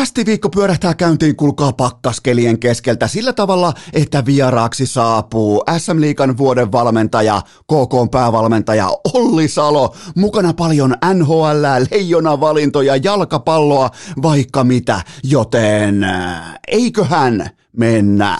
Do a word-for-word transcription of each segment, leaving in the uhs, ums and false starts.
Kästiviikko pyörähtää käyntiin, kuulkaa pakkaskelien keskeltä sillä tavalla, että vieraaksi saapuu S M-liigan vuoden valmentaja, K K:n päävalmentaja Olli Salo. Mukana paljon N H L, leijonavalintoja, jalkapalloa, vaikka mitä, joten eiköhän mennä.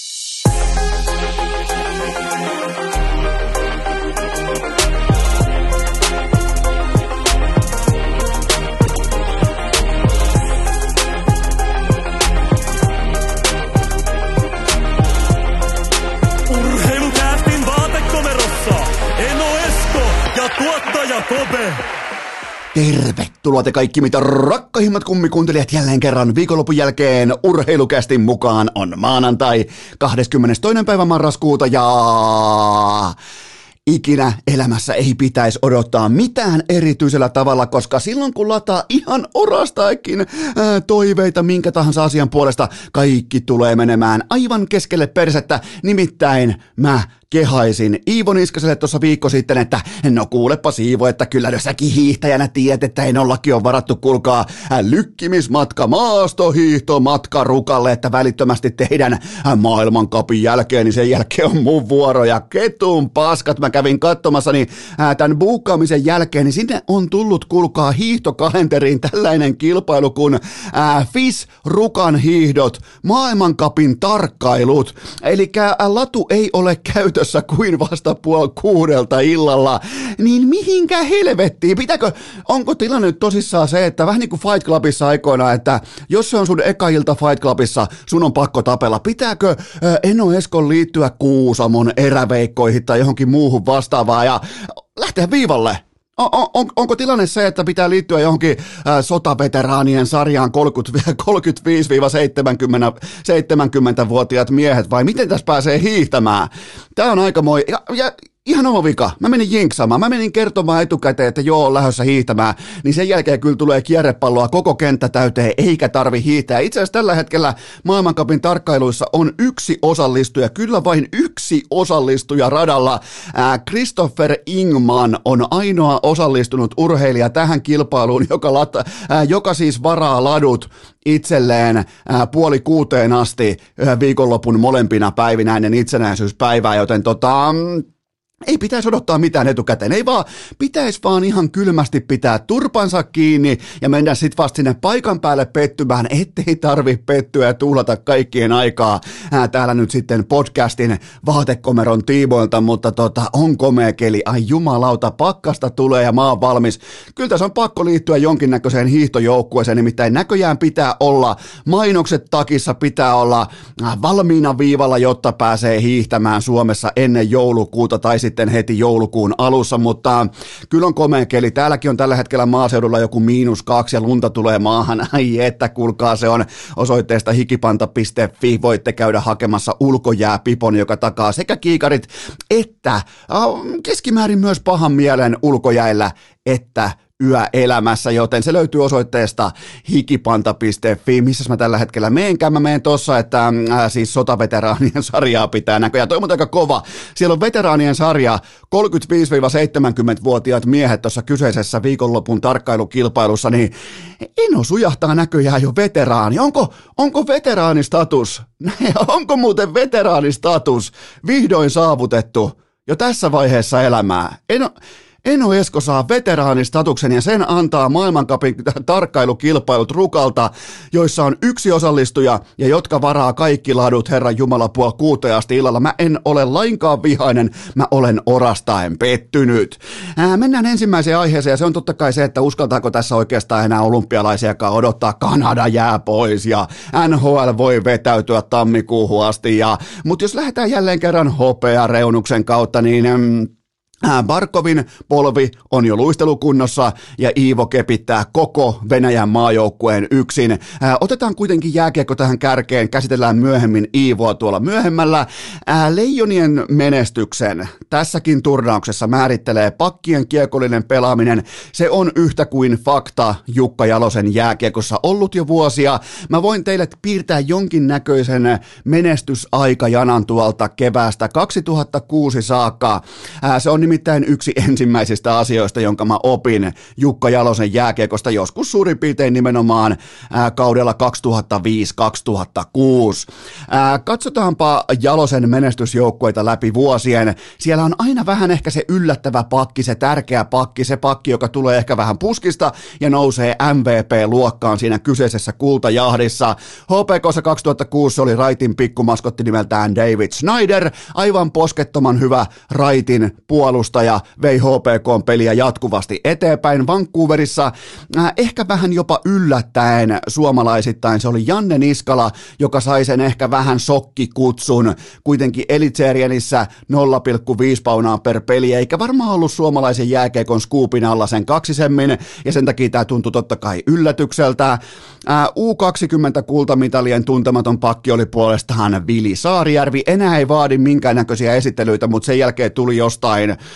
Kope. Tervetuloa te kaikki mitä rakkahimmat kummikuuntelijat jälleen kerran viikonlopun jälkeen Urheilukästin mukaan. On maanantai kahdeskymmenestoinen päivä marraskuuta ja ikinä elämässä ei pitäisi odottaa mitään erityisellä tavalla, koska silloin kun lataa ihan orastaakin ää, toiveita minkä tahansa asian puolesta, kaikki tulee menemään aivan keskelle persettä, nimittäin mä kehaisin Iivo Niskaselle tuossa viikko sitten, että no kuulepa Siivo, että kyllä jos säkin hiihtäjänä tiedät, että Enollakin on varattu, kuulkaa, lykkimismatka, maastohiihtomatka Rukalle, että välittömästi teidän maailmancupin jälkeen, niin sen jälkeen on mun vuoro ja ketun paskat, mä kävin katsomassa, niin tämän buukkaamisen jälkeen, niin sinne on tullut, kuulkaa, hiihtokalenteriin tällainen kilpailu kuin ää, F I S Rukan hiihdot, maailmancupin tarkkailut, eli latu ei ole käyty kuin vasta puoli kuudelta illalla, niin mihinkä helvettiin? Pitääkö, onko tilanne nyt tosissaan se, että vähän niin kuin Fight Clubissa aikoinaan, että jos se on sun eka ilta Fight Clubissa, sun on pakko tapella. Pitääkö äh, Eno Eskon liittyä Kuusamon eräveikkoihin tai johonkin muuhun vastaavaan ja lähteä viivalle? On, on, onko tilanne se, että pitää liittyä johonkin ä, sotaveteraanien sarjaan kolmekymmentä-seitsemänkymmentävuotiaat miehet vai miten tässä pääsee hiihtämään? Tämä on aikamoinen, ja, ja ihan oma vika. Mä menin jinksaamaan, mä menin kertomaan etukäteen, että joo, on lähdössä hiihtämään, niin sen jälkeen kyllä tulee kierrepalloa koko kenttä täyteen, eikä tarvi hiihtää. Itse asiassa tällä hetkellä maailmancupin tarkkailuissa on yksi osallistuja, kyllä vain yksi osallistuja radalla. Ää, Christopher Ingman on ainoa osallistunut urheilija tähän kilpailuun, joka, lata, ää, joka siis varaa ladut itselleen ää, puoli kuuteen asti ää, viikonlopun molempina päivinä ennen itsenäisyyspäivää, joten tota... ei pitäisi odottaa mitään etukäteen, ei vaan, pitäisi vaan ihan kylmästi pitää turpansa kiinni ja mennä sitten vasta sinne paikan päälle pettymään, ettei tarvi pettyä ja tuhlata kaikkien aikaa ää, täällä nyt sitten podcastin vaatekomeron tiimoilta, mutta tota, on komea keli, ai jumalauta, pakkasta tulee ja mä oon valmis. Kyllä tässä on pakko liittyä jonkinnäköiseen hiihtojoukkueeseen, nimittäin näköjään pitää olla, mainokset takissa pitää olla valmiina viivalla, jotta pääsee hiihtämään Suomessa ennen joulukuuta tai sitten heti joulukuun alussa, mutta kyllä on komea keli. Täälläkin on tällä hetkellä maaseudulla joku miinus kaksi ja lunta tulee maahan. Ai että, kuulkaa, se on osoitteesta hikipanta piste fi. Voitte käydä hakemassa ulkojääpipon, joka takaa sekä kiikarit että äh, keskimäärin myös pahan mielen ulkojäillä että yöelämässä, joten se löytyy osoitteesta hikipanta piste fi, missä mä tällä hetkellä meenkään. Mä meen tossa, että äh, siis sotaveteraanien sarjaa pitää näköjään. Toi on aika kova. Siellä on veteraanien sarja, kolmekymmentäviisi-seitsemänkymmentävuotiaat miehet tuossa kyseisessä viikonlopun tarkkailukilpailussa, niin Eno sujahtaa näköjään jo veteraani. Onko, onko veteraanistatus, onko muuten veteraanistatus vihdoin saavutettu jo tässä vaiheessa elämää? Eno... Eno Esko saa veteraanistatuksen ja sen antaa maailmancupin tarkkailukilpailut Rukalta, joissa on yksi osallistuja ja jotka varaa kaikki ladut Herran Jumala puoli kuuteen asti illalla. Mä en ole lainkaan vihainen, mä olen orastaen pettynyt. Ää, mennään ensimmäiseen aiheeseen ja se on totta kai se, että uskaltaako tässä oikeastaan enää olympialaisiakaan odottaa. Kanada jää pois ja N H L voi vetäytyä tammikuuhun asti. Ja, mutta jos lähdetään jälleen kerran hopeareunuksen kautta, niin... Mm, Barkovin polvi on jo luistelukunnossa ja Iivo kepittää koko Venäjän maajoukkueen yksin. Ää, otetaan kuitenkin jääkiekko tähän kärkeen, käsitellään myöhemmin Iivoa tuolla myöhemmällä. Ää, Leijonien menestyksen tässäkin turnauksessa määrittelee pakkien kiekollinen pelaaminen. Se on yhtä kuin fakta Jukka Jalosen jääkiekossa ollut jo vuosia. Mä voin teille piirtää jonkinnäköisen menestysaikajanan tuolta keväästä kaksituhattakuusi saakka. Ää, se on nimittäin yksi ensimmäisistä asioista, jonka mä opin Jukka Jalosen jääkiekosta joskus suurin piirtein nimenomaan ää, kaudella kaksituhattaviisi kaksituhattakuusi. Ää, katsotaanpa Jalosen menestysjoukkueita läpi vuosien. Siellä on aina vähän ehkä se yllättävä pakki, se tärkeä pakki, se pakki, joka tulee ehkä vähän puskista ja nousee M V P-luokkaan siinä kyseisessä kultajahdissa. H P K:ssa kaksituhattakuusi oli Raitin pikkumaskotti nimeltään David Snyder, aivan poskettoman hyvä Raitin puolustaja, vei H P K:n peliä jatkuvasti eteenpäin. Vancouverissa äh, ehkä vähän jopa yllättäen suomalaisittain se oli Janne Niskala, joka sai sen ehkä vähän shokkikutsun, kuitenkin Elitserienissä nolla pilkku viisi paunaa per peli, eikä varmaan ollut suomalaisen jääkiekon scoopin alla sen kaksisemmin, ja sen takia tämä tuntui totta kai yllätykseltä. Äh, U kaksikymmentä kultamitalien tuntematon pakki oli puolestaan Vili Saarijärvi, enää ei vaadi minkäännäköisiä esittelyitä, mutta sen jälkeen tuli jostain äh,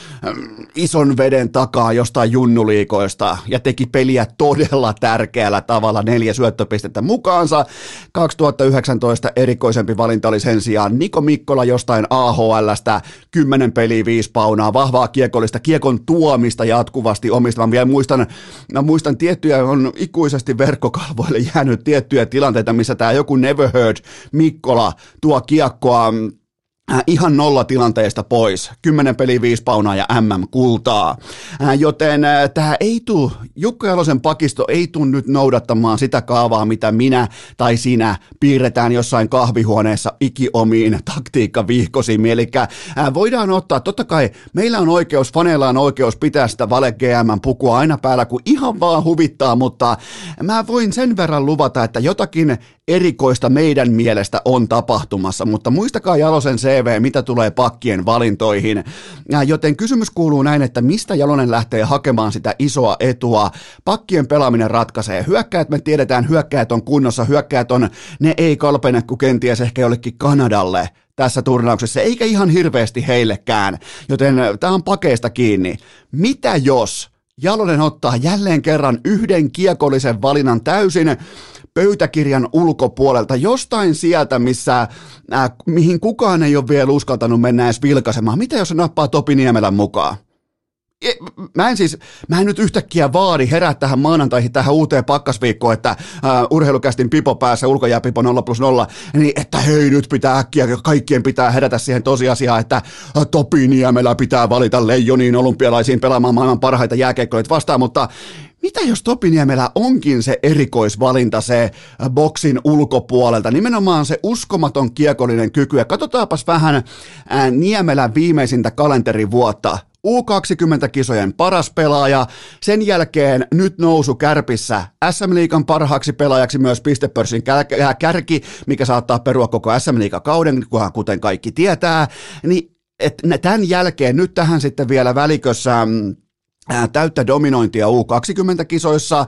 ison veden takaa jostain junnuliikoista ja teki peliä todella tärkeällä tavalla, neljä syöttöpistettä mukaansa. kaksituhattayhdeksäntoista erikoisempi valinta oli sen sijaan Niko Mikkola jostain A H L:stä, kymmenen peliä, viisi paunaa, vahvaa kiekollista, kiekon tuomista jatkuvasti omistamaan. Vielä muistan, mä muistan tiettyjä, on ikuisesti verkkokalvoille jäänyt tiettyjä tilanteita, missä tämä joku Never Heard Mikkola tuo kiekkoa Äh, ihan nolla tilanteesta pois, kymmenen peliä, viisi paunaa ja M M-kultaa, äh, joten äh, tämä ei tule, Jukka Jalosen pakisto ei tule nyt noudattamaan sitä kaavaa, mitä minä tai sinä piirretään jossain kahvihuoneessa ikiomiin taktiikkavihkosiin, eli äh, voidaan ottaa, totta kai meillä on oikeus, faneilla on oikeus pitää sitä vale G M-pukua aina päällä, kun ihan vaan huvittaa, mutta mä voin sen verran luvata, että jotakin erikoista meidän mielestä on tapahtumassa, mutta muistakaa Jalosen C V, mitä tulee pakkien valintoihin. Joten kysymys kuuluu näin, että mistä Jalonen lähtee hakemaan sitä isoa etua. Pakkien pelaaminen ratkaisee. Hyökkäät me tiedetään, hyökkäät on kunnossa, hyökkäät on, ne ei kalpene kuin kenties ehkä jollekin Kanadalle tässä turnauksessa, eikä ihan hirveästi heillekään. Joten tämä on pakeista kiinni. Mitä jos Jalonen ottaa jälleen kerran yhden kiekollisen valinnan täysin pöytäkirjan ulkopuolelta, jostain sieltä, missä, äh, mihin kukaan ei ole vielä uskaltanut mennä edes vilkaisemaan. Mitä jos se nappaa Topi Niemelän mukaan? Mä en siis, mä en nyt yhtäkkiä vaadi herää tähän maanantaihin, tähän uuteen pakkasviikkoon, että uh, urheilukästin pipo päässä, ulkojääpipo nolla plus nolla, niin että hei, nyt pitää äkkiä, kaikkien pitää herätä siihen tosiasiaan, että uh, Topi Niemelä pitää valita Leijoniin olympialaisiin pelaamaan maailman parhaita jääkiekkoilijoita vastaan, mutta mitä jos Topi Niemelä onkin se erikoisvalinta, se boksin ulkopuolelta, nimenomaan se uskomaton kiekollinen kyky, ja katsotaanpas vähän ää, Niemelän viimeisintä kalenterivuotta. U kaksikymmentä-kisojen paras pelaaja, sen jälkeen nyt nousu Kärpissä S M-liigan parhaaksi pelaajaksi, myös pistepörssin kärki, mikä saattaa perua koko S M-liigakauden, kuten kaikki tietää, niin että tämän jälkeen nyt tähän sitten vielä välikössä täyttä dominointia U kaksikymmentä-kisoissa.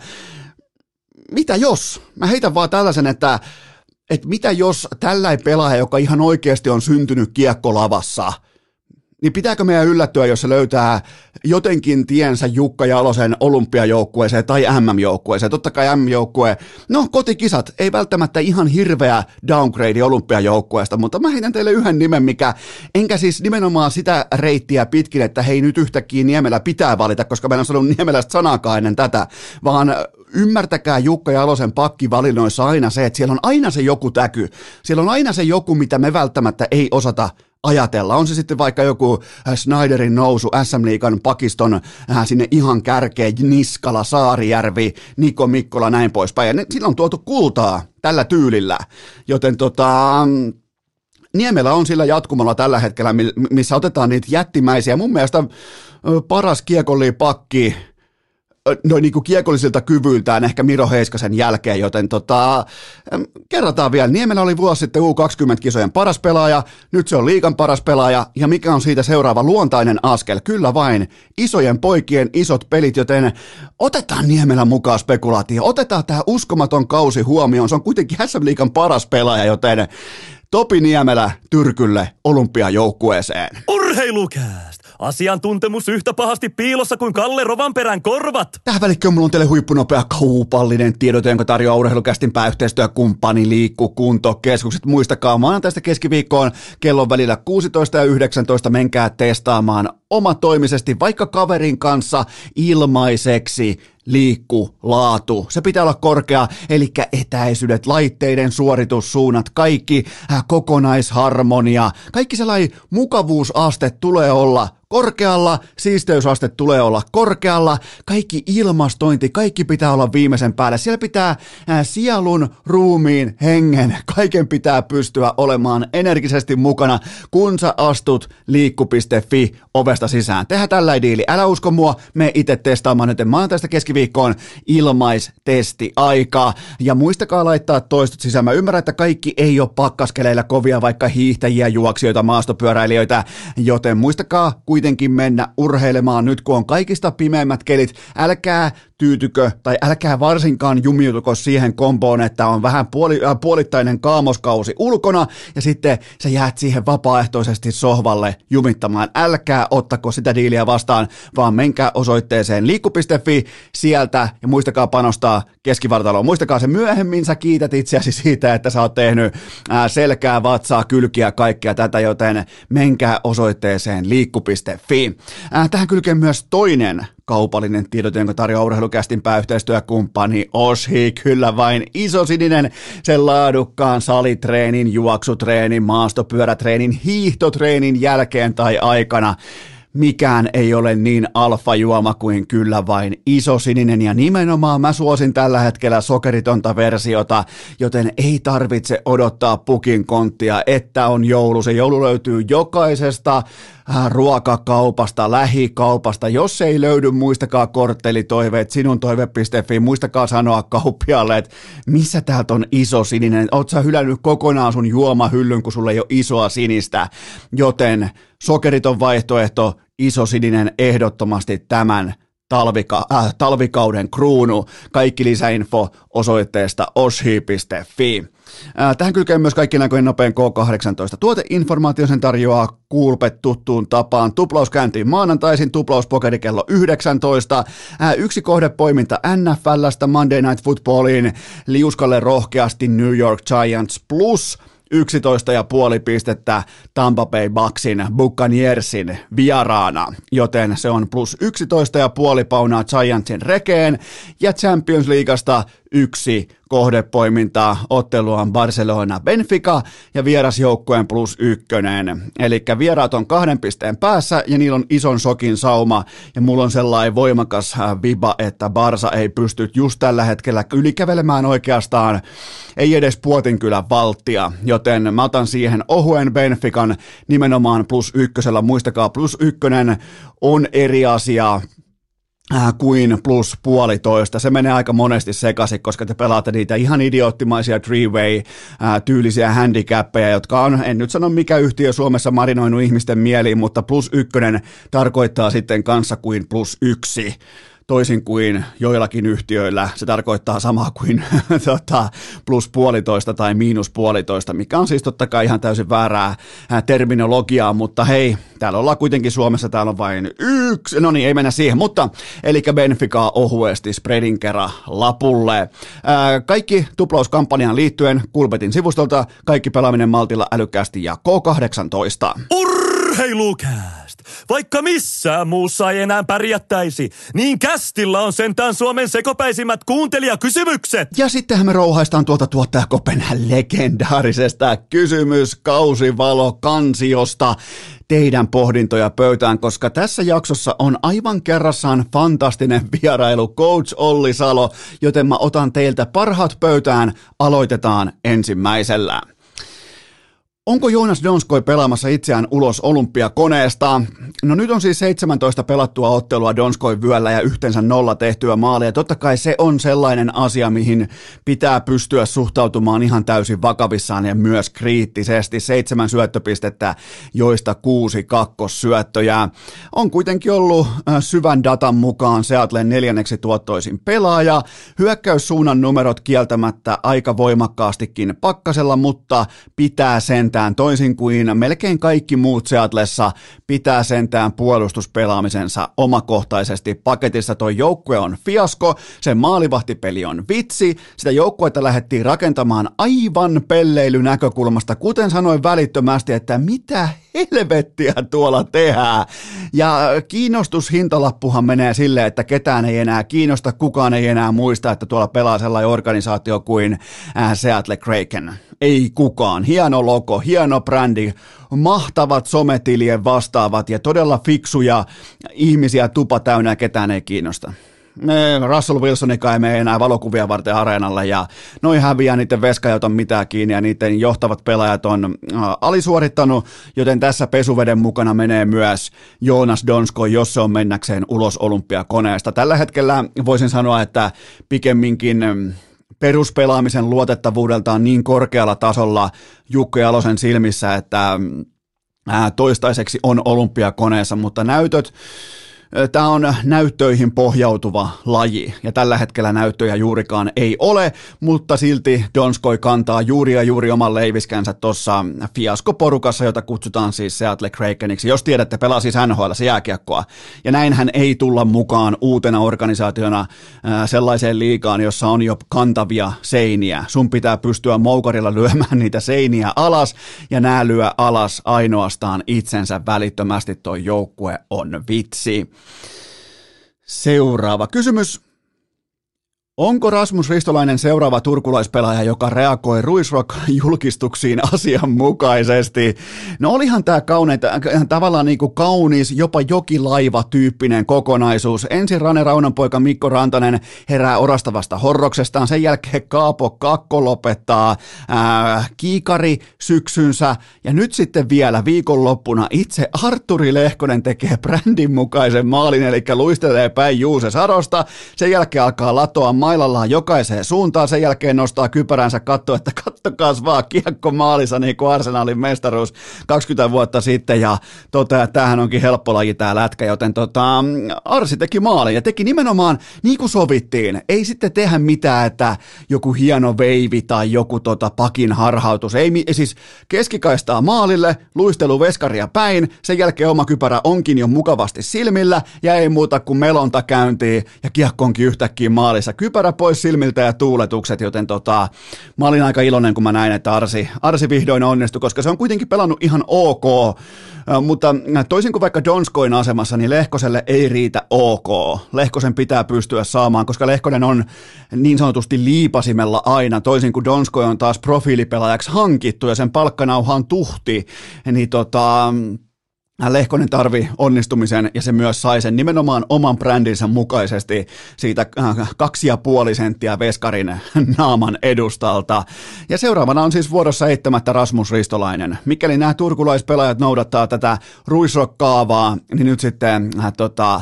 Mitä jos? Mä heitän vaan tällaisen, että, että mitä jos tällainen pelaaja, joka ihan oikeasti on syntynyt kiekkolavassa, niin pitääkö meidän yllättyä, jos se löytää jotenkin tiensä Jukka Jalosen olympiajoukkueeseen tai M M-joukkueeseen. Totta kai M M-joukkue, no kotikisat, ei välttämättä ihan hirveä downgrade olympiajoukkueesta, mutta mä heitän teille yhden nimen, mikä, enkä siis nimenomaan sitä reittiä pitkin, että hei nyt yhtäkkiä Niemelä pitää valita, koska mä en ole sanonut Niemelästä sanaakaan ennen tätä, vaan ymmärtäkää Jukka Jalosen pakkivalinnoissa aina se, että siellä on aina se joku täky, siellä on aina se joku, mitä me välttämättä ei osata ajatella. On se sitten vaikka joku Snyderin nousu S M-liigan pakiston äh, sinne ihan kärkeen, Niskala, Saarijärvi, Niko Mikkola, näin poispäin. Ja ne, sillä on tuotu kultaa tällä tyylillä, joten tota, Niemelä on sillä jatkumalla tällä hetkellä, missä otetaan niitä jättimäisiä. Mun mielestä paras kiekollinen pakki noin niin kuin kiekollisilta kyvyiltään ehkä Miro Heiskasen jälkeen, joten tota, kerrataan vielä. Niemelä oli vuosi sitten U kaksikymmentä-kisojen paras pelaaja, nyt se on liigan paras pelaaja, ja mikä on siitä seuraava luontainen askel? Kyllä vain, isojen poikien isot pelit, joten otetaan Niemelä mukaan spekulaatio, otetaan tämä uskomaton kausi huomioon, se on kuitenkin S M-liigan paras pelaaja, joten Topi Niemelä Tyrkylle olympiajoukkueeseen. Urheilukääst! Asiantuntemus yhtä pahasti piilossa kuin Kalle Rovanperän korvat. Tähän välikköön mulla on teille huippunopea kaupallinen tiedote, jonka tarjoaa Urheilukästinpää yhteistyökumppani Liikku Kuntokeskukset. Muistakaa maanantaista keskiviikkoon kellon välillä kuusitoista ja yhdeksäntoista menkää testaamaan omatoimisesti vaikka kaverin kanssa ilmaiseksi Liikku laatu. Se pitää olla korkea, eli etäisyydet, laitteiden suoritussuunnat, kaikki äh, kokonaisharmonia, kaikki sellainen mukavuusaste tulee olla korkealla, siisteysaste tulee olla korkealla, kaikki ilmastointi, kaikki pitää olla viimeisen päälle. Siellä pitää ää, sielun, ruumiin, hengen, kaiken pitää pystyä olemaan energisesti mukana, kun sä astut liikku piste fi ovesta sisään. Tehdään tällainen diili. Älä usko mua, me itse testaamaan nyt maanantaista keskiviikkoon ilmaistesti-aikaa. Ja muistakaa laittaa toistot sisään. Mä ymmärrän, että kaikki ei ole pakkaskeleillä kovia, vaikka hiihtäjiä, juoksijoita, maastopyöräilijöitä, joten muistakaa kuitenkin mennä urheilemaan nyt, kun on kaikista pimeimmät kelit. Älkää tyytykö tai älkää varsinkaan jumiutuko siihen komboon, että on vähän puoli, äh, puolittainen kaamoskausi ulkona ja sitten sä jäät siihen vapaaehtoisesti sohvalle jumittamaan. Älkää ottako sitä diiliä vastaan, vaan menkää osoitteeseen liikku piste fi sieltä ja muistakaa panostaa keskivartaloon. Muistakaa se myöhemmin, sä kiität itseäsi siitä, että sä oot tehnyt äh, selkää, vatsaa, kylkiä, kaikkea tätä, joten menkää osoitteeseen liikku piste fi. Äh, tähän kylkee myös toinen kaupallinen tiedote, jonka tarjoaa Urheilukästin pääyhteistyökumppani Oshi, kyllä vain isosininen, sen laadukkaan salitreenin, juoksutreenin, maastopyörätreenin, hiihtotreenin jälkeen tai aikana. Mikään ei ole niin alfajuoma kuin kyllä vain isosininen ja nimenomaan mä suosin tällä hetkellä sokeritonta versiota, joten ei tarvitse odottaa pukin konttia, että on joulu. Se joulu löytyy jokaisesta ruokakaupasta, lähikaupasta. Jos ei löydy, muistakaa korttelitoiveet, sinun toive piste fi, muistakaa sanoa kauppialle, että missä täältä on iso sininen. Oot sä hylännyt kokonaan sun juomahyllyn, kun sulla ei ole isoa sinistä, joten sokeriton vaihtoehto, iso sininen ehdottomasti tämän talvika- äh, talvikauden kruunu. Kaikki lisäinfo osoitteesta oshi piste fi. Äh, tähän kylkee myös kaikki näköinen nopein K kahdeksantoista. Tuoteinformaatio sen tarjoaa Coolbet tuttuun tapaan. Tuplaus käyntiin maanantaisin, tuplauspokeri kello yhdeksäntoista. Äh, yksi kohdepoiminta N F L:stä Monday Night Footballiin. Liuskalle rohkeasti New York Giants plus yksitoista pilkku viisi pistettä Tampa Bay Bucksin Buccaneersin vieraana, joten se on plus yksitoista pilkku viisi paunaa Giantsin rekeen, ja Champions Leagueasta yksi kohdepoimintaa, ottelu on Barcelona Benfica ja vierasjoukkueen plus ykkönen. Eli vieraat on kahden pisteen päässä ja niillä on ison sokin sauma ja mulla on sellainen voimakas viba, että Barsa ei pysty just tällä hetkellä ylikävelemään oikeastaan, ei edes Puotinkylän valttia, joten mä otan siihen ohuen Benfican nimenomaan plus ykkösellä. Muistakaa, plus ykkönen on eri asia kuin plus puolitoista. Se menee aika monesti sekaisin, koska te pelaatte niitä ihan idioottimaisia three-way-tyylisiä handicappeja, jotka on, en nyt sano mikä yhtiö Suomessa marinoinut ihmisten mieliin, mutta plus ykkönen tarkoittaa sitten kanssa kuin plus yksi. Toisin kuin joillakin yhtiöillä se tarkoittaa samaa kuin tota, plus puolitoista tai miinus puolitoista, mikä on siis totta kai ihan täysin väärää terminologiaa, mutta hei, täällä ollaan kuitenkin Suomessa, täällä on vain yksi, no niin, ei mennä siihen, mutta eli Benficaa ohuesti spreadin kerran lapulle. Ää, kaikki tuplauskampanjaan liittyen Coolbetin sivustolta, kaikki pelaaminen maltilla, älykkäästi ja K kahdeksantoista. Urheilukääst! Vaikka missään muussa ei enää pärjättäisi, niin kästillä on sentään Suomen sekopäisimmät kuuntelijakysymykset. Ja sittenhän me rouhaistaan tuolta tuottajakopen legendaarisesta kysymyskausivalo kansiosta teidän pohdintoja pöytään, koska tässä jaksossa on aivan kerrassaan fantastinen vierailu Coach Olli Salo, joten mä otan teiltä parhaat pöytään, aloitetaan ensimmäisellä. Onko Joonas Donskoi pelaamassa itseään ulos olympiakoneesta? No nyt on siis seitsemäntoista pelattua ottelua Donskoin vyöllä ja yhteensä nolla tehtyä maalia. Totta kai se on sellainen asia, mihin pitää pystyä suhtautumaan ihan täysin vakavissaan ja myös kriittisesti. Seitsemän syöttöpistettä, joista kuusi kakkossyöttöjä. On kuitenkin ollut syvän datan mukaan Seattlen neljänneksi tuottoisin pelaaja. Hyökkäyssuunnan numerot kieltämättä aika voimakkaastikin pakkasella, mutta pitää sen sentään toisin kuin melkein kaikki muut Seatlessa pitää sentään puolustuspelaamisensa omakohtaisesti paketissa. Toi joukkue on fiasko, sen maalivahtipeli on vitsi, sitä joukkuetta lähdettiin rakentamaan aivan pelleilynäkökulmasta, kuten sanoin välittömästi, että mitä helvettiä tuolla tehdään. Ja kiinnostushintalappuhan menee silleen, että ketään ei enää kiinnosta, kukaan ei enää muista, että tuolla pelaa sellainen organisaatio kuin Seattle Kraken. Ei kukaan. Hieno logo, hieno brändi, mahtavat sometilien vastaavat ja todella fiksuja ihmisiä tupa täynnä, ketään ei kiinnosta. Russell Wilsonikaan ei mene enää valokuvia varten areenalle ja noin häviää, niiden veska ei ota mitään kiinni ja niiden johtavat pelaajat on alisuorittanut, joten tässä pesuveden mukana menee myös Joonas Donskoi, jos se on mennäkseen ulos olympiakoneesta. Tällä hetkellä voisin sanoa, että pikemminkin peruspelaamisen luotettavuudelta on niin korkealla tasolla Jukka Jalosen silmissä, että toistaiseksi on olympiakoneessa, mutta näytöt Tämä on näyttöihin pohjautuva laji, ja tällä hetkellä näyttöjä juurikaan ei ole, mutta silti Donskoi kantaa juuri ja juuri oman leiviskänsä tuossa fiaskoporukassa, jota kutsutaan siis Seattle Krakeniksi. Jos tiedätte, pelaa siis N H L:ssä jääkiekkoa, ja näinhän ei tulla mukaan uutena organisaationa sellaiseen liigaan, jossa on jo kantavia seiniä. Sun pitää pystyä moukarilla lyömään niitä seiniä alas, ja nää lyö alas ainoastaan itsensä välittömästi. Toi joukkue on vitsi. Seuraava kysymys. Onko Rasmus Ristolainen seuraava turkulaispelaaja, joka reagoi Ruisrock-julkistuksiin asianmukaisesti? No olihan tämä kauneita, tavallaan niin kuin kaunis, jopa jokilaiva-tyyppinen kokonaisuus. Ensin Rane Raunanpoika Mikko Rantanen herää orastavasta horroksestaan, sen jälkeen Kaapo Kakko lopettaa ää, kiikari syksynsä, ja nyt sitten vielä viikonloppuna itse Artturi Lehkonen tekee brändin mukaisen maalin, eli luistelee päin Juuse Sarosta, sen jälkeen alkaa latoa mailallaan jokaiseen suuntaan, sen jälkeen nostaa kypäränsä katsoa, että kattokaas vaan kiekko maalissa niin kuin Arsenalin mestaruus kaksikymmentä vuotta sitten, ja toteaa, että tämähän onkin helppo laji tää lätkä, joten tota, Arsi teki maalin ja teki nimenomaan niin kuin sovittiin. Ei sitten tehdä mitään, että joku hieno veivi tai joku tota, pakin harhautus, ei siis keskikaistaa maalille, luistelu veskaria päin, sen jälkeen oma kypärä onkin jo mukavasti silmillä ja ei muuta kuin melonta käyntiin ja kiekko onkin yhtäkkiä maalissa. Kypärä pois silmiltä ja tuuletukset, joten tota, mä olin aika iloinen, kun mä näin, että Arsi, Arsi vihdoin onnistui, koska se on kuitenkin pelannut ihan ok, mutta toisin kuin vaikka Donskoin asemassa, niin Lehkoselle ei riitä ok. Lehkosen pitää pystyä saamaan, koska Lehkonen on niin sanotusti liipasimella aina, toisin kuin Donskoi on taas profiilipelaajaksi hankittu ja sen palkkanauhaan tuhti, niin tota... Lehkonen tarvi onnistumisen ja se myös sai sen nimenomaan oman brändinsä mukaisesti siitä kaksi ja puoli senttiä veskarin naaman edustalta. Ja seuraavana on siis vuorossa eittämättä Rasmus Ristolainen. Mikäli nämä turkulaispelaajat noudattaa tätä Ruisrock-kaavaa, niin nyt sitten äh, tota,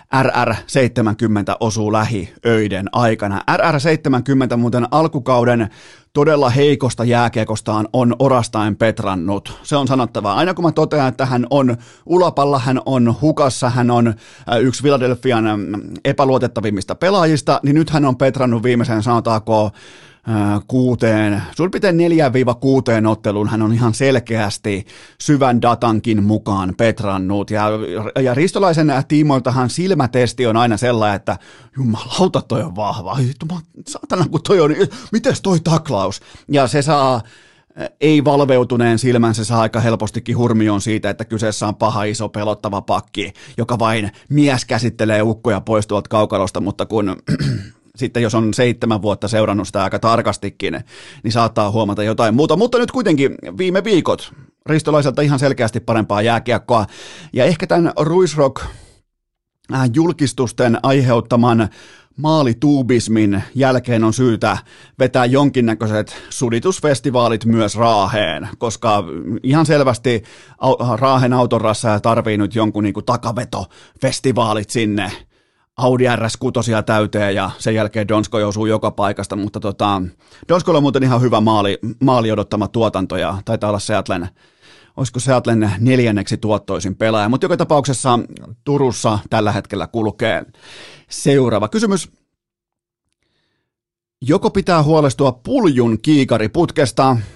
R R seitsemänkymmentä osuu lähiöiden aikana. R R seitsemänkymmentä muuten alkukauden todella heikosta jääkiekostaan on orastain petrannut. Se on sanottava. Aina kun mä totean, että hän on ulapalla, hän on hukassa, hän on yksi Philadelphian epäluotettavimmista pelaajista, niin nyt hän on petrannut viimeisen, sanotaanko, kuuteen, suurin piirtein neljään viiva kuuteen otteluun hän on ihan selkeästi syvän datankin mukaan petrannut. Ja, ja Ristolaisen tiimoiltahan silmätesti on aina sellainen, että jumalauta toi on vahva, saatana kun toi on, mites toi taklaus? Ja se saa ei-valveutuneen silmän, se saa aika helpostikin hurmioon siitä, että kyseessä on paha, iso, pelottava pakki, joka vain mies käsittelee ukkoja pois tuolta kaukalosta, mutta kun sitten jos on seitsemän vuotta seurannut sitä aika tarkastikin, niin saattaa huomata jotain muuta. Mutta nyt kuitenkin viime viikot Ristolaiselta ihan selkeästi parempaa jääkiekkoa. Ja ehkä tämän Ruisrock julkistusten aiheuttaman maalituubismin jälkeen on syytä vetää jonkinnäköiset suditusfestivaalit myös Raaheen, koska ihan selvästi Raahen autorassa tarvii nyt jonkun niin kuin takavetofestivaalit sinne. Audi R S kuusi täyteen ja sen jälkeen Donskoi osuu joka paikasta, mutta tota, Donskoilla on muuten ihan hyvä maali, maali odottama tuotanto ja taitaa olla Seattlen, olisiko Seattlen neljänneksi tuottoisin pelaaja, mutta joka tapauksessa Turussa tällä hetkellä kulkee. Seuraava kysymys. Joko pitää huolestua Puljun kiikariputkesta,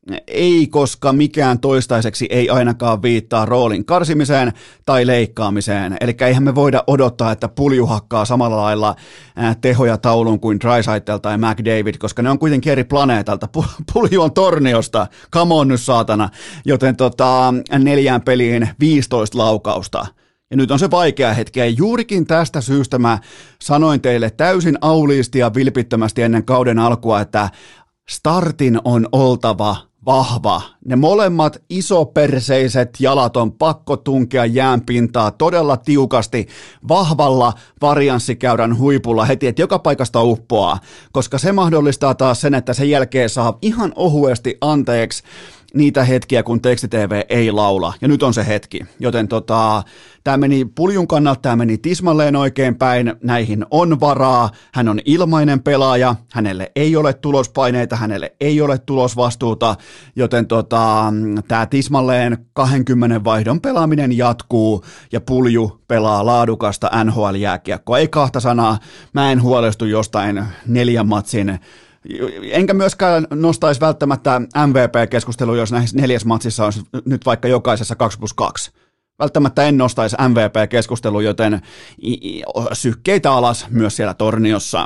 Ei, koska mikään toistaiseksi ei ainakaan viittaa roolin karsimiseen tai leikkaamiseen. Eli eihän me voida odottaa, että Pulju hakkaa samalla lailla tehoja taulun kuin Draisaitl tai McDavid, koska ne on kuitenkin eri planeetalta. Pulju on Torniosta, come on nyt saatana, joten tota, neljään peliin viisitoista laukausta. Ja nyt on se vaikea hetki, ja juurikin tästä syystä mä sanoin teille täysin auliisti ja vilpittömästi ennen kauden alkua, että startin on oltava vahva. Ne molemmat isoperseiset jalat on pakko tunkea jäänpintaa todella tiukasti vahvalla varianssikäyrän huipulla heti, että joka paikasta uppoaa, koska se mahdollistaa taas sen, että sen jälkeen saa ihan ohuesti anteeksi niitä hetkiä, kun teksti-tv ei laula, ja nyt on se hetki, joten tota, tämä meni Puljun kannalta, tämä meni tismalleen oikein päin, näihin on varaa, hän on ilmainen pelaaja, hänelle ei ole tulospaineita, hänelle ei ole tulosvastuuta, joten tota, tämä tismalleen kaksikymmentä vaihdon pelaaminen jatkuu, ja Pulju pelaa laadukasta N H L-jääkiekkoa, ei kahta sanaa, mä en huolestu jostain neljän matsin. Enkä myöskään nostaisi välttämättä M V P-keskustelua, jos näissä neljäs matsissa on nyt vaikka jokaisessa kaksi plus kaksi. Välttämättä en nostaisi M V P-keskustelua, joten sykkeitä alas myös siellä Torniossa.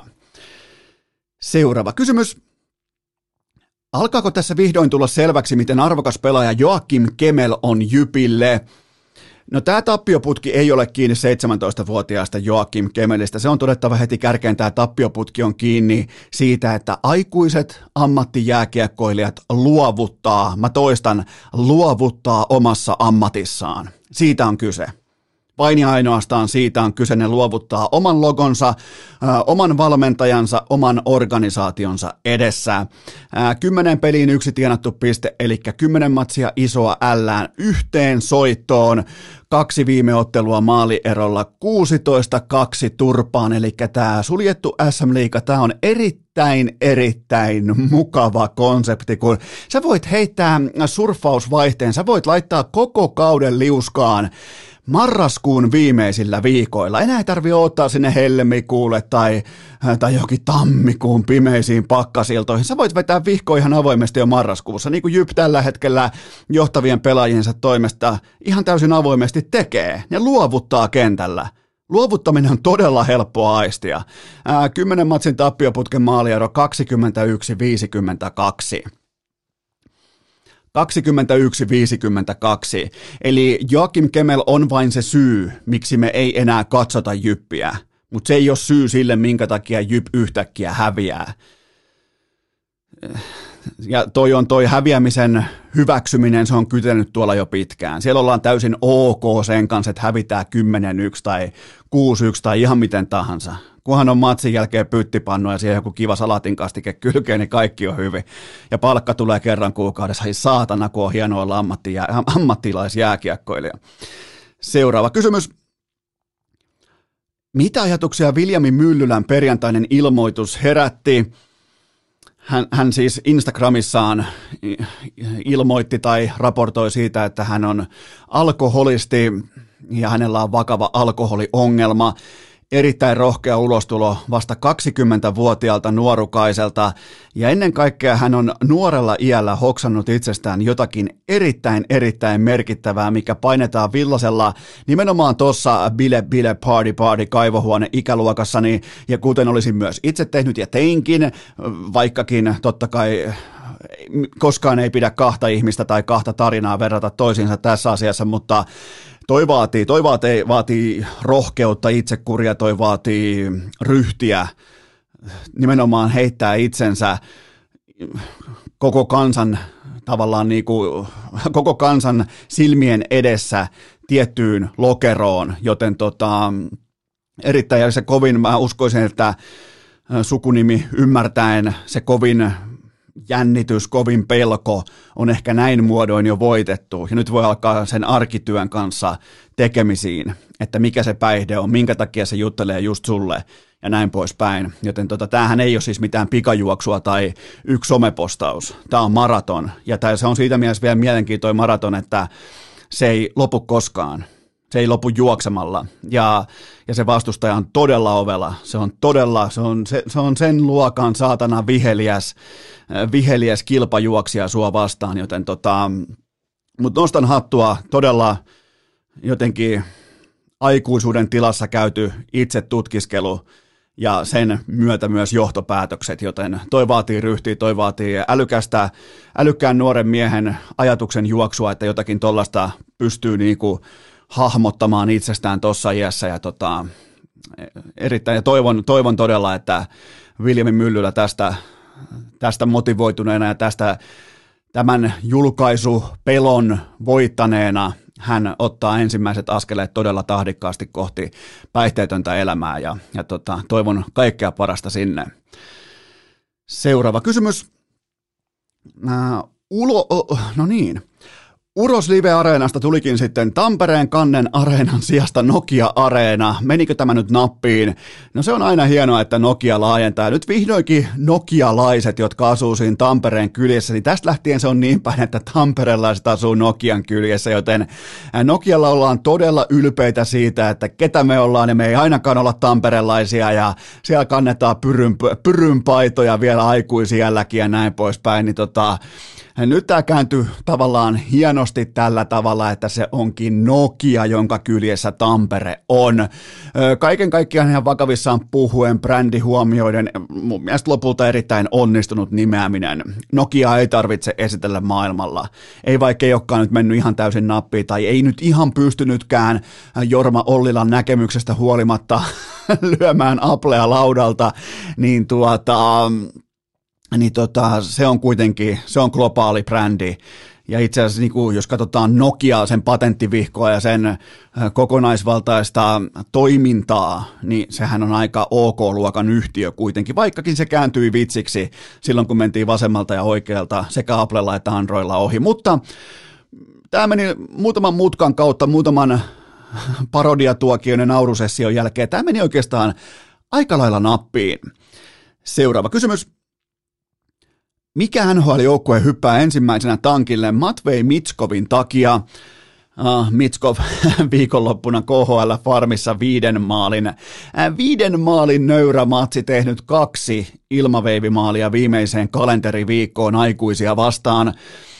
Seuraava kysymys. Alkaako tässä vihdoin tulla selväksi, miten arvokas pelaaja Joakim Kemell on Jypille? No tämä tappioputki ei ole kiinni seitsemäntoistavuotiaasta Joakim Kemellistä. Se on todettava heti kärkeen, tämä tappioputki on kiinni siitä, että aikuiset ammattijääkiekkoilijat luovuttaa, mä toistan, luovuttaa omassa ammatissaan. Siitä on kyse. Vain ja ainoastaan siitä on kyse, ne luovuttaa oman logonsa, äh, oman valmentajansa, oman organisaationsa edessä. Äh, kymmenen peliin yksi tienattu piste, eli kymmenen matsia isoa ällään yhteen soittoon. Kaksi viime ottelua maalierolla, kuusitoista kaksi turpaan, eli tämä suljettu S M-liiga, tämä on erittäin, erittäin mukava konsepti, kun sä voit heittää surffausvaihteen, sä voit laittaa koko kauden liuskaan marraskuun viimeisillä viikoilla. Enää ei tarvitse odottaa sinne helmikuulle tai, tai jokin tammikuun pimeisiin pakkasiltoihin. Sä voit vetää vihko ihan avoimesti jo marraskuussa, niin kuin Jyp tällä hetkellä johtavien pelaajiensa toimesta ihan täysin avoimesti tekee. Ne luovuttaa kentällä. Luovuttaminen on todella helppoa aistia. Ää, kymmenen matsin tappioputken maaliero kaksikymmentäyksi viisikymmentäkaksi. kaksikymmentäyksi viisikymmentäkaksi, eli Joakim Kemell on vain se syy, miksi me ei enää katsota Jyppiä, mutta se ei ole syy sille, minkä takia Jyp yhtäkkiä häviää. Ja toi on toi häviämisen hyväksyminen, se on kytenyt tuolla jo pitkään. Siellä ollaan täysin ok sen kanssa, että hävitään kymmenen yksi tai kuusi yksi tai ihan miten tahansa. Kunhan on matsin jälkeen pyttipannu ja siihen joku kiva salatinkastike kylkeen, niin kaikki on hyvin. Ja palkka tulee kerran kuukaudessa. Ai saatana, kun on hienoa olla ammatti- ammattilaisjääkiekkoilija. Seuraava kysymys. Mitä ajatuksia Viljami Myllylän perjantainen ilmoitus herätti? Hän, hän siis Instagramissaan ilmoitti tai raportoi siitä, että hän on alkoholisti ja hänellä on vakava alkoholiongelma. Erittäin rohkea ulostulo vasta kaksikymmentävuotiaalta nuorukaiselta ja ennen kaikkea hän on nuorella iällä hoksannut itsestään jotakin erittäin erittäin merkittävää, mikä painetaan villasella nimenomaan tuossa bile bile party party kaivohuone ikäluokassani ja kuten olisin myös itse tehnyt ja teinkin, vaikkakin totta kai koskaan ei pidä kahta ihmistä tai kahta tarinaa verrata toisiinsa tässä asiassa, mutta Toi vaatii, toi vaatii, vaatii rohkeutta, itsekuria, toi vaatii ryhtiä, nimenomaan heittää itsensä koko kansan tavallaan niin kuin, koko kansan silmien edessä tiettyyn lokeroon, joten tota, erittäin se kovin, mä uskoisin, että sukunimi ymmärtäen se kovin jännitys, kovin pelko on ehkä näin muodoin jo voitettu ja nyt voi alkaa sen arkityön kanssa tekemisiin, että mikä se päihde on, minkä takia se juttelee just sulle ja näin poispäin. Joten tota, tämähän ei ole siis mitään pikajuoksua tai yksi somepostaus, tämä on maraton ja tää, se on siitä mielessä vielä mielenkiintoinen maraton, että se ei lopu koskaan. Se ei lopu juoksemalla ja, ja se vastustaja on todella ovela. Se on todella, se on, se, se on sen luokan saatana viheliäs, viheliäs kilpajuoksija sua vastaan, joten tota, mutta nostan hattua, todella jotenkin aikuisuuden tilassa käyty itse tutkiskelu ja sen myötä myös johtopäätökset, joten toi vaatii ryhtiä, toi vaatii älykästä, älykkään nuoren miehen ajatuksen juoksua, että jotakin tollaista pystyy niinku hahmottamaan itsestään tuossa iässä ja tota, erittäin ja toivon, toivon todella, että Viljami Myllylä tästä, tästä motivoituneena ja tästä tämän julkaisupelon voittaneena hän ottaa ensimmäiset askeleet todella tahdikkaasti kohti päihteetöntä elämää ja, ja tota, toivon kaikkea parasta sinne. Seuraava kysymys. Äh, ulo, oh, no niin. Uros Live-areenasta tulikin sitten Tampereen Kannen areenan sijasta Nokia-areena. Menikö tämä nyt nappiin? No se on aina hienoa, että Nokia laajentaa. Nyt vihdoinkin nokialaiset, jotka asuu siinä Tampereen kyljessä, niin tästä lähtien se on niin päin, että tamperelaiset asuu Nokian kyljessä, joten Nokialla ollaan todella ylpeitä siitä, että ketä me ollaan, ja me ei ainakaan olla tamperelaisia, ja siellä kannetaan pyryn, pyrynpaitoja vielä aikuisiälläkin ja näin poispäin, niin tota... Nyt tämä kääntyy tavallaan hienosti tällä tavalla, että se onkin Nokia, jonka kyljessä Tampere on. Kaiken kaikkiaan ihan vakavissaan puhuen, brändi huomioiden, mun mielestä lopulta erittäin onnistunut nimeäminen. Nokia ei tarvitse esitellä maailmalla. Ei vaikka ei olekaan nyt mennyt ihan täysin nappiin, tai ei nyt ihan pystynytkään Jorma Ollilan näkemyksestä huolimatta lyömään Applea laudalta, niin tuota... niin tota, se on kuitenkin, se on globaali brändi. Ja itse asiassa niin kuin, jos katsotaan Nokiaa, sen patenttivihkoa ja sen kokonaisvaltaista toimintaa, niin sehän on aika OK-luokan yhtiö kuitenkin, vaikkakin se kääntyi vitsiksi silloin, kun mentiin vasemmalta ja oikealta sekä Applella että Androidilla ohi. Mutta tämä meni muutaman mutkan kautta, muutaman parodiatuokion ja naurusession jälkeen. Tämä meni oikeastaan aika lailla nappiin. Seuraava kysymys. Mikä N H L-joukkue hyppää ensimmäisenä tankille Matvei Mitskovin takia? Uh, Mitskov viikonloppuna K H L-farmissa viiden maalin, äh, viiden maalin nöyrä matsi, tehnyt kaksi ilmaveivimaalia viimeiseen kalenteriviikkoon aikuisia vastaan.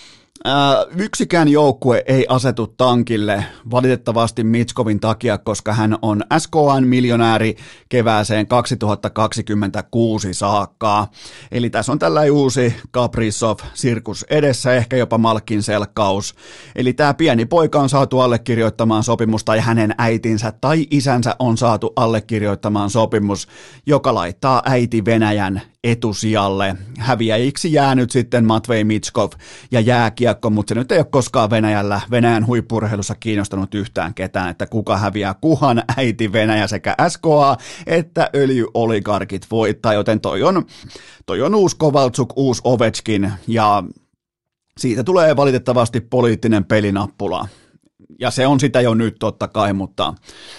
Äh, yksikään joukkue ei asetu tankille valitettavasti Mitskovin takia, koska hän on S K N-miljonääri kevääseen kaksituhattakaksikymmentäkuusi saakka. Eli tässä on tällainen uusi Kaprizov-sirkus edessä, ehkä jopa Malkin selkkaus. Eli tämä pieni poika on saatu allekirjoittamaan sopimus, tai hänen äitinsä tai isänsä on saatu allekirjoittamaan sopimus, joka laittaa äiti Venäjän etusijalle. Häviäjiksi jää nyt sitten Matvei Mitskov ja jääkiekko, mutta se nyt ei ole koskaan Venäjällä, Venäjän huippu-urheilussa kiinnostanut yhtään ketään, että kuka häviää, kuhan äiti Venäjä sekä S K A että öljyoligarkit voittaa, joten toi on, toi on uusi Kovaltsuk, uusi Ovechkin, ja siitä tulee valitettavasti poliittinen pelinappula. Ja se on sitä jo nyt totta kai, mutta,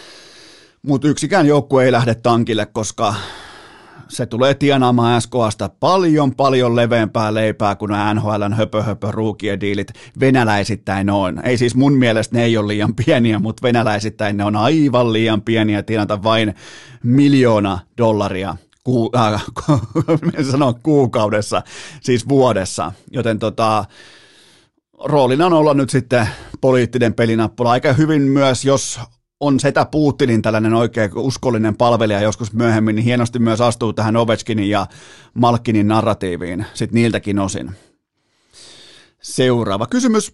mutta yksikään joukkue ei lähde tankille, koska se tulee tienaamaan S K A:sta paljon, paljon leveämpää leipää kuin nämä N H L:n höpö, höpö, ruukiediilit venäläisittäin on. Ei siis mun mielestä ne ei ole liian pieniä, mutta venäläisittäin ne on aivan liian pieniä tienata vain miljoona dollaria ku, äh, sanon, kuukaudessa, siis vuodessa. Joten tota, roolina on olla nyt sitten poliittinen pelinappula. Aika hyvin myös, jos on setä Putinin tällainen oikein uskollinen palvelija joskus myöhemmin, niin hienosti myös astuu tähän Ovechkinin ja Malkinin narratiiviin, sitten niiltäkin osin. Seuraava kysymys.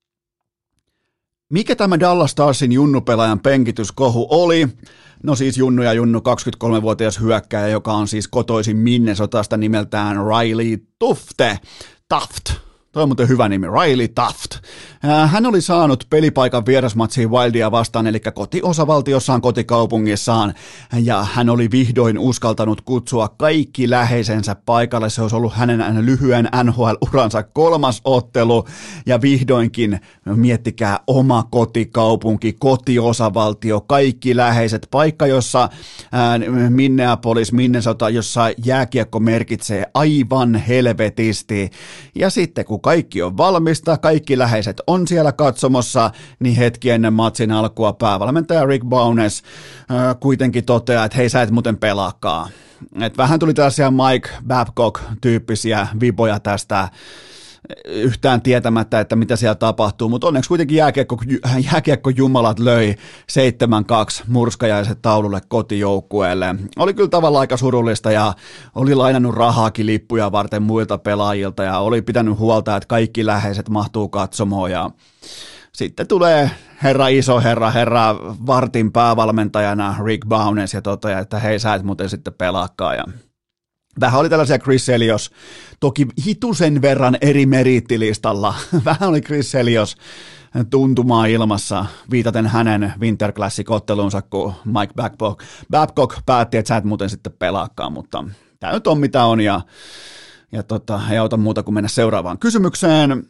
Mikä tämä Dallas Starsin junnupelaajan penkityskohu oli? No siis Junnu ja Junnu, kaksikymmentäkolmevuotias hyökkääjä, joka on siis kotoisin Minnesotasta nimeltään Riley Tufte. Taft. Toi on muuten hyvä nimi, Riley Taft. Hän oli saanut pelipaikan vierasmatsiin Wildia vastaan, eli kotiosavaltiossaan, kotikaupungissaan, ja hän oli vihdoin uskaltanut kutsua kaikki läheisensä paikalle. Se olisi ollut hänen lyhyen N H L-uransa kolmas ottelu, ja vihdoinkin, miettikää, oma kotikaupunki, kotiosavaltio, kaikki läheiset, paikka, jossa Minneapolis, Minnesota, jossa jääkiekko merkitsee aivan helvetisti, ja sitten kun kaikki on valmista, kaikki läheiset on siellä katsomossa, niin hetki ennen matsin alkua päävalmentaja Rick Bowness äh, kuitenkin toteaa, että hei, sä et muuten pelaakaan. Et vähän tuli tällaisia Mike Babcock-tyyppisiä viboja tästä, yhtään tietämättä, että mitä siellä tapahtuu, mutta onneksi kuitenkin jääkiekko, jääkiekko jumalat löi seitsemän kaksi murskajaiset taululle kotijoukkueelle. Oli kyllä tavallaan aika surullista ja oli lainannut rahaakin lippuja varten muilta pelaajilta ja oli pitänyt huolta, että kaikki läheiset mahtuu katsomoon ja sitten tulee herra iso herra, herra vartin päävalmentajana Rick Bowness ja toteaa, että hei, sä et muuten sitten pelaakaan ja vähän oli tällaisia Chris Elios, toki hitusen verran eri meriittilistalla. Vähän oli Chris Elios tuntumaa ilmassa, viitaten hänen Winter Classic-otteluunsa, kun Mike Babcock, Babcock päätti, että sä et muuten sitten pelaakaan, mutta tämä nyt on mitä on ja, ja tota, ei auta muuta kuin mennä seuraavaan kysymykseen.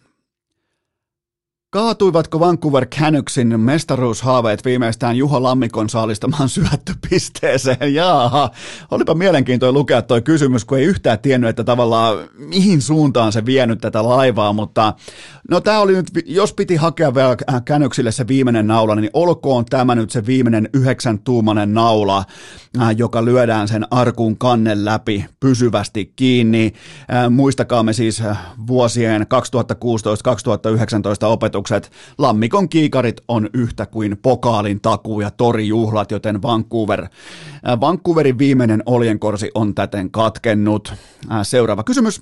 Kaatuivatko Vancouver Canucksin mestaruushaaveet viimeistään Juho Lammikon saalistamaan syöttöpisteeseen? Jaaha, olipa mielenkiintoinen lukea toi kysymys, kun ei yhtään tiennyt, että tavallaan mihin suuntaan se vienyt tätä laivaa, mutta no tää oli nyt, jos piti hakea vielä Canucksille se viimeinen naula, niin olkoon tämä nyt se viimeinen yhdeksän tuumainen naula, joka lyödään sen arkun kannen läpi pysyvästi kiinni. Muistakaamme siis vuosien kaksituhattakuusitoista kaksituhattayhdeksäntoista opetukset. Lammikon kiikarit on yhtä kuin pokaalin takuu ja torijuhlat, joten Vancouver, Vancouverin viimeinen oljenkorsi on täten katkennut. Seuraava kysymys.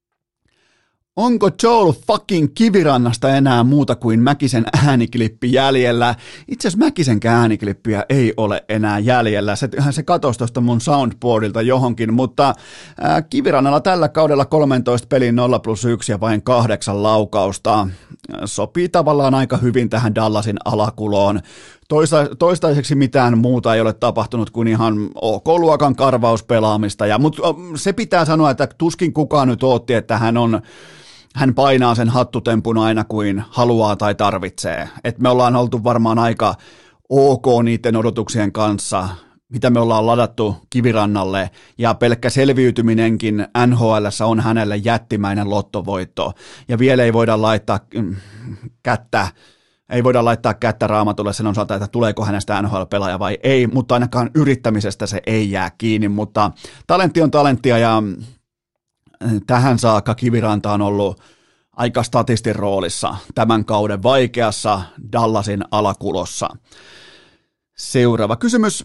Onko Joel fucking Kivirannasta enää muuta kuin Mäkisen ääniklippi jäljellä? Itse asiassa Mäkisenkään ääniklippiä ei ole enää jäljellä. Se, se katosi tuosta mun soundboardilta johonkin, mutta ää, Kivirannalla tällä kaudella kolmetoista pelin nolla plus yksi ja vain kahdeksan laukausta. Sopii tavallaan aika hyvin tähän Dallasin alakuloon. Toista, toistaiseksi mitään muuta ei ole tapahtunut kuin ihan ok-luokan karvauspelaamista. Ja, mutta se pitää sanoa, että tuskin kukaan nyt ootti, että hän on... Hän painaa sen hattutempun aina kuin haluaa tai tarvitsee. Et me ollaan oltu varmaan aika ok niiden odotuksien kanssa, mitä me ollaan ladattu Kivirannalle, ja pelkkä selviytyminenkin N H L:ssä on hänelle jättimäinen lottovoitto. Ja vielä ei voida laittaa kättä, ei voida laittaa kättä Raamatulle sen osalta, että tuleeko hänestä N H L-pelaaja vai ei, mutta ainakaan yrittämisestä se ei jää kiinni, mutta talentti on talenttia ja tähän saakka Kiviranta on ollut aika statistin roolissa tämän kauden vaikeassa Dallasin alakulossa. Seuraava kysymys.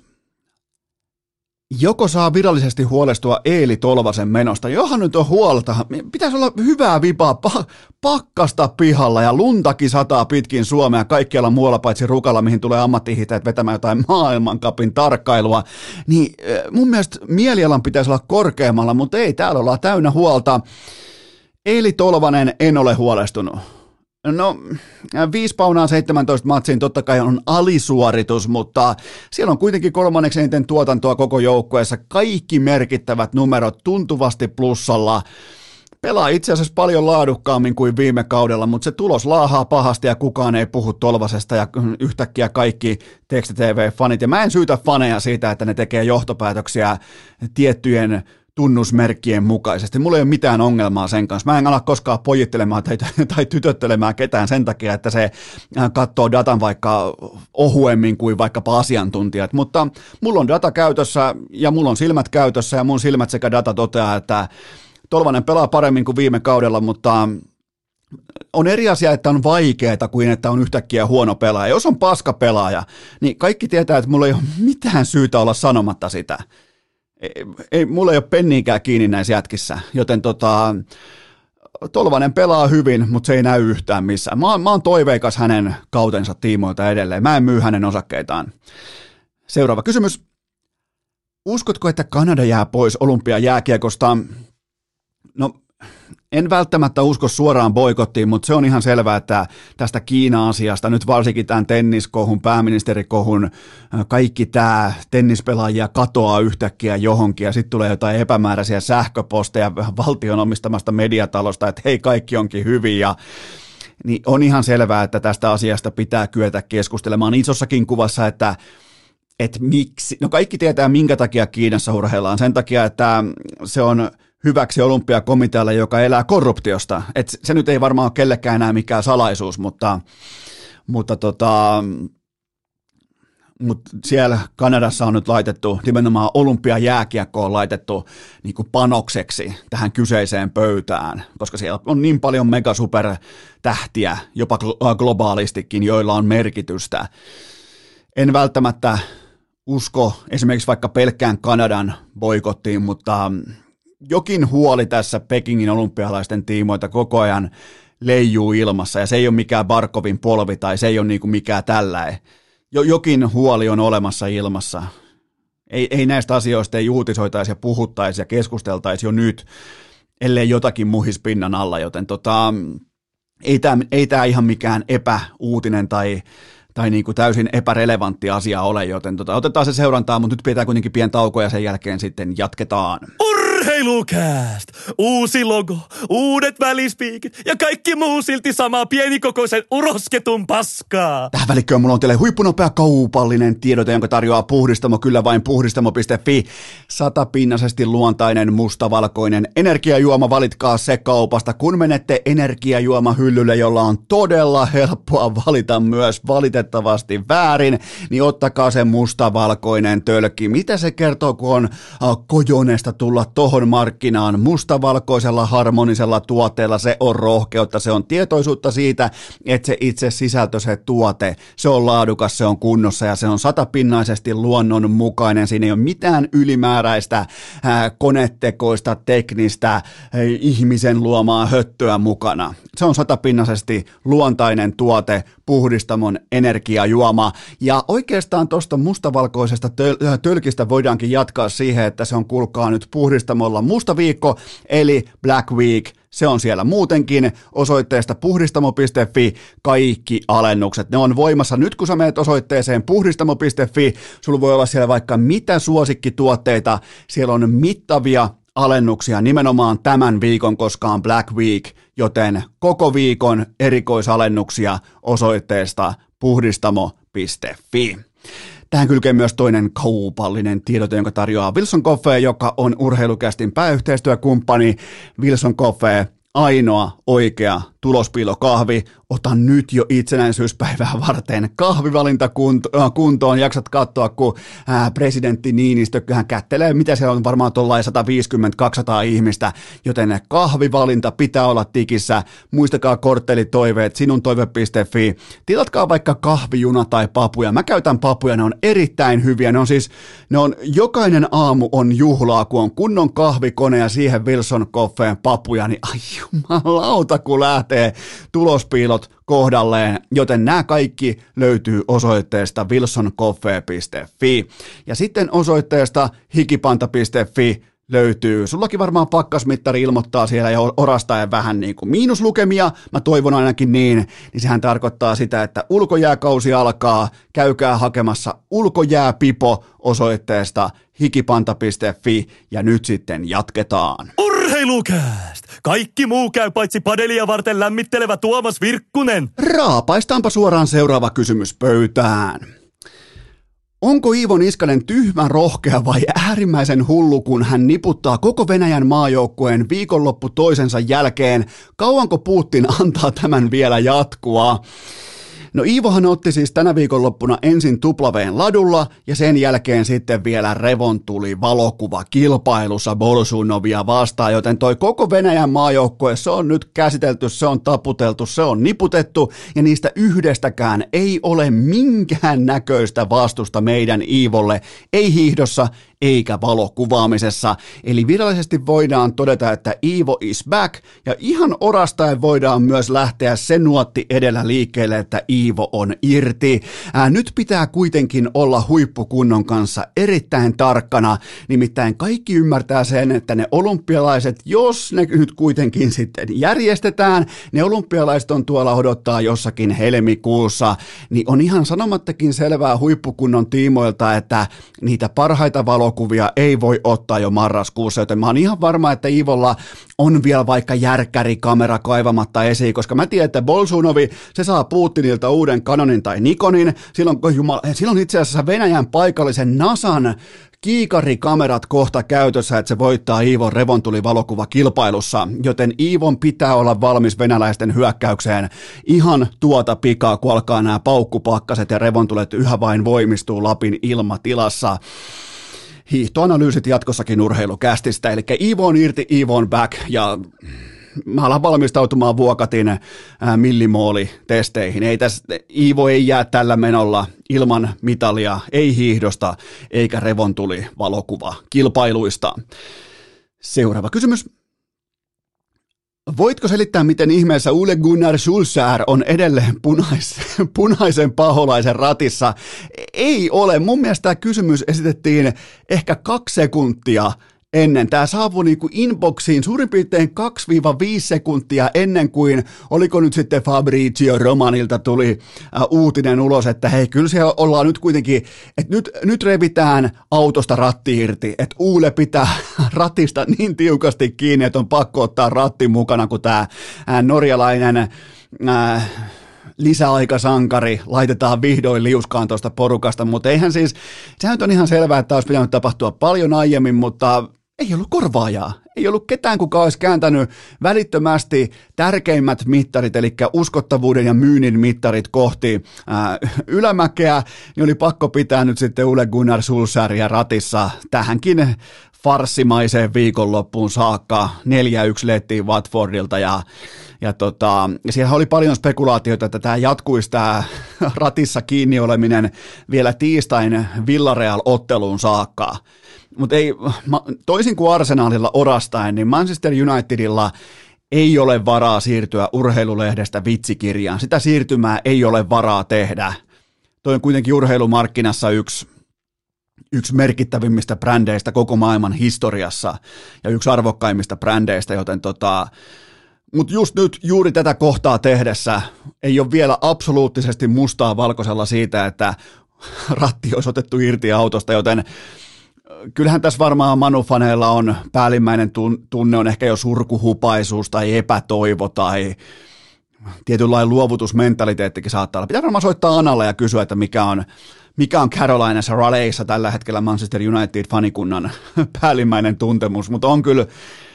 Joko saa virallisesti huolestua Eeli Tolvasen menosta? Johan nyt on huolta. Pitäisi olla hyvää vipaa, pa- pakkasta pihalla ja luntakin sataa pitkin Suomea kaikkialla muualla paitsi Rukalla, mihin tulee ammattihiteet vetämään jotain maailmankapin tarkkailua. Niin mun mielestä mielialan pitäisi olla korkeammalla, mutta ei, täällä ollaan täynnä huolta. Eeli Tolvanen, en ole huolestunut. No, viisi paunaa seitsemäntoista matsiin totta kai on alisuoritus, mutta siellä on kuitenkin kolmanneksi eniten tuotantoa koko joukkueessa. Kaikki merkittävät numerot tuntuvasti plussalla. Pelaa itse asiassa paljon laadukkaammin kuin viime kaudella, mutta se tulos laahaa pahasti ja kukaan ei puhu Tolvasesta ja yhtäkkiä kaikki Teksti T V-fanit. Ja mä en syytä faneja siitä, että ne tekee johtopäätöksiä tiettyjen tunnusmerkkien mukaisesti. Mulla ei ole mitään ongelmaa sen kanssa. Mä en ala koskaan pojittelemaan tai, tai tytöttelemään ketään sen takia, että se katsoo datan vaikka ohuemmin kuin vaikkapa asiantuntijat, mutta mulla on data käytössä ja mulla on silmät käytössä ja mun silmät sekä data toteaa, että Tolvanen pelaa paremmin kuin viime kaudella, mutta on eri asia, että on vaikeaa kuin että on yhtäkkiä huono pelaaja. Jos on paska pelaaja, niin kaikki tietää, että mulla ei ole mitään syytä olla sanomatta sitä. Ei, ei, mulla ei ole penniikään kiinni näissä jätkissä, joten tota, Tolvanen pelaa hyvin, mutta se ei näy yhtään missään. Mä oon, mä oon toiveikas hänen kautensa tiimoilta edelleen. Mä en myy hänen osakkeitaan. Seuraava kysymys. Uskotko, että Kanada jää pois olympiajääkiekosta? No, en välttämättä usko suoraan boikottiin, mutta se on ihan selvää, että tästä Kiina-asiasta, nyt varsinkin tämän tenniskohun, pääministerikohun, kaikki tämä tennispelaajia katoaa yhtäkkiä johonkin ja sitten tulee jotain epämääräisiä sähköposteja valtion omistamasta mediatalosta, että hei, kaikki onkin hyvin ja niin on ihan selvää, että tästä asiasta pitää kyetä keskustelemaan isossakin kuvassa, että että miksi, no kaikki tietää minkä takia Kiinassa urheillaan, sen takia, että se on hyväksi olympiakomitealle, joka elää korruptiosta. Et se nyt ei varmaan ole kellekään enää mikään salaisuus, mutta, mutta tota, Mutta siellä Kanadassa on nyt laitettu, nimenomaan olympiajääkiekko on laitettu niin kuin panokseksi tähän kyseiseen pöytään, koska siellä on niin paljon megasupertähtiä, jopa globaalistikin, joilla on merkitystä. En välttämättä usko esimerkiksi vaikka pelkkään Kanadan boikottiin, mutta jokin huoli tässä Pekingin olympialaisten tiimoilta koko ajan leijuu ilmassa, ja se ei ole mikään Barkovin polvi tai se ei ole niin kuin mikään tällainen. Jokin huoli on olemassa ilmassa. Ei, ei näistä asioista ei uutisoitaisi ja puhuttaisi ja keskusteltaisi jo nyt, ellei jotakin muhis pinnan alla, joten tota, ei tämä ei tää ihan mikään epäuutinen tai, tai niinku täysin epärelevantti asia ole, joten tota, otetaan se seurantaa, mutta nyt pitää kuitenkin pieni tauko ja sen jälkeen sitten jatketaan. Urheilukääst! Uusi logo, uudet välispiikit ja kaikki muu silti samaa pienikokoisen urosketun paskaa. Tähän välikköön mulla on teille huippunopea kaupallinen tiedote, jonka tarjoaa Puhdistamo, kyllä vain puhdistamo piste fi. Satapinnaisesti luontainen mustavalkoinen energiajuoma, valitkaa se kaupasta. Kun menette energiajuomahyllylle, jolla on todella helppoa valita myös valitettavasti väärin, niin ottakaa se mustavalkoinen tölkki. Mitä se kertoo, kun on kojonesta tulla tohon markkinaan mustavalkoisella harmonisella tuotteella? Se on rohkeutta, se on tietoisuutta siitä, että se itse sisältö, se tuote, se on laadukas, se on kunnossa ja se on satapinnaisesti luonnonmukainen. Siinä ei ole mitään ylimääräistä ää, konetekoista, teknistä, ää, ihmisen luomaa höttöä mukana. Se on satapinnaisesti luontainen tuote, Puhdistamon energiajuoma. Ja oikeastaan tuosta mustavalkoisesta töl- tölkistä voidaankin jatkaa siihen, että se on, kuulkaa nyt, Puhdistamolla musta viikko, eli Black Week. Se on siellä muutenkin osoitteesta puhdistamo piste fi, kaikki alennukset. Ne on voimassa nyt, kun sä menet osoitteeseen puhdistamo piste fi, sulla voi olla siellä vaikka mitä suosikkituotteita, siellä on mittavia alennuksia nimenomaan tämän viikon, koska on Black Week, joten koko viikon erikoisalennuksia osoitteesta puhdistamo piste fi. Tähän kylkee myös toinen kaupallinen tiedote, jonka tarjoaa Wilson Coffee, joka on Urheilukästin pääyhteistyökumppani. Wilson Coffee, ainoa oikea tulospiilokahvi. Ota nyt jo itsenäisyyspäivää varten kahvivalinta kuntoon. Jaksat katsoa, kun presidentti Niinistö hän kättelee, mitä siellä on, varmaan tuollain sata viisikymmentä kaksisataa ihmistä, joten kahvivalinta pitää olla tikissä. Muistakaa korttelitoiveet, sinuntoive piste fi. Tilatkaa vaikka kahvijuna tai papuja. Mä käytän papuja, ne on erittäin hyviä. Ne on siis, ne on, jokainen aamu on juhlaa, kun on kunnon kahvikone ja siihen Wilson Coffeen papuja, niin ai jumalauta, kun lähtee tulospiilot kohdalleen, joten nämä kaikki löytyy osoitteesta wilson coffee piste fi. Ja sitten osoitteesta hikipanta piste fi löytyy, sullakin varmaan pakkasmittari ilmoittaa siellä ja orastaen vähän niin kuin miinuslukemia, mä toivon ainakin niin, niin sehän tarkoittaa sitä, että ulkojääkausi alkaa, käykää hakemassa ulkojääpipo osoitteesta hikipanta piste fi ja nyt sitten jatketaan. Urheilukääst! Kaikki muu käy paitsi padelia varten lämmittelevä Tuomas Virkkunen. Raapaistaanpa suoraan seuraava kysymys pöytään. Onko Iivo Niskanen tyhmä, rohkea vai äärimmäisen hullu, kun hän niputtaa koko Venäjän maajoukkueen viikonloppu toisensa jälkeen? Kauanko Putin antaa tämän vielä jatkua? No Iivohan otti siis tänä viikonloppuna ensin tuplaveen ladulla ja sen jälkeen sitten vielä revontuli valokuvakilpailussa Bolsunovia vastaan, joten toi koko Venäjän maajoukkue, se on nyt käsitelty, se on taputeltu, se on niputettu ja niistä yhdestäkään ei ole minkään näköistä vastusta meidän Iivolle, ei hiihdossa eikä valokuvaamisessa. Eli virallisesti voidaan todeta, että Iivo is back ja ihan orastaen voidaan myös lähteä se nuotti edellä liikkeelle, että Iivo on irti. Ää, nyt pitää kuitenkin olla huippukunnon kanssa erittäin tarkkana, nimittäin kaikki ymmärtää sen, että ne olympialaiset, jos ne nyt kuitenkin sitten järjestetään, ne olympialaiset on tuolla odottaa jossakin helmikuussa, niin on ihan sanomattakin selvää huippukunnon tiimoilta, että niitä parhaita valo valokuvia ei voi ottaa jo marraskuussa, joten mä oon ihan varma, että Iivolla on vielä vaikka järkkärikamera kaivamatta esiin, koska mä tiedän, että Bolsunovi, se saa Putinilta uuden Canonin tai Nikonin, silloin, jumala, silloin itse asiassa Venäjän paikallisen NASAn kiikarikamerat kohta käytössä, että se voittaa Iivon revontulivalokuva-kilpailussa, joten Iivon pitää olla valmis venäläisten hyökkäykseen ihan tuota pikaa, kun alkaa nämä paukkupakkaset ja revontulet yhä vain voimistuu Lapin ilmatilassa. Hiihtoanalyysit jatkossakin urheilukästistä, eli Iivo on irti, Iivo on back, ja mä alan valmistautumaan Vuokatin äh, millimoolitesteihin. Ei täs, Iivo ei jää tällä menolla ilman mitalia, ei hiihdosta eikä revontuli valokuva kilpailuista. Seuraava kysymys. Voitko selittää, miten ihmeessä Ole Gunnar Solskjaer on edelleen punais, punaisen paholaisen ratissa? Ei ole. Mun mielestä tämä kysymys esitettiin ehkä kaksi sekuntia ennen. Tämä saapui niin kuin inboxiin suurin piirtein kaksi viisi sekuntia ennen kuin, oliko nyt sitten Fabrizio Romanilta tuli äh, uutinen ulos, että hei, kyllä siellä ollaan nyt kuitenkin, että nyt, nyt revitään autosta ratti irti, että Uule pitää ratista niin tiukasti kiinni, että on pakko ottaa ratti mukana, kun tämä äh, norjalainen äh, lisäaikasankari laitetaan vihdoin liuskaan tuosta porukasta, mutta eihän siis, sehän on ihan selvää, että olisi pitänyt tapahtua paljon aiemmin, mutta ei ollut korvaajaa. Ei ollut ketään, kuka olisi kääntänyt välittömästi tärkeimmät mittarit, eli uskottavuuden ja myynnin mittarit kohti ää, ylämäkeä, niin oli pakko pitää nyt sitten Ole Gunnar Solskjaeria ratissa tähänkin farssimaiseen viikonloppuun saakka. neljä yksi lettiin Watfordilta ja Ja tota, siellä oli paljon spekulaatioita, että tämä jatkuisi tämä ratissa kiinni oleminen vielä tiistain Villarreal-otteluun saakka. Mutta ei, toisin kuin Arsenalilla orastain, niin Manchester Unitedilla ei ole varaa siirtyä urheilulehdestä vitsikirjaan. Sitä siirtymää ei ole varaa tehdä. Toi on kuitenkin urheilumarkkinassa yksi, yksi merkittävimmistä brändeistä koko maailman historiassa ja yksi arvokkaimmista brändeistä, joten tota... Mutta just nyt juuri tätä kohtaa tehdessä ei ole vielä absoluuttisesti mustaa valkoisella siitä, että ratti olisi otettu irti autosta, joten kyllähän tässä varmaan Manu-faneilla on päällimmäinen tunne on ehkä jo surkuhupaisuus tai epätoivo tai tietynlainen luovutusmentaliteettikin saattaa olla. Pitää varmaan soittaa Analle ja kysyä, että mikä on, mikä on Carolinassa Rallyssa tällä hetkellä Manchester United-fanikunnan päällimmäinen tuntemus, mutta on kyllä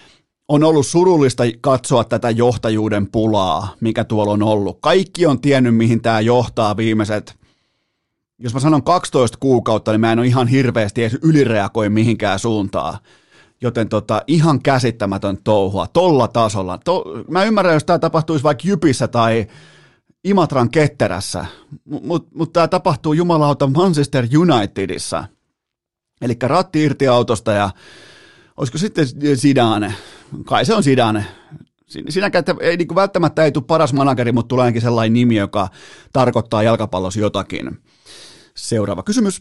on ollut surullista katsoa tätä johtajuuden pulaa, mikä tuolla on ollut. Kaikki on tiennyt, mihin tämä johtaa viimeiset, jos mä sanon kaksitoista kuukautta, niin mä en ole ihan hirveästi edes ylireagoi mihinkään suuntaan. Joten tota, ihan käsittämätön touhua, tolla tasolla. To, mä ymmärrän, jos tämä tapahtuisi vaikka Jypissä tai Imatran Ketterässä, mutta mut tämä tapahtuu jumalauta Manchester Unitedissa. Eli ratti irti autosta ja olisiko sitten Zidane? Kai se on Zidane. Siinäkään ei niin välttämättä ei tule paras manageri, mutta tulee ainakin sellainen nimi, joka tarkoittaa jalkapallossa jotakin. Seuraava kysymys.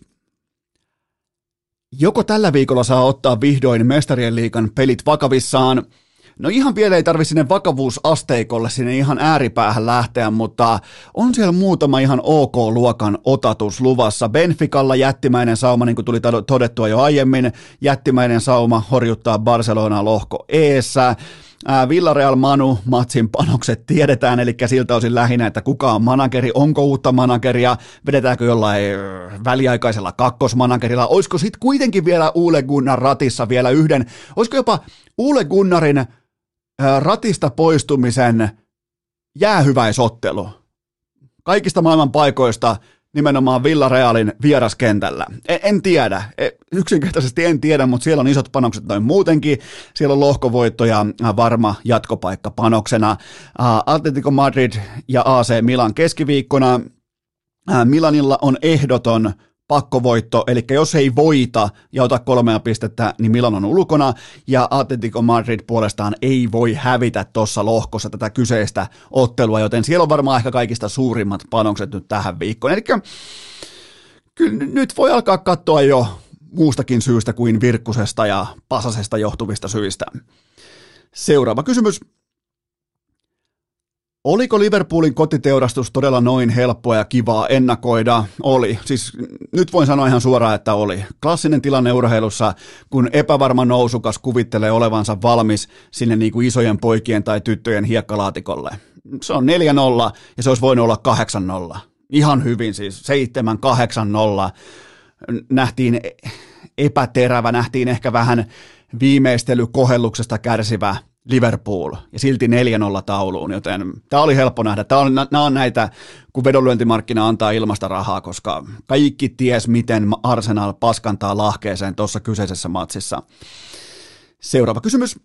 Joko tällä viikolla saa ottaa vihdoin Mestarien liigan pelit vakavissaan? No ihan vielä ei tarvitse sinne vakavuusasteikolle sinne ihan ääripäähän lähteä, mutta on siellä muutama ihan ok-luokan otatus luvassa. Benficalla jättimäinen sauma, niin kuin tuli todettua jo aiemmin, jättimäinen sauma horjuttaa Barcelonaa lohko eessä. Villarreal Manu matsin panokset tiedetään, eli siltä osin lähinnä, että kuka on manageri, onko uutta manageria, vedetäänkö jollain väliaikaisella kakkosmanagerilla, olisiko sitten kuitenkin vielä Ole Gunnar ratissa vielä yhden, olisiko jopa Ole Gunnarin ratista poistumisen jäähyväisottelu kaikista maailman paikoista nimenomaan Villarrealin vieraskentällä. En, en tiedä, yksinkertaisesti en tiedä, mutta siellä on isot panokset noin muutenkin. Siellä on lohkovoitto ja varma jatkopaikka panoksena. Atletico Madrid ja A C Milan keskiviikkona. Milanilla on ehdoton pakkovoitto, eli jos ei voita ja ota kolmea pistettä, niin Milan on ulkona, ja Atletico Madrid puolestaan ei voi hävitä tuossa lohkossa tätä kyseistä ottelua, joten siellä on varmaan ehkä kaikista suurimmat panokset nyt tähän viikkoon. Eli kyllä nyt voi alkaa katsoa jo muustakin syystä kuin Virkkusesta ja Pasasesta johtuvista syistä. Seuraava kysymys. Oliko Liverpoolin kotiteurastus todella noin helppoa ja kivaa ennakoida? Oli. Siis nyt voin sanoa ihan suoraan, että oli. Klassinen tilanne urheilussa, kun epävarma nousukas kuvittelee olevansa valmis sinne niin kuin isojen poikien tai tyttöjen hiekkalaatikolle. Se on neljä nolla ja se olisi voinut olla kahdeksan nolla. Ihan hyvin siis. seitsemän kahdeksan nolla. Nähtiin epäterävä, nähtiin ehkä vähän viimeistelykohelluksesta kärsivä Liverpool ja silti neljä nolla tauluun, joten tämä oli helppo nähdä. Tämä on, nämä on näitä, kun vedonlyöntimarkkina antaa ilmasta rahaa, koska kaikki ties, miten Arsenal paskantaa lahkeeseen tuossa kyseisessä matsissa. Seuraava kysymys.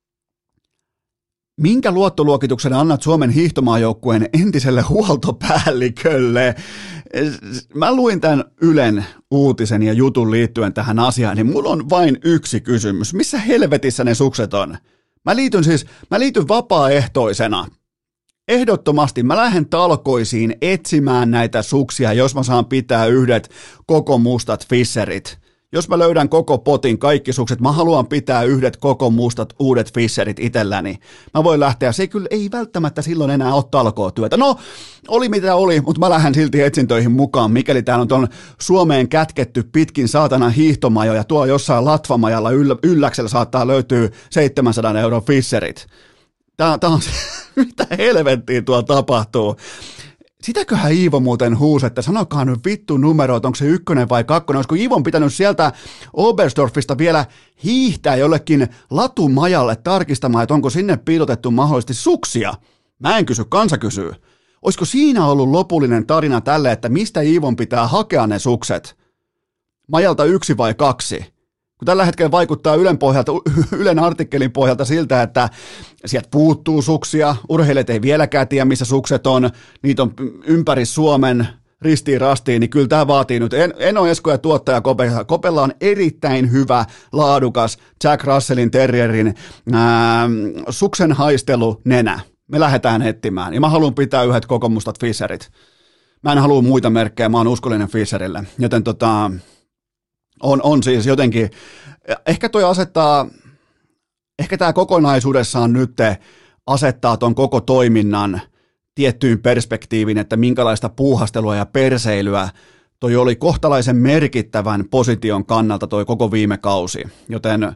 Minkä luottoluokituksen annat Suomen hiihtomaajoukkueen entiselle huoltopäällikölle? Mä luin tämän Ylen uutisen ja jutun liittyen tähän asiaan, niin mulla on vain yksi kysymys. Missä helvetissä ne sukset on? Mä liityn siis, mä liityn vapaaehtoisena. Ehdottomasti mä lähden talkoisiin etsimään näitä suksia, jos mä saan pitää yhdet koko mustat fisserit. Jos mä löydän koko potin, kaikki sukset, mä haluan pitää yhdet koko mustat uudet fisserit itselläni. Mä voin lähteä, se ei kyllä ei välttämättä silloin enää ole talkootyötä. No, oli mitä oli, mutta mä lähden silti etsintöihin mukaan, mikäli täällä on ton Suomeen kätketty pitkin saatana hiihtomajoja, tuolla jossain Latvamajalla yllä, ylläksellä saattaa löytyä seitsemänsadan euron fisserit. Tää, tää on se, mitä helvettiä tuolla tapahtuu. Sitäköhän Iivo muuten huusi, että sanokaa nyt vittu numeroit, onko se ykkönen vai kakkonen, olisiko Iivon pitänyt sieltä Oberstdorfista vielä hiihtää jollekin latumajalle tarkistamaan, että onko sinne piilotettu mahdollisesti suksia? Mä en kysy, kansa kysyy. Olisiko siinä ollut lopullinen tarina tälle, että mistä Iivon pitää hakea ne sukset? Majalta yksi vai kaksi? Kun tällä hetkellä vaikuttaa Ylen, pohjalta, Ylen artikkelin pohjalta siltä, että sieltä puuttuu suksia, urheilijat ei vieläkään tiedä, missä sukset on, niitä on ympäri Suomen ristiin rastiin, niin kyllä tämä vaatii nyt. En, Eno Esko ja tuottaja Kopella. Kopella on erittäin hyvä, laadukas Jack Russellin terrierin ää, suksen haistelu nenä. Me lähdetään etsimään, ja mä haluan pitää yhdet koko mustat fisserit. Mä en halua muita merkkejä, mä oon uskollinen fisserille, joten tota... On, on siis jotenkin, ehkä toi asettaa, ehkä tämä kokonaisuudessaan nyt asettaa ton koko toiminnan tiettyyn perspektiiviin, että minkälaista puuhastelua ja perseilyä toi oli kohtalaisen merkittävän position kannalta toi koko viime kausi, joten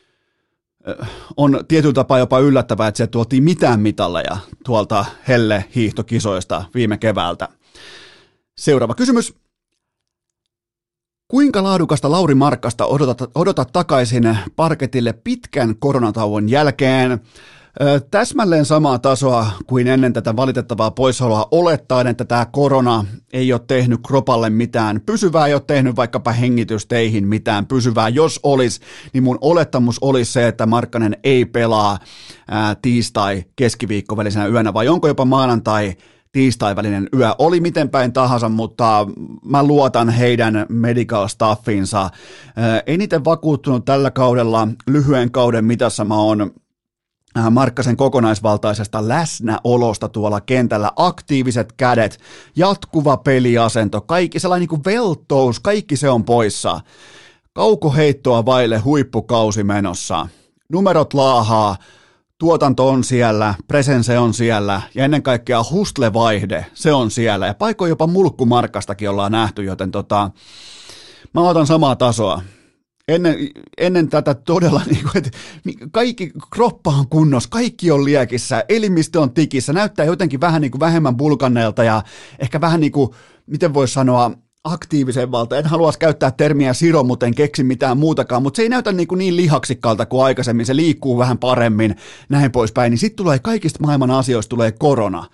on tietyllä tapaa jopa yllättävää, että sieltä tuotiin mitään mitalleja tuolta helle hiihtokisoista viime keväältä. Seuraava kysymys. Kuinka laadukasta Lauri Markkasta odotat, odotat takaisin parketille pitkän koronatauon jälkeen? Ö, täsmälleen samaa tasoa kuin ennen tätä valitettavaa poissaoloa, olettaen, että tämä korona ei ole tehnyt kropalle mitään pysyvää, ei ole tehnyt vaikkapa hengitysteihin mitään pysyvää. Jos olisi, niin mun olettamus olisi se, että Markkanen ei pelaa ää, tiistai keskiviikko välisenä yönä, vai onko jopa maanantai tiistai välinen yö, oli miten päin tahansa, mutta mä luotan heidän medical staffinsa. Eniten vakuuttunut tällä kaudella, lyhyen kauden mitassa mä oon Markkasen kokonaisvaltaisesta läsnäolosta tuolla kentällä, aktiiviset kädet, jatkuva peliasento, kaikki sellainen niin kuin velttous, kaikki se on poissa. Kaukoheittoa vaille huippukausi menossa. Numerot laahaa, tuotanto on siellä, presense on siellä ja ennen kaikkea hustlevaihde, se on siellä. Ja paikoin jopa mulkkumarkkastakin ollaan nähty, joten tota, mä otan samaa tasoa. Ennen, ennen tätä todella, niin kuin, että kaikki kroppa on kunnossa, kaikki on liekissä, elimistö on tikissä, näyttää jotenkin vähän niin kuin vähemmän bulkanneelta ja ehkä vähän niin kuin, miten voisi sanoa, aktiivisemmalta. En haluaisi käyttää termiä siro, mutta en keksi mitään muutakaan, mutta se ei näytä niin, kuin niin lihaksikalta kuin aikaisemmin, se liikkuu vähän paremmin, näin poispäin, niin sitten tulee kaikista maailman asioista tulee korona.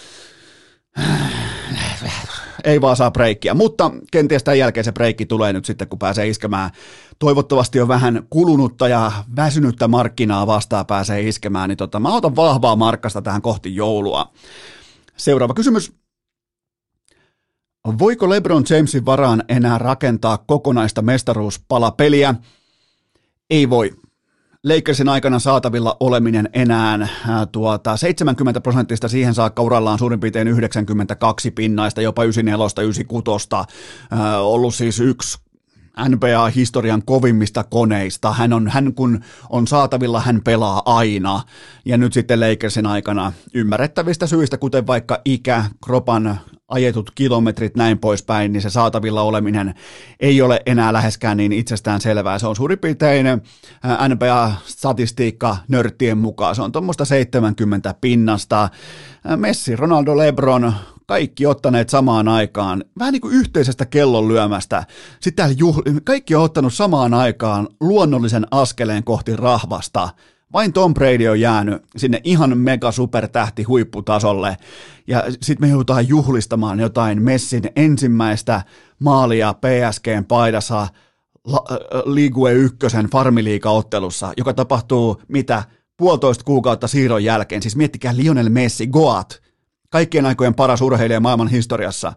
Ei vaan saa breikkiä, mutta kenties tämän jälkeen se breikki tulee nyt sitten, kun pääsee iskemään. Toivottavasti on vähän kulunutta ja väsynyttä markkinaa vastaan pääsee iskemään, niin tota, mä otan vahvaa Markkasta tähän kohti joulua. Seuraava kysymys. Voiko LeBron Jamesin varaan enää rakentaa kokonaista mestaruuspalapeliä? Ei voi. Lakersin aikana saatavilla oleminen enää ää, tuota, seitsemänkymmentä prosenttista siihen saakka urallaan suurin piirtein yhdeksänkymmentäkaksi pinnaista, jopa yhdeksänkymmentäneljä, yhdeksänkymmentäkuusi, ää, ollut siis yksi N B A-historian kovimmista koneista. Hän, on, hän kun on saatavilla, hän pelaa aina. Ja nyt sitten Lakersin aikana ymmärrettävistä syistä, kuten vaikka ikä, kropan ajetut kilometrit, näin poispäin, niin se saatavilla oleminen ei ole enää läheskään niin itsestään selvää. Se on suurin piirtein N B A-statistiikka nörttien mukaan. Se on tuommoista seitsemänkymmentä pinnasta. Messi, Ronaldo, LeBron, kaikki ottaneet samaan aikaan, vähän niin kuin yhteisestä kellon lyömästä. Sitten täällä juhli, kaikki on ottanut samaan aikaan luonnollisen askeleen kohti rahvasta. Vain Tom Brady on jäänyt sinne ihan mega supertähti huipputasolle. Ja sitten me joudutaan juhlistamaan jotain Messin ensimmäistä maalia P S G:n paidassa Ligue ykkösen Farmiliiga-ottelussa, joka tapahtuu mitä puolitoista kuukautta siirron jälkeen. Siis miettikää Lionel Messi, Goat, kaikkien aikojen paras urheilija maailman historiassa.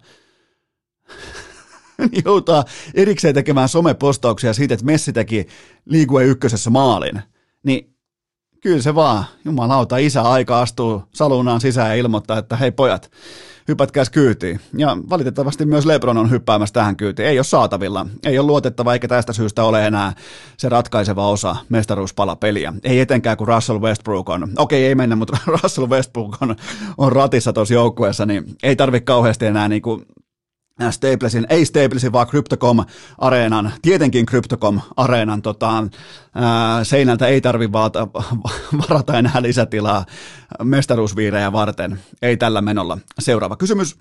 Joutaa erikseen tekemään somepostauksia siitä, että Messi teki Ligue ykkösessä maalin. Niin kyllä se vaan, jumalauta, isä aika astuu salunaan sisään ja ilmoittaa, että hei pojat, hypätkääs kyytiin. Ja valitettavasti myös LeBron on hyppäämässä tähän kyytiin. Ei ole saatavilla, ei ole luotettava, eikä tästä syystä ole enää se ratkaiseva osa mestaruuspalapeliä. Ei etenkään, kun Russell Westbrook on. Okei, ei mennä, mutta Russell Westbrook on, on ratissa tuossa joukkueessa, niin ei tarvitse kauheasti enää niinku Staplesin, ei Staplesin, vaan Crypto.com-areenan, tietenkin Crypto.com-areenan tota, ää, seinältä ei tarvitse varata, varata enää lisätilaa mestaruusviirejä varten. Ei tällä menolla. Seuraava kysymys.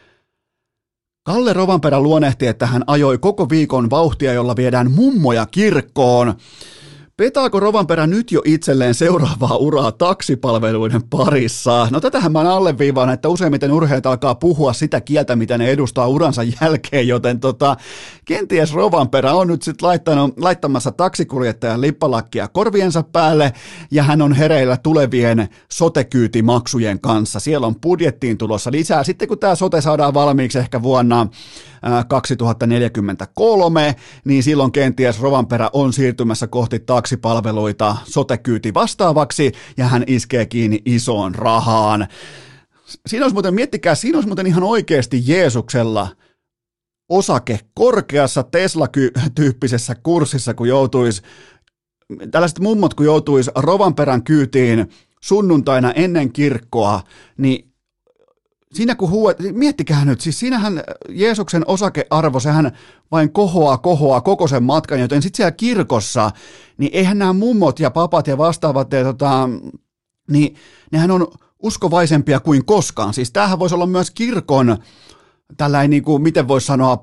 Kalle Rovanperä luonnehti, että hän ajoi koko viikon vauhtia, jolla viedään mummoja kirkkoon. Petaako Rovanperä nyt jo itselleen seuraavaa uraa taksipalveluiden parissa? No tätähän mä alleviivaan, että useimmiten urheilijat alkaa puhua sitä kieltä, mitä ne edustaa uransa jälkeen, joten tota, kenties Rovanperä on nyt sitten laittamassa taksikuljettajan lippalakkia korviensa päälle, ja hän on hereillä tulevien sotekyytimaksujen kanssa. Siellä on budjettiin tulossa lisää. Sitten kun tämä sote saadaan valmiiksi ehkä vuonna kaksituhattaneljäkymmentäkolme, niin silloin kenties Rovanperä on siirtymässä kohti taksipalveluita sotekyyti vastaavaksi, ja hän iskee kiinni isoon rahaan. Siinä olisi muuten, miettikää, siinä olisi muuten ihan oikeasti Jeesuksella osake korkeassa Tesla-tyyppisessä kurssissa, kun joutuisi, tällaiset mummot, kun joutuisi Rovanperän kyytiin sunnuntaina ennen kirkkoa, niin siinä kun huuet, miettikää nyt, siis siinähän Jeesuksen osakearvo, sehän vain kohoaa, kohoaa koko sen matkan, joten sitten siellä kirkossa, niin eihän nämä mummot ja papat ja vastaavat, ja tota, niin nehän on uskovaisempia kuin koskaan. Siis tämähän voisi olla myös kirkon, tällainen, niin kuin, miten voisi sanoa,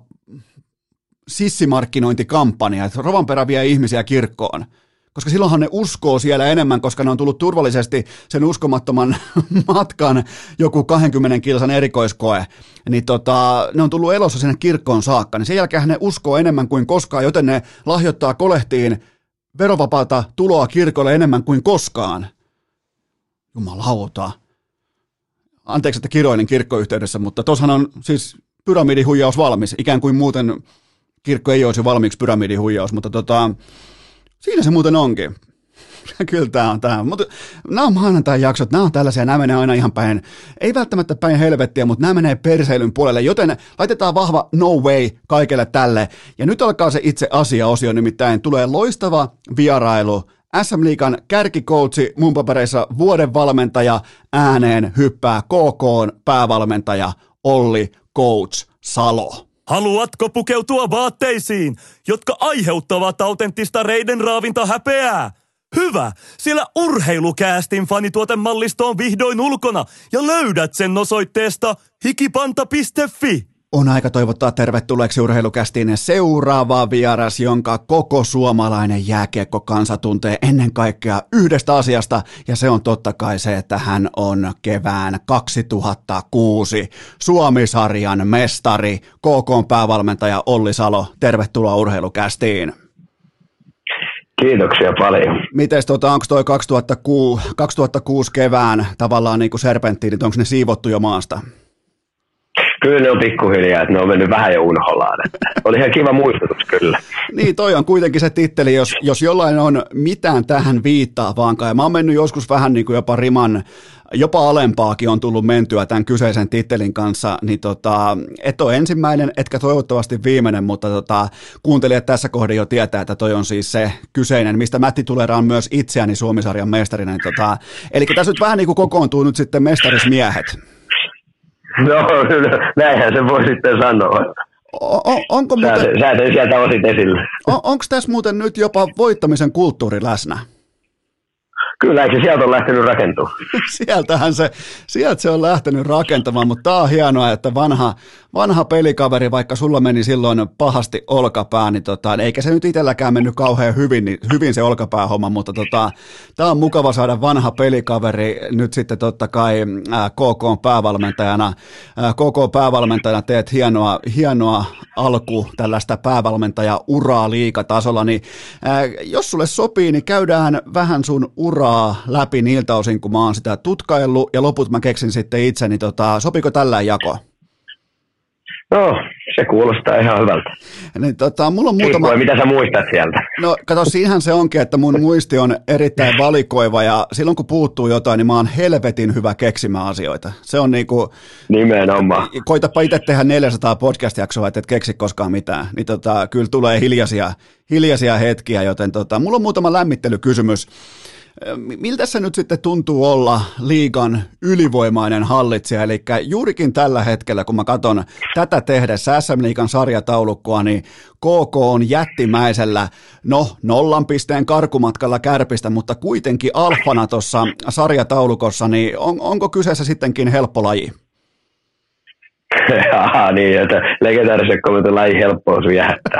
sissimarkkinointikampanja, että Rovanperä vie ihmisiä kirkkoon. Koska silloinhan ne uskoo siellä enemmän, koska ne on tullut turvallisesti sen uskomattoman matkan joku kaksikymmentä kilsan erikoiskoe, niin tota, ne on tullut elossa sinne kirkkoon saakka, niin sen jälkeen ne uskoo enemmän kuin koskaan, joten ne lahjoittaa kolehtiin verovapaata tuloa kirkolle enemmän kuin koskaan. Jumalauta. Anteeksi, että kiroilin kirkkoyhteydessä, mutta tossahan on siis pyramidihuijaus valmis, ikään kuin muuten kirkko ei olisi valmiiksi pyramidihuijaus, mutta tota... Siinä se muuten onkin. Kyllä tämä on tämä. Mutta nämä on maanantain jaksot, nämä on tällaisia, nämä menee aina ihan päin, ei välttämättä päin helvettiä, mutta nämä menee perseilyn puolelle, joten laitetaan vahva no way kaikelle tälle. Ja nyt alkaa se itse asia-osio, nimittäin tulee loistava vierailu. S M-liigan kärkikoutsi, mun papereissa vuoden valmentaja, ääneen hyppää K K:n päävalmentaja Olli Coach Salo. Haluatko pukeutua vaatteisiin, jotka aiheuttavat autenttista reidenraavinta häpeää? Hyvä, sillä Urheilukäästin fanituotemallisto on vihdoin ulkona ja löydät sen osoitteesta hikipanta piste fi. On aika toivottaa tervetulleeksi Urheilukästiin seuraava vieras, jonka koko suomalainen jääkiekkokansa tuntee ennen kaikkea yhdestä asiasta, ja se on totta kai se, että hän on kevään kaksituhattakuusi Suomi-sarjan mestari, K K:n päävalmentaja Olli Salo. Tervetuloa Urheilukästiin. Kiitoksia paljon. Mites tota, onko toi kaksituhattakuusi, kaksituhattakuusi kevään tavallaan niin kuin serpenttiinit, onko ne siivottu jo maasta? Kyllä ne on pikkuhiljaa, että ne on mennyt vähän jo unholaan. Oli ihan kiva muistutus kyllä. Niin, toi on kuitenkin se titteli, jos, jos jollain on mitään tähän viittaa vaankaan. Ja mä oon mennyt joskus vähän niin kuin jopa riman, jopa alempaakin on tullut mentyä tämän kyseisen tittelin kanssa, niin tota, et ole ensimmäinen, etkä toivottavasti viimeinen, mutta tota, kuuntelijat tässä kohdin jo tietää, että toi on siis se kyseinen, mistä Mätti Tuleraan myös itseäni Suomisarjan mestarina. Niin tota, eli tässä nyt vähän niin kuin kokoontuu nyt sitten mestarismiehet. No, näinhän se voi sitten sanoa. O- onko muuten, sä, sä sen sieltä osit esille. On, onko tässä muuten nyt jopa voittamisen kulttuuri läsnä? Kyllä, eikö se sieltä on lähtenyt rakentumaan? Sieltähän se, sieltä se on lähtenyt rakentamaan, mutta tämä on hienoa, että vanha, vanha pelikaveri, vaikka sulla meni silloin pahasti olkapää, niin tota, eikä se nyt itselläkään mennyt kauhean hyvin, niin hyvin se olkapäähomma, mutta tota, tämä on mukava saada vanha pelikaveri nyt sitten totta kai ää, K K:n päävalmentajana. Ää, K K:n päävalmentajana teet hienoa, hienoa alku tällaista päävalmentaja-uraa liigatasolla, niin ää, jos sulle sopii, niin käydään vähän sun uraa läpi niiltä osin, kun mä oon sitä tutkaillut, ja loput mä keksin sitten itse, niin tota, sopiko tällä jako? No, se kuulostaa ihan hyvältä. Niin, tota, mulla on muutama... Riippuen, mitä sä muistat sieltä. No, kato, siinähän se onkin, että mun muisti on erittäin valikoiva, ja silloin kun puuttuu jotain, niin mä oon helvetin hyvä keksimään asioita. Se on niinku... Nimenomaan. Koitapa itse tehdä neljäsataa podcast-jaksoa, että et keksi koskaan mitään. Niin tota, kyllä tulee hiljaisia, hiljaisia hetkiä, joten tota, mulla on muutama lämmittelykysymys. Miltä se nyt sitten tuntuu olla liigan ylivoimainen hallitsija, eli juurikin tällä hetkellä, kun mä katson tätä tehdessä S M-liigan sarjataulukkoa, niin K K on jättimäisellä, no nollan pisteen karkumatkalla Kärpistä, mutta kuitenkin alfana tuossa sarjataulukossa, niin on, onko kyseessä sittenkin helppo laji? Aha, niin, että legendaarisen kommentin laji helppoa sun jättää.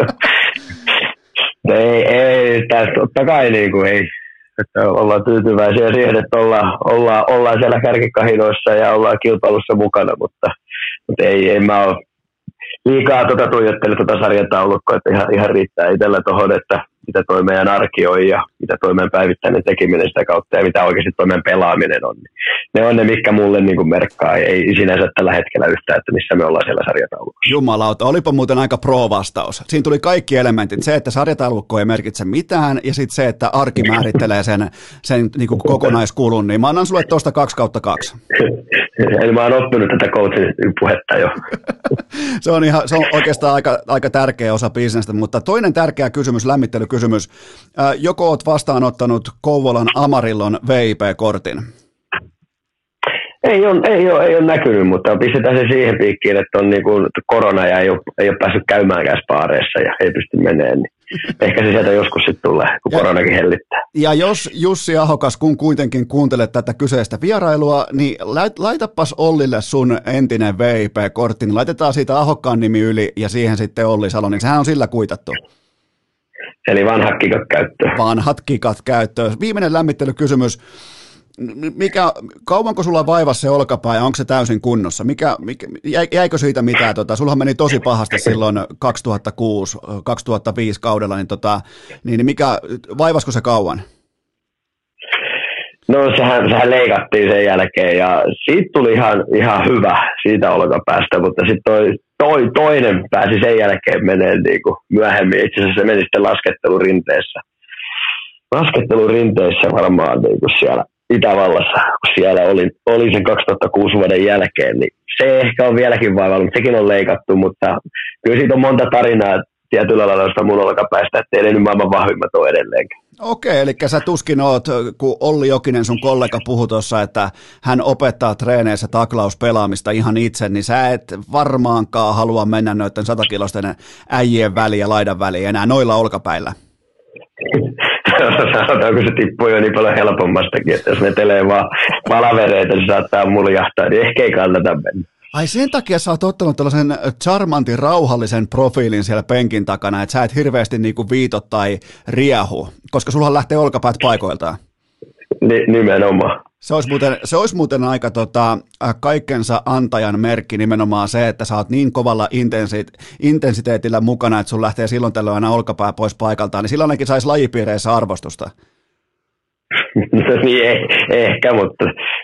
ei, ei, tässä totta kai niin kuin ei. Että ollaan tyytyväisiä siihen, että ollaan, ollaan, ollaan siellä kärkikahinoissa ja ollaan kilpailussa mukana, mutta, mutta ei, ei mä ole liikaa tuota tuijottellut tuota sarjataulukkoa, että ihan, ihan riittää itsellä tuohon, että mitä toi meidän arki on ja mitä toi meidän päivittäinen tekeminen sitä kautta ja mitä oikeasti toi meidän pelaaminen on. Ne on ne, mitkä mulle niin kuin merkkaa, ei sinänsä tällä hetkellä yhtään, että missä me ollaan siellä sarjataulukossa. Jumalauta, olipa muuten aika pro-vastaus. Siinä tuli kaikki elementit, se, että sarjataulukko ei merkitse mitään ja sitten se, että arki määrittelee sen, sen niin kuin kokonaiskulun, niin mä annan sulle tuosta kaksi kautta kaksi. Eli mä oon oppinut tätä coachin puhetta jo. se, on ihan, se on oikeastaan aika, aika tärkeä osa bisnestä, mutta toinen tärkeä kysymys, lämmittelykysymys. Joko oot vastaanottanut Kouvolan Amarillon V I P-kortin? Ei ole, ei, ole, ei ole näkynyt, mutta pistetään se siihen piikkiin, että on niin kuin korona ja ei ole, ei ole päässyt käymäänkään spaareissa ja ei pysty menemään. Niin ehkä se sieltä joskus sitten tulee, kun ja, koronakin hellittää. Ja jos Jussi Ahokas, kun kuitenkin kuuntelet tätä kyseistä vierailua, niin laitapas Ollille sun entinen V I P-kortti, niin laitetaan siitä Ahokkaan nimi yli ja siihen sitten Olli Salo, niin sehän on sillä kuitattu. Eli vanhat kikat käyttöön. Vanhat kikat käyttöön. Viimeinen lämmittelykysymys. Mikä, kauanko sulla vaivasi se olkapää ja onko se täysin kunnossa? Mikä, mikä, jäikö siitä mitään? Tota, sullahan meni tosi pahasti silloin kaksituhattakuusi kaksituhattaviisi kaudella, niin, tota, niin mikä, vaivasko se kauan? No sehän, sehän leikattiin sen jälkeen ja siitä tuli ihan, ihan hyvä siitä olkapäästä, mutta sitten toi, toi, toinen pääsi sen jälkeen meneen niin kuin myöhemmin. Itse asiassa se meni sitten laskettelurinteessä. Laskettelurinteessä varmaan niin kuin siellä Itävallassa, kun siellä oli, oli sen kaksituhattakuusi vuoden jälkeen, niin se ehkä on vieläkin vaivalla, mutta sekin on leikattu, mutta kyllä siitä on monta tarinaa tietyllä lailla sitä mun olkapäästä, että ei ne nyt maailman vahvimmat ole edelleenkään. Okei, eli sä tuskin oot, kun Olli Jokinen sun kollega puhui tuossa, että hän opettaa treeneissä taklauspelaamista ihan itse, niin sä et varmaankaan halua mennä noiden satakilosten äijien väliin ja laidan väliin enää noilla olkapäillä. Sanotaanko se tippuu jo niin paljon helpommastakin, että jos ne telee vaan palavereita, niin saattaa muljahtaa, niin ehkä ei kannata mennä. Ai sen takia sä oot ottanut tällaisen charmantin rauhallisen profiilin siellä penkin takana, että sä et hirveästi niinku viito tai riehu, koska sullahan lähtee olkapäät paikoiltaan. Ni- nimenomaan. Se olisi muuten, se olisi muuten aika tota, kaikkensa antajan merkki nimenomaan se, että sä oot niin kovalla intensi- intensiteetillä mukana, että sun lähtee silloin tällöin aina olkapää pois paikaltaan, niin silloin ainakin saisi lajipiireissä arvostusta. niin eh, ehkä, mutta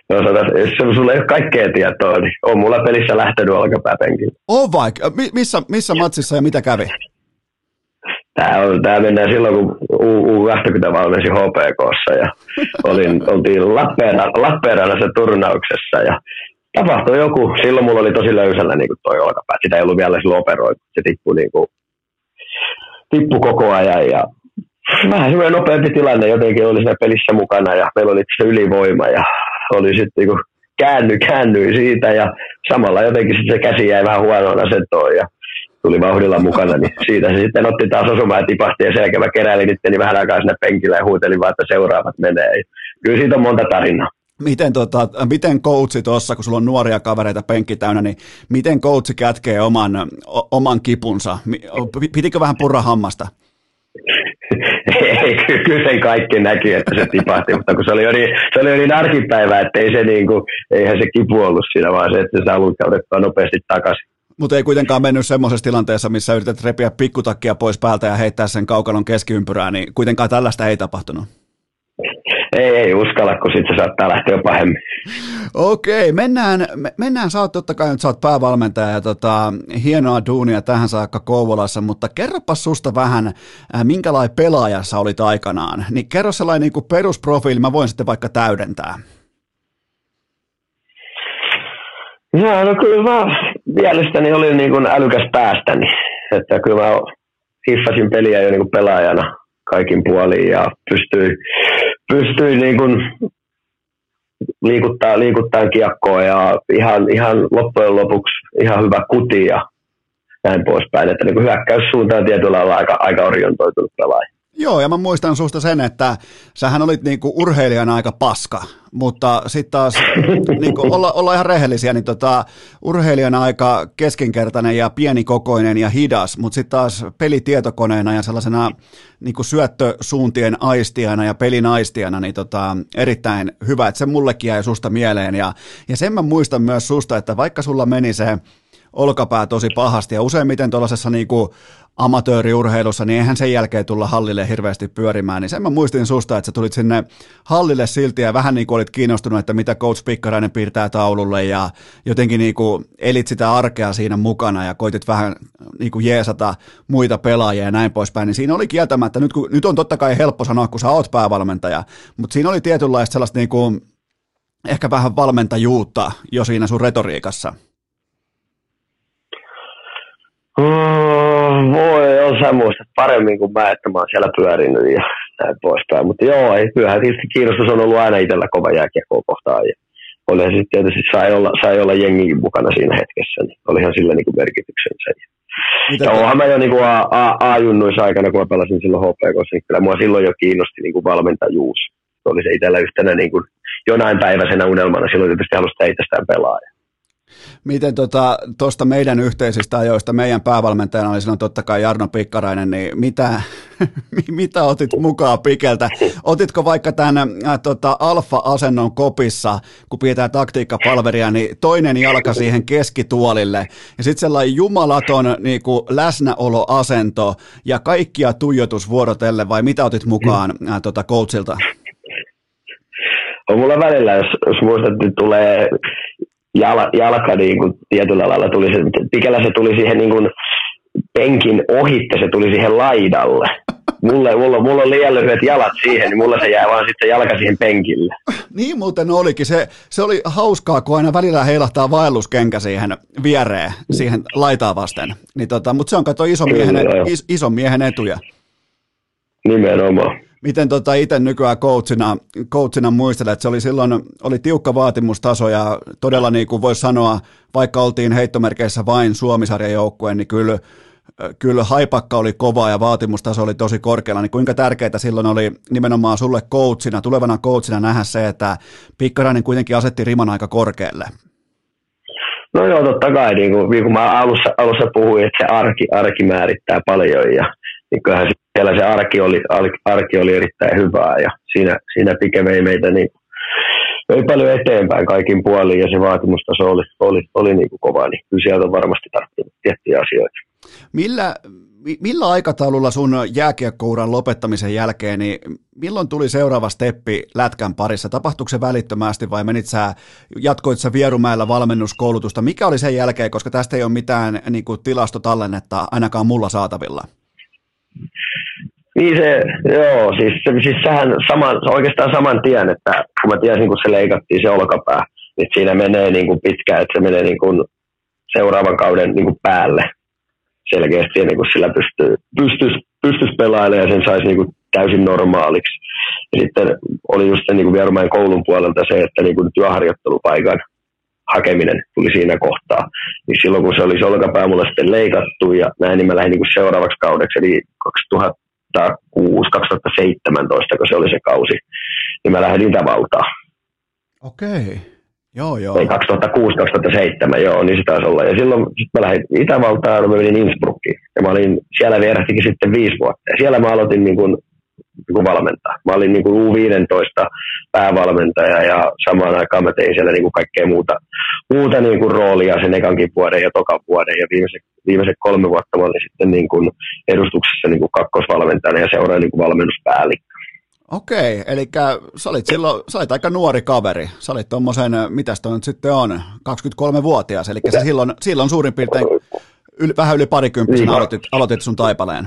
No sanotaan, jos sulla ei ole kaikkea tietoa, niin on mulla pelissä lähtenyt olkapääpenkillä. On vaikka. missä, missä matsissa ja mitä kävi? Tämä, on, tämä mennään silloin, kun U kaksikymmentä valmensi H P K:ssa ja olin, oltiin Lappeenrannassa turnauksessa ja tapahtui joku, silloin mulla oli tosi löysällä niin kuin toi olkapäät, sitä ei ollut vielä silloin operoitu, se tippui, niin kuin, tippui koko ajan ja vähän semmoinen nopeampi tilanne jotenkin oli siinä pelissä mukana ja meillä oli se ylivoima ja oli sitten niin kuin käänny, käännyin siitä ja samalla jotenkin se käsi jäi vähän huonoon asentoon ja tuli vauhdilla mukana, niin siitä se sitten otti taas osumaan ja tipahti ja selkeä. Mä keräilin itteni vähän aikaa sinne penkillä ja huutelin vaan, että seuraavat menee. Kyllä siitä on monta tarinaa. Miten, tota, miten coachi tuossa, kun sulla on nuoria kavereita penkki täynnä, niin miten coachi kätkee oman, o, oman kipunsa? Pitikö vähän purra hammasta? Ei, kyllä sen kaikki näki, että se tipahti, mutta kun se oli jo niin, se oli jo niin arkipäivä, että ei se niinku, eihän se kipu ollut siinä, vaan se, että se saa luikkautettua nopeasti takaisin. Mutta ei kuitenkaan mennyt semmoisessa tilanteessa, missä yrität repiä pikkutakkia pois päältä ja heittää sen kaukalon keskiympyrään, niin kuitenkaan tällaista ei tapahtunut. Ei, ei uskalla, kun sitten se saattaa lähteä jo pahemmin. Okei, mennään, mennään, sä oot totta kai nyt, sä oot päävalmentaja ja tota, hienoa duunia tähän saakka Kouvolassa, mutta kerropas susta vähän, äh, minkälainen pelaaja sä olit aikanaan, niin kerro sellainen niin kuin perusprofiili, mä voin sitten vaikka täydentää. Joo, no kyllä mä mielestäni olin niin kuin älykäs päästäni, että kyllä mä hiffasin peliä jo niin kuin pelaajana kaikin puolin ja pystyin, pystyin niin kuin liikuttaa, liikuttaa kiekkoa ja ihan, ihan loppujen lopuksi ihan hyvä kuti ja näin poispäin, että niin kuin hyökkäyssuuntaan tietyllä lailla aika, aika orientoitunut pelaaja. Joo, ja mä muistan susta sen, että sähän olit niinku urheilijana aika paska, mutta sitten taas niinku olla, olla ihan rehellisiä, niin tota, urheilijana aika keskinkertainen ja pienikokoinen ja hidas, mutta sitten taas pelitietokoneena ja sellaisena niinku syöttösuuntien aistijana ja pelin aistijana, niin tota, erittäin hyvä, että se mullekin jäi susta mieleen. Ja, ja sen mä muistan myös susta, että vaikka sulla meni se olkapää tosi pahasti ja useimmiten tuollaisessa niinku amatööriurheilussa, niin eihän sen jälkeen tulla hallille hirveästi pyörimään, niin sen mä muistin susta, että sä tulit sinne hallille silti ja vähän niin kuin olit kiinnostunut, että mitä coach Pikkarainen piirtää taululle ja jotenkin niin kuin elit sitä arkea siinä mukana ja koitit vähän niin kuin jeesata muita pelaajia ja näin poispäin, niin siinä oli kieltämättä, nyt, kun, nyt on totta kai helppo sanoa, kun sä oot päävalmentaja, mutta siinä oli tietynlaista sellaista niin kuin ehkä vähän valmentajuutta jo siinä sun retoriikassa. Oh, voi, on sä muistat paremmin kuin mä, että mä oon siellä pyörinyt ja näin poispäin. Mutta joo, ei, kyllähän tietysti kiinnostus on ollut aina itsellä kova jääkiekkoa kohtaan. Ja olihan sitten tietysti sai olla, sai olla jengikin mukana siinä hetkessä, niin olihan sillä niinku merkityksensä. Ja onhan mä jo niinku A-junnuissa aikana, kun mä pelasin silloin H P K:ssa, niin kyllä mua silloin jo kiinnosti niinku valmentajuus. Se oli se itsellä yhtenä niinku jonain päiväisenä unelmana. Silloin tietysti halusi tehdä itsestään pelaaja. Miten tuosta tota, meidän yhteisistä ajoista, meidän päävalmentajana oli silloin totta kai Jarno Pikkarainen, niin mitä, mitä otit mukaan Pikeltä? Otitko vaikka tämän äh, tota, alfa-asennon kopissa, kun pidetään taktiikkapalveria, niin toinen jalka siihen keskituolille ja sitten sellainen jumalaton niin kuin läsnäoloasento ja kaikkia tuijotus vuorotelle, vai mitä otit mukaan äh, tota, coachilta? On mulla välillä, jos, jos muistat, että tulee Jala, jalka niin kuin tietyllä lailla tuli se, Pikellä se tuli siihen niin kuin penkin ohitte, se tuli siihen laidalle. Mulla, mulla, mulla on liian lyhyet jalat siihen, niin mulla se jää vaan sitten jalka siihen penkille. Niin muuten olikin. Se, se oli hauskaa, kun aina välillä heilahtaa vaelluskenkä siihen viereen, siihen laitaa vasten. Niin tota, mutta se on kato ison miehen, is, ison miehen etuja. Nimenomaan. Miten tota itse nykyään coachina, coachina muistelet, että se oli silloin oli tiukka vaatimustaso ja todella niin kuin voisi sanoa, vaikka oltiin heittomerkeissä vain Suomi-sarjan joukkueen, niin kyllä, kyllä haipakka oli kova ja vaatimustaso oli tosi korkealla, niin kuinka tärkeää silloin oli nimenomaan sulle coachina, tulevana coachina nähdä se, että Pikkarainen kuitenkin asetti riman aika korkealle? No joo, totta kai, niin kuin, niin kuin mä alussa, alussa puhuin, että se arki, arki määrittää paljon ja niin kyllähän siellä se arki oli, arki oli erittäin hyvää ja siinä, siinä Pike vei meitä niin, vei paljon eteenpäin kaikin puolin ja se vaatimustaso oli, oli, oli niin kuin kova, niin kyllä sieltä on varmasti tarttunut tiettyjä asioita. Millä, millä aikataululla sun jääkiekkouran lopettamisen jälkeen, niin milloin tuli seuraava steppi lätkän parissa? Tapahtuiko se välittömästi vai menit sä, jatkoit sä Vierumäellä valmennuskoulutusta? Mikä oli sen jälkeen, koska tästä ei ole mitään niin kuin tilastotallennetta ainakaan mulla saatavilla? Niin se, joo, siis, siis sehän saman, oikeastaan saman tien, että kun mä tiesin, kun se leikattiin se olkapää, niin siinä menee niin kuin pitkään, että se menee niin kuin seuraavan kauden niin kuin päälle selkeästi, niin kuin sillä pystyy, pystyisi, pystyisi pelailemaan ja sen saisi niin kuin täysin normaaliksi. Ja sitten oli just sen niin kuin Vierumäen koulun puolelta se, että niin kuin työharjoittelupaikan hakeminen tuli siinä kohtaa. Niin silloin kun se oli se olkapää mulla sitten leikattu ja näin, niin mä lähdin niin kuin seuraavaksi kaudeksi, eli kaksituhattakuusi kaksituhattaseitsemäntoista, kun se oli se kausi, niin mä lähdin Itävaltaan. Okei. Joo, joo. Ei, kaksituhattakuusi kaksituhattaseitsemän, joo, niin se taisi olla. Ja silloin sit mä lähdin Itävaltaan ja mä menin Innsbruckiin. Ja mä olin, siellä vierähtikin sitten viisi vuotta. Ja siellä mä aloitin niin kuin, niin kuin valmentaa. Mä olin niin kuin U viisitoista päävalmentaja ja samaan aikaan mä tein siellä niin kuin kaikkea muuta, muuta niin kuin roolia sen ekankin vuoden ja tokan vuoden. Ja viimeiset, viimeiset kolme vuotta mä olin sitten niin kuin edustuksessa niin kuin kakkosvalmentajana ja seuraan niin kuin valmennuspäällikkö. Okei, eli sä olit silloin, sä olit aika nuori kaveri. Sä olit tommosen, mitäs toi nyt sitten on, kaksikymmentäkolmevuotias, eli sä silloin, silloin suurin piirtein yli, vähän yli parikymppisenä aloitit, aloitit sun taipaleen.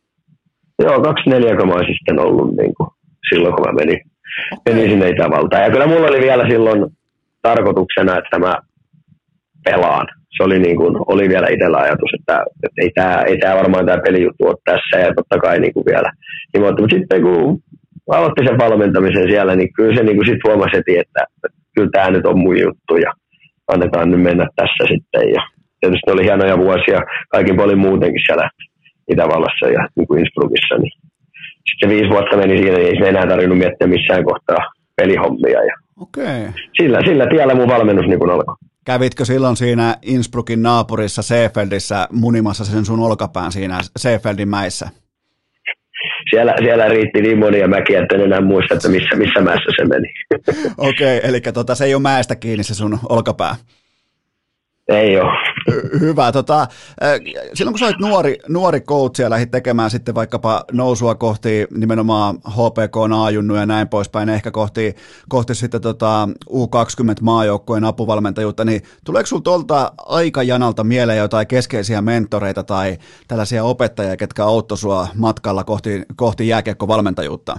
Joo, kaksikymmentäneljä kun mä olisin sitten ollut niin kuin, silloin, kun mä menin, okay. menin sinne Itävaltaan. Ja kyllä mulla oli vielä silloin tarkoituksena, että mä pelaan. Se oli, niin kuin, oli vielä itsellä ajatus, että, että ei tämä ei tää varmaan tämä pelijuttu ole tässä, ja totta kai niin kuin vielä. Mutta sitten kun aloitti sen valmentamisen siellä, niin kyllä se niin kuin sit huomasi heti, että, että kyllä tämä nyt on mun juttu ja annetaan nyt mennä tässä sitten. Ja tietysti oli hienoja vuosia kaikin puolin muutenkin siellä Itävallassa ja niin kuin Innsbruckissa. Niin sitten viisi vuotta meni siinä, niin ei se enää tarvinnut miettiä missään kohtaa pelihommia. Ja okay. sillä, sillä tiellä mun valmennus niin kuin alkoi. Kävitkö silloin siinä Innsbruckin naapurissa Seefeldissä munimassa sen sun olkapään siinä Seefeldin mäissä? Siellä, siellä riitti niin monia mäkiä, että en enää muista, että missä, missä mäessä se meni. Okei, okay, eli tota, se ei ole mäestä kiinni se sun olkapää. Ei ole. Hyvä. Tota, silloin kun sä olit nuori, nuori coach ja lähdit tekemään sitten vaikkapa nousua kohti nimenomaan H P K:n A-junnuja ja näin poispäin, ehkä kohti, kohti sitten tota U kaksikymmentä maajoukkueen apuvalmentajuutta, niin tuleeko sinulla tuolta aikajanalta mieleen jotain keskeisiä mentoreita tai tällaisia opettajia, ketkä auttoi sua matkalla kohti, kohti jääkiekkovalmentajuutta?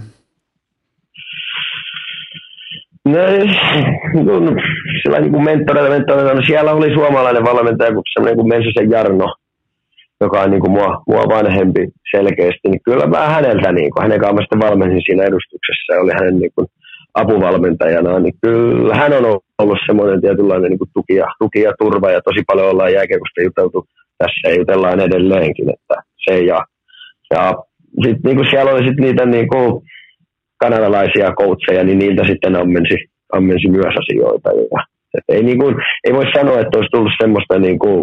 No, no sillä niin kuin mentoreita, mentoreita, no siellä oli suomalainen valmentaja, kun semmoinen kuin Mensosen Jarno, joka on niin kuin mua, mua vanhempi selkeästi, niin kyllä mä häneltä, niin kuin, hänen kanssaan sitten valmensin siinä edustuksessa ja oli hänen niin kuin apuvalmentajana, niin kyllä hän on ollut semmoinen tietynlainen niin kuin tuki, ja, tuki ja turva ja tosi paljon ollaan jääkiekosta juteltu tässä ja jutellaan edelleenkin, että se ja, ja sitten niin kuin siellä oli sitten niitä niin kuin kanadalaisia coacheja, niin niiltä sitten ammensi, ammensi myös asioita. Ja, ei, niin kuin, ei voi sanoa, että olisi tullut semmoista niin kuin,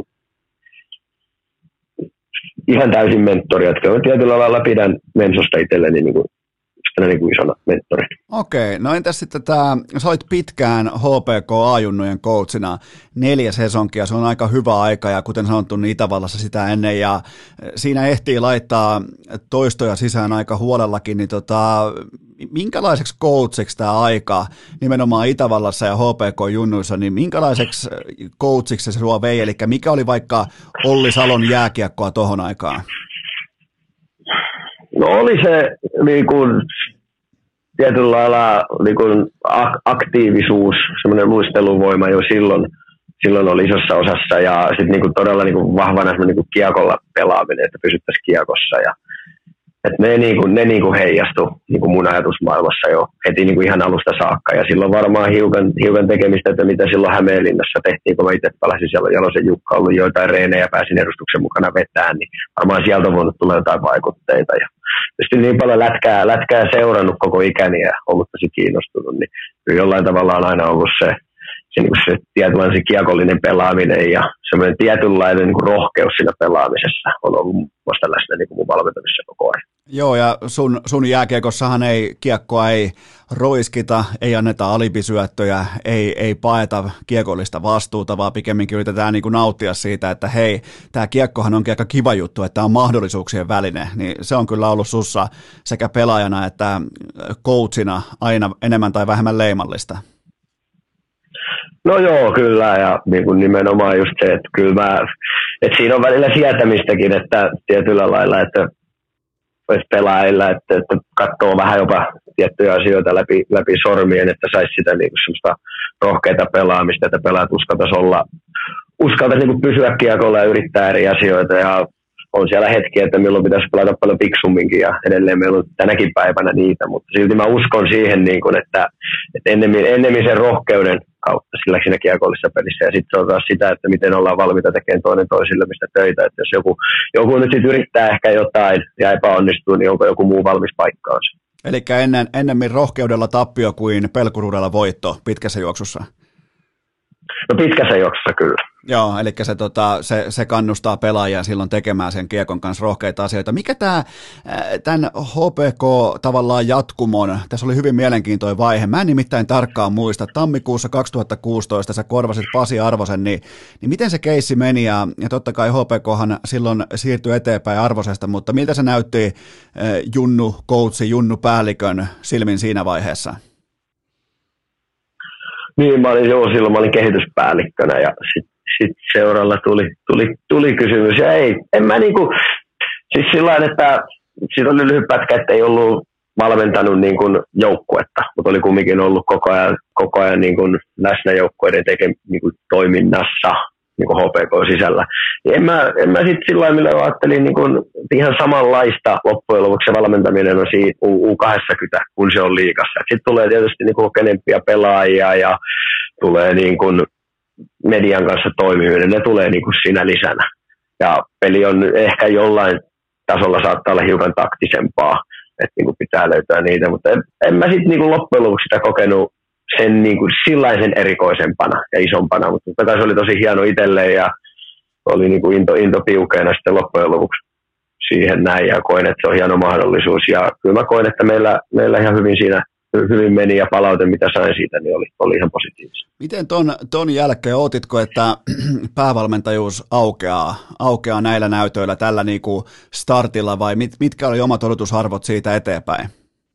ihan täysin mentoria. Että tietyllä lailla pidän Mensosta itselleni niin kuin, niin kuin isona mentori. Okei, no entäs sitten tämä, sä olit pitkään H P K A-junnujen coachina neljä sesonkia, se on aika hyvä aika ja kuten sanottu, niin Itävallassa sitä ennen ja siinä ehtii laittaa toistoja sisään aika huolellakin, niin tota, minkälaiseksi coachiksi tämä aika nimenomaan Itävallassa ja H P K-junnuissa, niin minkälaiseksi coachiksi se sua vei, eli mikä oli vaikka Olli Salon jääkiekkoa tohon aikaan? No oli se niin kuin, tietyllä lailla niin kuin, aktiivisuus, semmoinen luisteluvoima jo silloin, silloin oli isossa osassa ja sitten niin kuin, todella niin kuin, vahvana niin kuin, kiekolla pelaaminen, että pysyttäisiin kiekossa ja että ne, niin kuin, ne niin kuin heijastui niin kuin mun ajatusmaailmassa jo heti niin kuin ihan alusta saakka. Ja silloin varmaan hiukan, hiukan tekemistä, että mitä silloin Hämeenlinnassa tehtiin, kun mä itse palasin siellä Jalosen Jukka, ollut joitain reenejä ja pääsin edustuksen mukana vetään, niin varmaan sieltä on voinut tulla jotain vaikutteita. Ja tietysti niin paljon lätkää, lätkää seurannut koko ikäni ja ollut tosi kiinnostunut, niin jollain tavalla on aina ollut se, se, niin se tietynlainen se kiekollinen pelaaminen ja semmoinen tietynlainen niin kuin rohkeus siinä pelaamisessa on ollut musta läsnä niin kuin mun valmentamisessa koko ajan. Joo, ja sun, sun jääkiekossahan ei, kiekkoa ei roiskita, ei anneta alibisyöttöjä, ei, ei paeta kiekollista vastuuta, vaan pikemminkin yritetään niin kuin nauttia siitä, että hei, tämä kiekkohan onkin aika kiva juttu, että tämä on mahdollisuuksien väline, niin se on kyllä ollut sussa sekä pelaajana että coachina aina enemmän tai vähemmän leimallista. No joo, kyllä, ja niin kuin nimenomaan just se, että kyllä mä, että siinä on välillä sietämistäkin, että tietyllä lailla, että pelaajilla, että, että katsoo vähän jopa tiettyjä asioita läpi, läpi sormien, että saisi sitä niin kuin semmoista rohkeita pelaamista, että pelaat uskaltaisi olla, uskaltaisi niin kuin pysyä kiekolla ja yrittää eri asioita, ja on siellä hetkiä, että milloin pitäisi pelata paljon fiksumminkin, ja edelleen meillä on tänäkin päivänä niitä, mutta silti mä uskon siihen, niin kuin, että, että ennemmin, ennemmin sen rohkeuden kautta sillä siinä kiekollisessa pelissä, ja sitten se on taas sitä, että miten ollaan valmiita tekemään toinen toisille mistä töitä, että jos joku, joku nyt sitten yrittää ehkä jotain ja epäonnistuu, niin onko joku muu valmis paikkaansa. Eli ennen, ennemmin rohkeudella tappio kuin pelkuruudella voitto pitkässä juoksussa? No pitkässä juoksussa kyllä. Joo, eli se, tota, se, se kannustaa pelaajia silloin tekemään sen kiekon kanssa rohkeita asioita. Mikä tämä, tämän H P K tavallaan jatkumon, tässä oli hyvin mielenkiintoinen vaihe, mä en nimittäin tarkkaan muista, tammikuussa kaksituhattakuusitoista sä korvasit Pasi Arvosen, niin, niin miten se keissi meni, ja, ja totta kai H P Khan silloin siirtyi eteenpäin Arvosesta, mutta miltä se näytti Junnu coachi, Junnu päällikön silmin siinä vaiheessa? Niin, mä olin, joo, silloin mä olin kehityspäällikkönä, ja sitten sit seuralla tuli, tuli, tuli kysymys, ja ei, en mä niinku, siis sillain, että siitä oli lyhyt pätkä, että ei ollut valmentanut niin kuin joukkuetta, mutta oli kumminkin ollut koko ajan, koko ajan niin kuin läsnä joukkueiden teke, niin kuin toiminnassa niin kuin H P K sisällä. En mä, en mä sitten sillä lailla ajattelin niin kuin ihan samanlaista loppujen lopuksi se valmentaminen on siinä U kaksikymmentä, kun se on liigassa. Sitten tulee tietysti niin kuin kokeneempia pelaajia ja tulee niin kuin median kanssa toimiminen, ne tulee niin kuin siinä lisänä. Ja peli on ehkä jollain tasolla saattaa olla hiukan taktisempaa, että niin kuin pitää löytää niitä, mutta en, en mä sitten niin kuin loppujen lopuksi sitä kokenut sen niin kuin sillaisen erikoisempana ja isompana, mutta totta kai se oli tosi hieno itselleen ja oli niin kuin into, into piukeena sitten loppujen lopuksi siihen näin ja koin, että se on hieno mahdollisuus ja kyllä mä koin, että meillä, meillä ihan hyvin siinä hyvin meni ja palaute, mitä sain siitä, niin oli, oli ihan positiivista. Miten ton, ton jälkeen ootitko, että päävalmentajuus aukeaa, aukeaa näillä näytöillä tällä niinku startilla vai mit, mitkä oli omat odotusarvot siitä eteenpäin?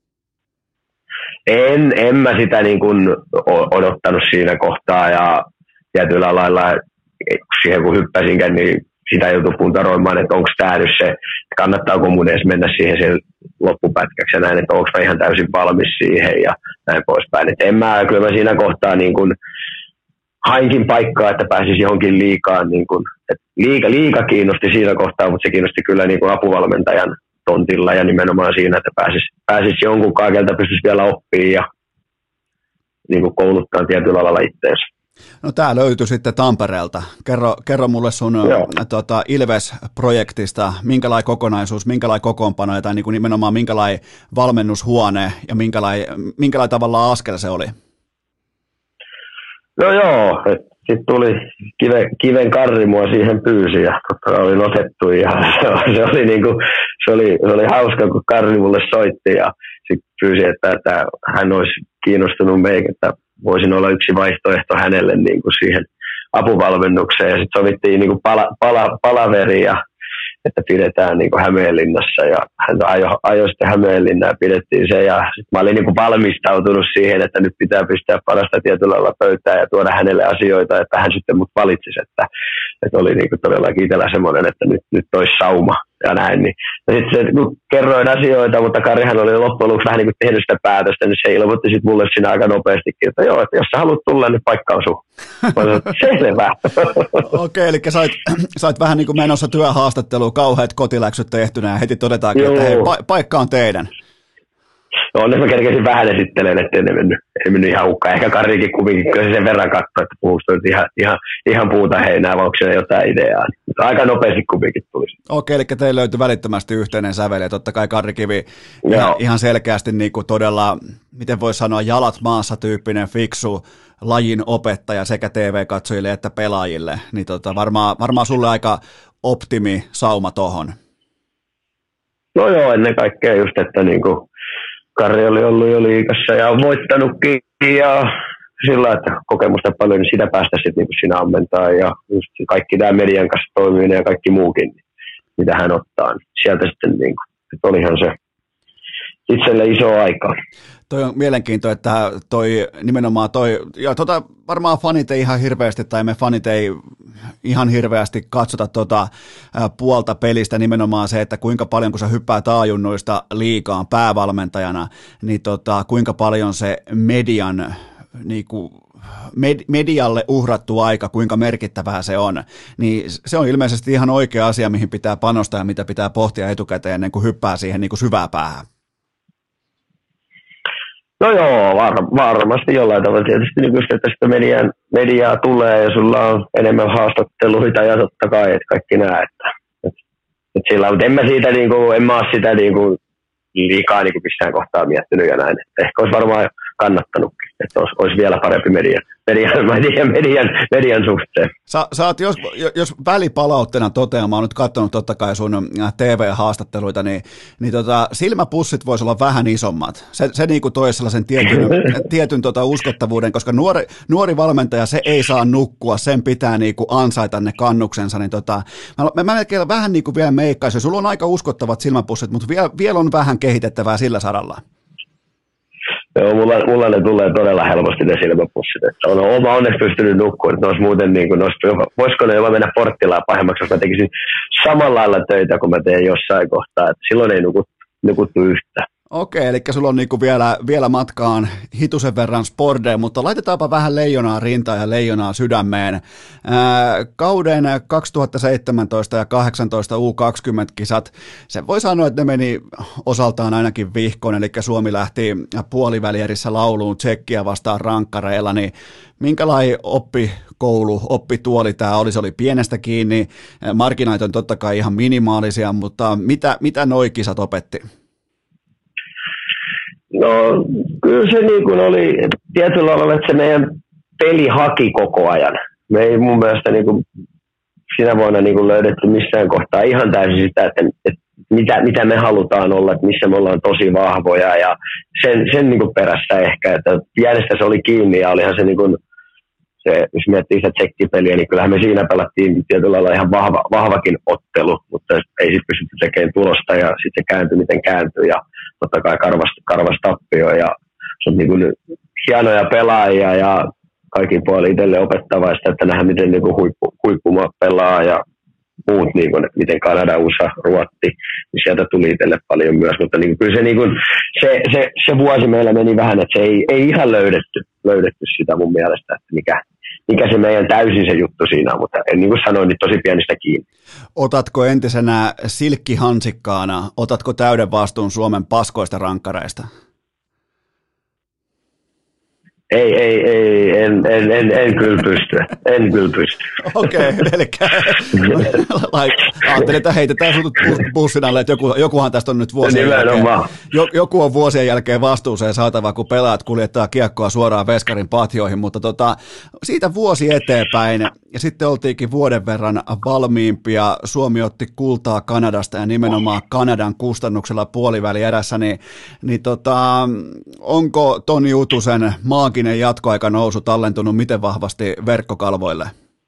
En, en mä sitä niin kuin odottanut siinä kohtaa ja tietyllä lailla siihen kun hyppäsinkään, niin sitä joutui puntaroimaan, että onko tämä nyt se, kannattaako mun edes mennä siihen sen loppupätkäksi ja näin, että onko mä ihan täysin valmis siihen ja näin poispäin. Että en mä, kyllä mä siinä kohtaa niin kuin hainkin paikkaa, että pääsisi johonkin liikaan. Niin kuin, että liika, liika kiinnosti siinä kohtaa, mutta se kiinnosti kyllä niin kuin apuvalmentajan tontilla ja nimenomaan siinä, että pääsisi, pääsisi jonkun kaikelta pystyisi vielä oppimaan ja niin kuin kouluttaa tietyllä lailla itseensä. No tämä löytyi sitten Tampereelta. Kerro, kerro mulle sun tota, Ilves-projektista, minkälainen kokonaisuus, minkälainen kokoonpano tai niin kuin nimenomaan minkälainen valmennushuone ja minkälainen, minkälainen tavalla askel se oli? No joo, sitten tuli kiven, kiven karri mua siihen pyysi ja totta olin otettu ja se, se, oli, niin kuin, se, oli, se oli hauska, kun karri mulle soitti ja sitten pyysi, että, että hän olisi kiinnostunut meikä, että voisin olla yksi vaihtoehto hänelle niin kuin siihen apuvalmennukseen ja sitten sovittiin niin kuin pala, pala, palaveria, että pidetään niin kuin Hämeenlinnassa ja hän ajoi ajo sitten Hämeenlinnaan ja pidettiin se ja sitten mä olin niin kuin valmistautunut siihen, että nyt pitää pistää parasta tietyllä lailla pöytään ja tuoda hänelle asioita, että hän sitten mut valitsisi, että, että oli niin kuin todellakin itsellä semmoinen, että nyt, nyt olisi sauma ja näin. Niin. Ja sitten se, kun kerroin asioita, mutta Karihan oli loppujen lopuksi vähän niin kuin tehnyt sitä päätöstä, niin se ilmoitti sitten mulle siinä aika nopeastikin, että joo, että jos sä haluat tulla, niin paikka on sun. Selvä. Okei, eli sait, sait vähän niin kuin menossa työhaastatteluun, kauheat kotiläksyt tehtynä ja heti todetaankin, joo, että hei, pa- paikka on teidän. No onneksi mä kerkesin vähän esittelemään, ettei ne mennyt, ei mennyt ihan hukkaan. Ehkä Karikin kuitenkin kyllä sen verran katsoi, että puhuuko ihan, ihan, ihan puuta heinää, vai onko siellä jotain ideaa. Mutta aika nopeasti kuitenkin tuli. Okei, eli teille löytyi välittömästi yhteinen sävel, ja totta kai Karri Kivi ihan, ihan selkeästi niin kuin todella, miten voisi sanoa, jalat maassa tyyppinen fiksu lajin opettaja sekä T V-katsojille että pelaajille. Niin tota, varmaan, varmaan sulle aika optimi sauma tohon. No joo, ennen kaikkea just, että niinku Karri oli ollut jo liigassa ja voittanutkin ja sillä, että kokemusta paljon, niin sitä päästä sitten niinku siinä ammentaa ja just kaikki tämä median kanssa toimiminen ja kaikki muukin, niin mitä hän ottaa. Niin sieltä sitten niinku, että olihan se itselle iso aika. Toi on mielenkiintoinen, että toi nimenomaan toi, ja tota varmaan fanit ei ihan hirveästi, tai me fanit ei ihan hirveästi katsota tota puolta pelistä, nimenomaan se, että kuinka paljon, kun sä hyppäät A-junnuista liigaan päävalmentajana, niin tota, kuinka paljon se median niinku, med, medialle uhrattu aika, kuinka merkittävää se on, niin se on ilmeisesti ihan oikea asia, mihin pitää panostaa ja mitä pitää pohtia etukäteen ennen kuin hyppää siihen niinku syvää päähän. No joo, var, varmasti jollain tavalla. Tietysti nykyistä, että sitä median, mediaa tulee ja sulla on enemmän haastatteluita ja totta kai, että kaikki nämä. Että, että, että sillä, mutta en mä siitä, niin kuin, en mä ole sitä niin kuin, liikaa niin kuin missään kohtaa miettinyt ja näin. Että ehkä olisi varmaan kannattanutkin, että olisi, olisi vielä parempi media, median, median, median, median suhteen. Sä, sä oot, jos, jos välipalautteena toteamaan, mä oon nyt katsonut totta kai sun T V-haastatteluita, niin, niin tota, silmäpussit voisi olla vähän isommat. Se, se niin kuin toi sellaisen tietyn, tietyn tota uskottavuuden, koska nuori, nuori valmentaja, se ei saa nukkua, sen pitää niin kuin ansaita ne kannuksensa. Niin tota, mä, mä melkein vähän niin kuin vielä meikkaisin, sulla on aika uskottavat silmäpussit, mutta vielä, vielä on vähän kehitettävää sillä saralla. Joo, mulla, mulla ne tulee todella helposti ne silmäpussit. Että on oma onneksi pystynyt nukkumaan, että ne olisi muuten niin kuin, voisiko ne jopa mennä Porttilaan pahemmaksi, jos mä tekisin samalla lailla töitä, kun mä teen jossain kohtaa. Että silloin ei nukuttu, nukuttu yhtään. Okei, eli sulla on niinku vielä, vielä matkaan hitusen verran spordeen, mutta laitetaanpa vähän leijonaa rintaan ja leijonaa sydämeen. Ää, kauden kaksituhattaseitsemäntoista ja kahdeksantoista U kaksikymmentä-kisat, se voi sanoa, että ne meni osaltaan ainakin vihkoon, eli Suomi lähti puolivälierissä lauluun Tsekkiä vastaan rankkareilla, niin minkälainen oppikoulu, oppituoli tämä oli? Se oli pienestä kiinni, marginaalit on totta kai ihan minimaalisia, mutta mitä, mitä noi kisat opetti? No kyllä se niin kuin oli tietyllä lailla, että se meidän peli haki koko ajan. Me ei mun mielestä niin kuin sinä vuonna niin kuin löydetty missään kohtaa ihan täysin sitä, että, että mitä, mitä me halutaan olla, että missä me ollaan tosi vahvoja ja sen, sen niin kuin perässä ehkä, että pienestä se oli kiinni ja olihan se, niin kuin, se jos miettii sitä tsekkipeliä, niin kyllähän me siinä pelattiin tietyllä lailla ihan vahva, vahvakin ottelu, mutta ei sitten pystytty tekemään tulosta ja sitten se kääntyi miten kääntyi ja totta kai karvas, karvas tappio ja se on niin kuin hienoja pelaajia ja kaikin puolin itselle opettavaista, että nähdään miten niin kuin huippu, huippuma pelaa ja muut, niin kuin, miten Kanada, U S A, Ruotti, niin sieltä tuli itselle paljon myös, mutta niin kuin, kyllä se, niin kuin, se, se, se vuosi meillä meni vähän, että se ei, ei ihan löydetty, löydetty sitä mun mielestä, että mikä, mikä se meidän täysin se juttu siinä on, mutta niin kuin sanoin, niin tosi pienistä kiinni. Otatko entisenä silkkihansikkaana, otatko täyden vastuun Suomen paskoista rankkareista? Ei, ei, ei, en, en, en, en kyllä pysty, en kyllä pysty. Okei, okay, eli ajattelin, että heitetään sut bussin alle, että joku, jokuhan tästä on nyt vuosien jälkeen, joku on vuosien jälkeen vastuuseen saatava, kun pelaat kuljettaa kiekkoa suoraan veskarin patjoihin, mutta tota, siitä vuosi eteenpäin, ja sitten oltiinkin vuoden verran valmiimpia, Suomi otti kultaa Kanadasta ja nimenomaan Kanadan kustannuksella puoliväli erässä, niin, niin tota, onko Toni Utusen maaginen jatkoaika nousu tallentunut miten vahvasti verkkokalvoille?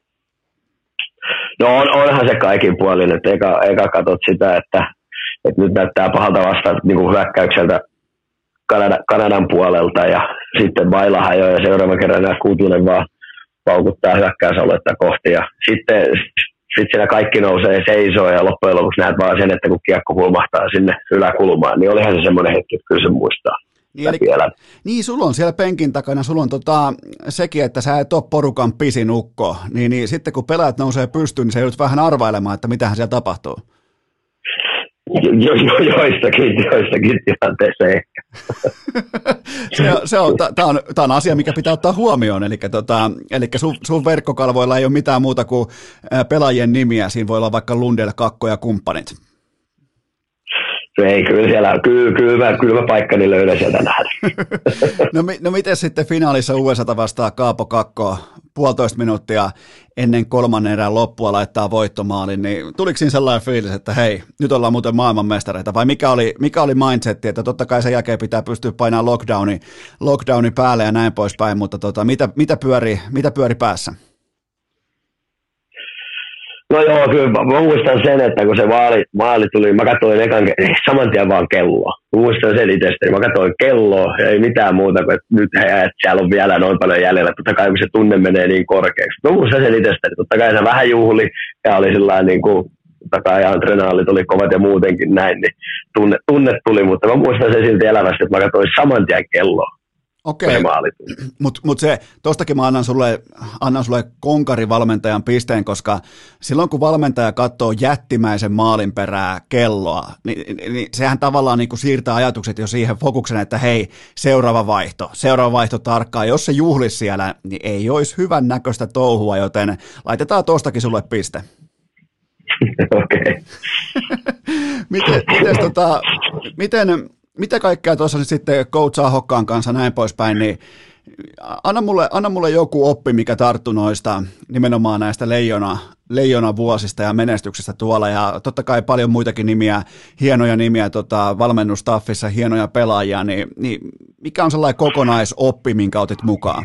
No on, onhan se kaikin puolin, että eka, eka katsot sitä, että, että nyt näyttää pahalta vastaan niin kuin hyökkäykseltä Kanada, Kanadan puolelta ja sitten Vaila hajoaa ja seuraavan kerran nämä Kuutunen vaan paukuttaa hyökkäysaluetta kohti ja sitten sit siinä kaikki nousee seisoo ja loppujen lopuksi näet vaan sen, että kun kiekko kulmahtaa sinne yläkulmaan, niin olihan se semmoinen hetki, että kyllä se muistaa. Niin, eli, niin, sulla on siellä penkin takana, sulla on tota, sekin, että sä et ole porukan pisin ukko, niin, niin sitten kun pelaajat nousee pystyyn, niin sä joudut vähän arvailemaan, että mitähän siellä tapahtuu. Jo, jo, joistakin, joistakin tilanteessa ehkä. se, se on, tämä on, on asia, mikä pitää ottaa huomioon, eli, tota, eli sun, sun verkkokalvoilla ei ole mitään muuta kuin pelaajien nimiä, siinä voi olla vaikka Lundell, Kakko ja kumppanit. Ei, kyllä siellä, kyllä, kyllä, kyllä mä paikkani löydän sieltä nähdä. no, no miten sitten finaalissa U S A:ta vastaan Kaapo Kakko puolitoista minuuttia ennen kolmannen erän loppua laittaa voittomaalin, niin tuliko siinä sellainen fiilis, että hei, nyt ollaan muuten maailmanmestareita, vai mikä oli, mikä oli mindsetti, että totta kai sen jälkeen pitää pystyä painamaan lockdowni, lockdowni päälle ja näin poispäin, mutta tota, mitä, mitä, pyöri, mitä pyöri päässä? No joo, kyllä mä muistan sen, että kun se maali, maali tuli, mä katsoin ekan, saman tien vaan kelloa. Mä muistan sen itsestä, mä katsoin kelloa ja ei mitään muuta kuin, että nyt he, että siellä on vielä noin paljon jäljellä. Totta kai kun se tunne menee niin korkeaksi. Mä muistan sen itsestä, että totta kai se vähän juhli ja oli sillä niin kuin, totta kai adrenaalit oli kovat ja muutenkin näin, niin tunne, tunne tuli, mutta mä muistan sen silti elävästi, että mä katsoin saman tien kelloa. Okei, mutta mut se, tostakin mä annan sulle, annan sulle konkarivalmentajan pisteen, koska silloin kun valmentaja katsoo jättimäisen maalin perää kelloa, niin, niin sehän tavallaan niin kuin siirtää ajatukset jo siihen fokuksen, että hei, seuraava vaihto, seuraava vaihto tarkkaan. Jos se juhlisi siellä, niin ei olisi hyvän näköistä touhua, joten laitetaan tostakin sulle piste. Okei. miten, miten, tota, miten Mitä kaikkea tuossa nyt sitten coachaa Hokkaan kanssa näin poispäin, niin anna mulle, anna mulle joku oppi, mikä tarttu noista nimenomaan näistä leijona, leijona vuosista ja menestyksistä tuolla, ja totta kai paljon muitakin nimiä, hienoja nimiä tota, valmennustaffissa, hienoja pelaajia, niin, niin mikä on sellainen kokonaisoppi, minkä otit mukaan?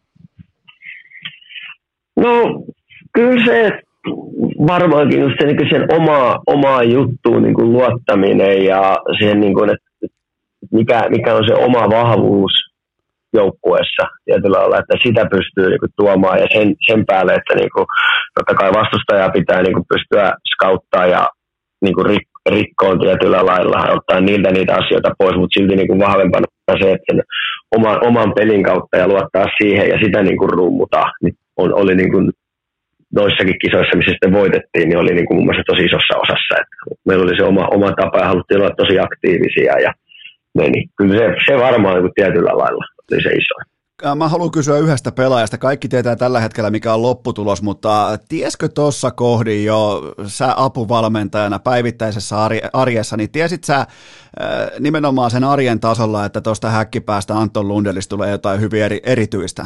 No kyllä se varmaankin just se niin sen omaa, omaa juttuun niin kuin luottaminen ja siihen, niin kuin, että mikä, mikä on se oma vahvuus joukkueessa tietyllä lailla, että sitä pystyy niin kuin tuomaan ja sen, sen päälle, että niin kuin, totta kai vastustajaa pitää niin kuin pystyä skauttaa ja niin kuin rik, rikkoon tietyllä lailla, ottaa niiltä niitä asioita pois, mutta silti niin kuin vahvempana se, että sen oman, oman pelin kautta ja luottaa siihen ja sitä niin kuin rummutaan, niin on, oli niin kuin noissakin kisoissa, missä sitten voitettiin, niin oli niin kuin mun mielestä tosi isossa osassa. Että meillä oli se oma, oma tapa ja haluttiin olla tosi aktiivisia ja meni. Kyllä se, se varmaan niin kuin tietyllä lailla oli se iso. Mä haluan kysyä yhdestä pelaajasta. Kaikki tietää tällä hetkellä, mikä on lopputulos, mutta tieskö tuossa kohdin jo sä apuvalmentajana päivittäisessä arjessa, niin tiesit sä nimenomaan sen arjen tasolla, että tuosta häkkipäästä Anton Lundelista tulee jotain hyvin eri, erityistä?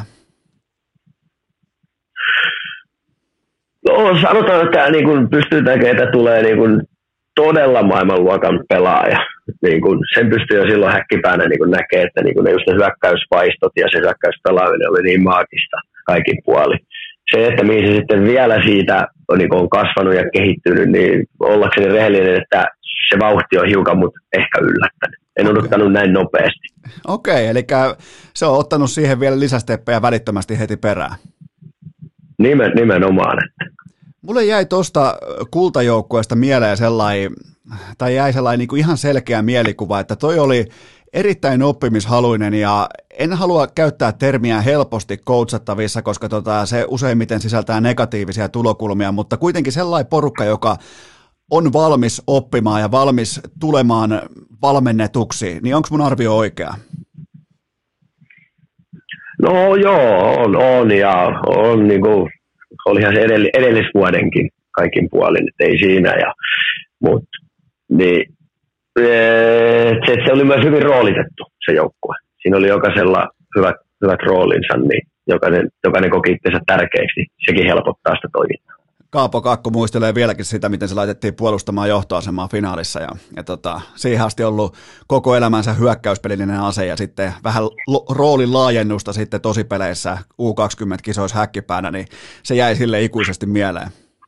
No sanotaan, että niin kun pystyy tekemään, että tulee niin kun todella maailmanluokan pelaaja. Niin kun sen pystyy jo silloin häkkipäänä niin kun näkee, että niin kun ne just ne hyökkäyspaistot ja se hyökkäyspelaaminen oli niin maagista kaikin puoli. Se, että mihin se sitten vielä siitä on, niin on kasvanut ja kehittynyt, niin ollakseni rehellinen, että se vauhti on hiukan, mutta ehkä yllättänyt. En okay. odottanut näin nopeasti. Okei, okay, eli se on ottanut siihen vielä lisästeppejä välittömästi heti perään. Nimen, nimenomaan. Mulle jäi tuosta kultajoukkueesta mieleen sellainen, tai jäi sellainen niin kuin ihan selkeä mielikuva, että toi oli erittäin oppimishaluinen ja en halua käyttää termiä helposti coachattavissa, koska tota, se useimmiten sisältää negatiivisia tulokulmia, mutta kuitenkin sellainen porukka, joka on valmis oppimaan ja valmis tulemaan valmennetuksi, niin onko mun arvio oikea? No joo, on, on ja on niin kuin, olihan se edellis, edellisvuodenkin kaikin puolin, että ei siinä. Ja, mut, niin, se, se oli myös hyvin roolitettu se joukkue. Siinä oli jokaisella hyvät, hyvät roolinsa, niin jokainen, jokainen koki itsensä tärkeäksi. Sekin helpottaa sitä toimintaa. Kaapo Kakko muistelee vieläkin sitä, miten se laitettiin puolustamaan johtoasemaa finaalissa ja, ja tota, siihen asti ollut koko elämänsä hyökkäyspelillinen ase ja sitten vähän lo- roolin laajennusta sitten tosipeleissä U kaksikymmentä-kisoissa häkkipäänä, niin se jäi sille ikuisesti mieleen.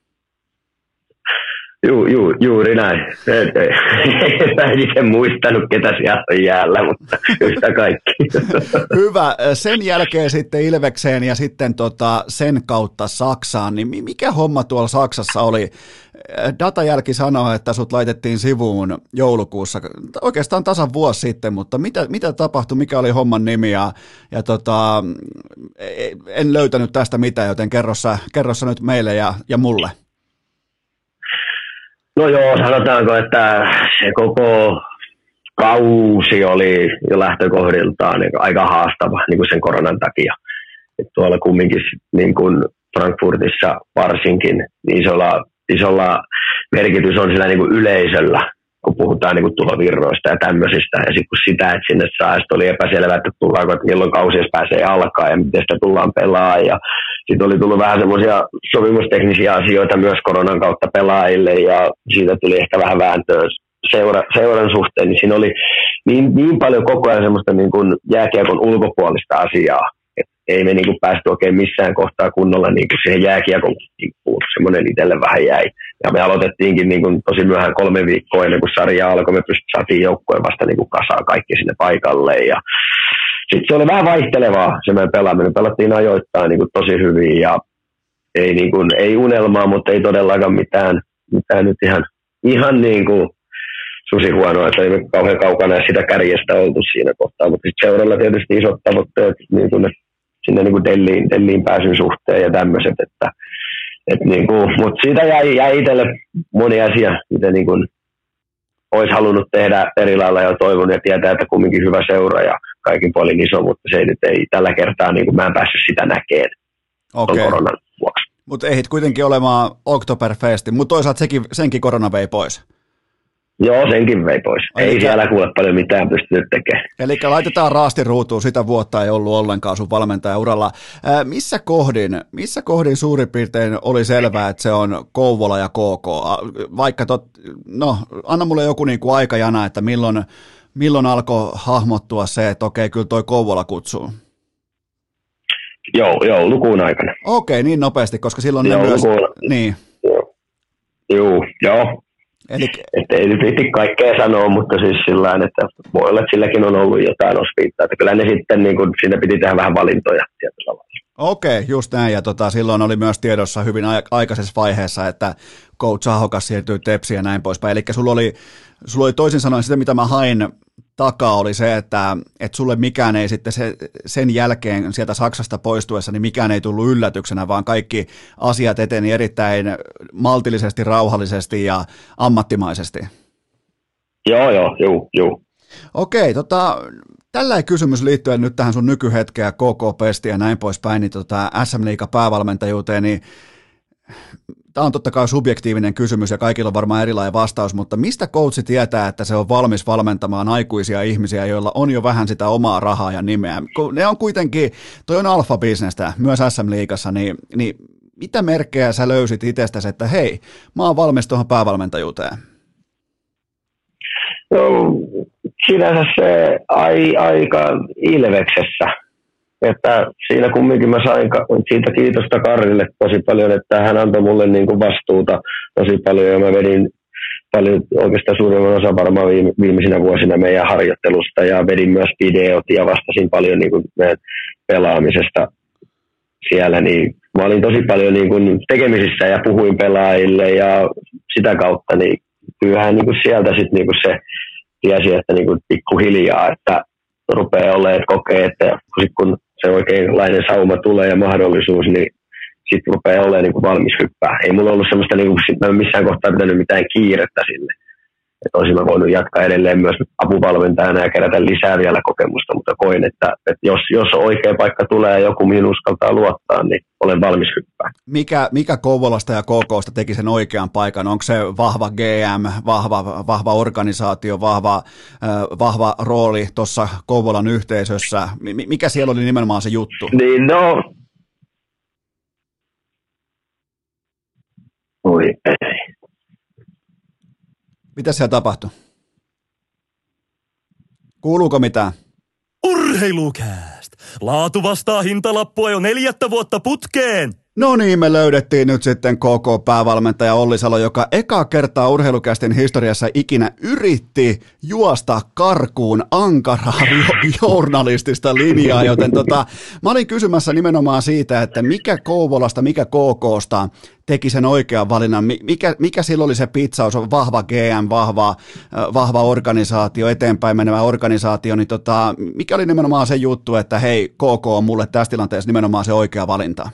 Juu, juu, juuri näin. En itse muistanut, ketä sieltä on jäällä, mutta yhtä kaikki. Hyvä. Sen jälkeen sitten Ilvekseen ja sitten tota sen kautta Saksaan. Niin mikä homma tuolla Saksassa oli? Datajälki sanoo, että sut laitettiin sivuun joulukuussa, oikeastaan tasan vuosi sitten, mutta mitä, mitä tapahtui, mikä oli homman nimi ja, ja tota, en löytänyt tästä mitään, joten kerro sä, kerro sä nyt meille ja, ja mulle. No joo, sanotaanko, että se koko kausi oli jo lähtökohdiltaan niin aika haastava niin kuin sen koronan takia. Et tuolla kumminkin niin kuin Frankfurtissa varsinkin niin isolla, isolla merkitys on sillä niin kuin yleisöllä, kun puhutaan niin kuin tulovirroista ja tämmöisistä. Ja sitten kun sitä, että sinne saa, oli epäselvää, että tullaanko, että milloin kausi pääsee alkaa ja miten sitä tullaan pelaamaan. Ja sitten oli tullut vähän semmoisia sopimusteknisiä asioita myös koronan kautta pelaajille ja siitä tuli ehkä vähän vääntöä seura, seuran suhteen, niin siinä oli niin, niin paljon koko ajan semmoista niin kuin jääkiekon ulkopuolista asiaa, että ei me niin kuin päästy oikein missään kohtaa kunnolla niin kuin siihen jääkiekon kimppuun, semmoinen itselle vähän jäi. Ja me aloitettiinkin niin kuin tosi myöhään kolme viikkoa ennen kuin sarja alkoi, me pystyt saatiin joukkueen vasta niin kuin kasaan kaikki sinne paikalle ja sitten se oli vähän vaihtelevaa se meidän pelaaminen, pelattiin ajoittain niin kuin tosi hyvin ja ei, niin kuin, ei unelmaa, mutta ei todellakaan mitään, mitään nyt ihan, ihan niin kuin susi huonoa, että ei me kauhean kaukana sitä kärjestä oltu siinä kohtaa, mutta sitten seuralla tietysti isot tavoitteet niin kuin sinne niin kuin Delliin, Delliin pääsyn suhteen ja tämmöiset, että et niin kuin, mutta siitä jäi, jäi itselle moni asia, mitä niin kuin olisi halunnut tehdä eri lailla ja toivon ja tietää, että kumminkin hyvä seura ja kaikin puolin iso, mutta se ei nyt ei tällä kertaa, niin kuin mä en päässyt sitä näkemään okay. koronan vuoksi. Mutta ehdit kuitenkin olemaan Oktoberfesti, mutta toisaalta sekin, senkin korona vei pois. Joo, senkin vei pois. Elikkä, ei siellä kuule paljon mitään pystynyt tekemään. Eli laitetaan raasti ruutuun, sitä vuotta ei ollut ollenkaan sun valmentajauralla. Ää, missä kohdin, missä kohdin suurin piirtein oli selvää, että se on Kouvola ja K K? Vaikka tot, no, anna mulle joku niinku aikajana, että milloin, milloin alkoi hahmottua se, että okei, kyllä toi Kouvola kutsuu. Joo, joo, lukuun aikana. Okei, niin nopeasti, koska silloin joo, ne myös... Lukuun... Niin. Joo, joo. joo. Eli... Että ei nyt viitti kaikkea sanoa, mutta siis sillain, että voi olla, että silläkin on ollut jotain osviittaa. Että kyllä ne sitten, niin kuin, siinä piti tehdä vähän valintoja tietyllä lailla. Okei, just näin. Ja tota, silloin oli myös tiedossa hyvin aikaisessa vaiheessa, että coach Ahokas siirtyy Tepsiin ja näin poispäin. Eli sulla oli, sulla oli toisin sanoen sitä, mitä mä hain takaa, oli se, että, että sulle mikään ei sitten se, sen jälkeen sieltä Saksasta poistuessa, niin mikään ei tullut yllätyksenä, vaan kaikki asiat eteni erittäin maltillisesti, rauhallisesti ja ammattimaisesti. Joo, joo, joo, joo. Okei, tota... Tällä kysymys liittyen nyt tähän sun nykyhetkeen, K K-pestiin ja näin poispäin, niin tota S M-liigan päävalmentajuuteen, niin tämä on totta kai subjektiivinen kysymys ja kaikilla on varmaan erilainen vastaus, mutta mistä coachi tietää, että se on valmis valmentamaan aikuisia ihmisiä, joilla on jo vähän sitä omaa rahaa ja nimeä? Ne on kuitenkin, toi on alfa-bisnestä myös S M-liigassa, niin, niin mitä merkkejä sä löysit itsestäsi, että hei, mä oon valmis tuohon päävalmentajuuteen? No, sinänsä se ai, aika ilveksessä, että siinä kumminkin mä sain siitä kiitosta Karrille tosi paljon, että hän antoi mulle niin kuin vastuuta tosi paljon ja mä vedin paljon, oikeastaan suurimman osa varmaan viime, viimeisinä vuosina meidän harjoittelusta ja vedin myös videot ja vastasin paljon niin kuin meidän pelaamisesta siellä, niin mä olin tosi paljon niin kuin tekemisissä ja puhuin pelaajille ja sitä kautta niin kyllähän niin kuin sieltä sitten niin kuin se tiesi, että niin kuin pikkuhiljaa, että rupeaa olemaan, että kokee, että kun se oikeinlainen sauma tulee ja mahdollisuus, niin sitten rupeaa olemaan niin kuin valmis hyppää. Ei mulla ollut semmoista, niin kuin, missään kohtaa pitänyt mitään kiirettä sille. Että olisin mä voinut jatkaa edelleen myös apuvalmentajana ja kerätä lisää vielä kokemusta, mutta koin, että, että jos, jos oikea paikka tulee ja joku mihin uskaltaa luottaa, niin olen valmis hyppää. Mikä, mikä Kouvolasta ja K K:sta teki sen oikean paikan? Onko se vahva G M, vahva, vahva organisaatio, vahva, äh, vahva rooli tuossa Kouvolan yhteisössä? Mikä siellä oli nimenomaan se juttu? Niin no... Oi ei. Mitä siellä tapahtui? Kuuluuko mitään? Urheilukääst! Laatu vastaa hintalappua jo neljättä vuotta putkeen! No niin, me löydettiin nyt sitten K K-päävalmentaja Olli Salo, joka eka kertaa Urheilukästin historiassa ikinä yritti juosta karkuun ankaraa journalistista linjaa, joten tota, mä olin kysymässä nimenomaan siitä, että mikä Kouvolasta, mikä K K:sta teki sen oikean valinnan, mikä, mikä silloin oli se pitsaus, vahva G M, vahva, vahva organisaatio, eteenpäin menevä organisaatio, niin tota, mikä oli nimenomaan se juttu, että hei, K K on mulle tässä tilanteessa nimenomaan se oikea valinta?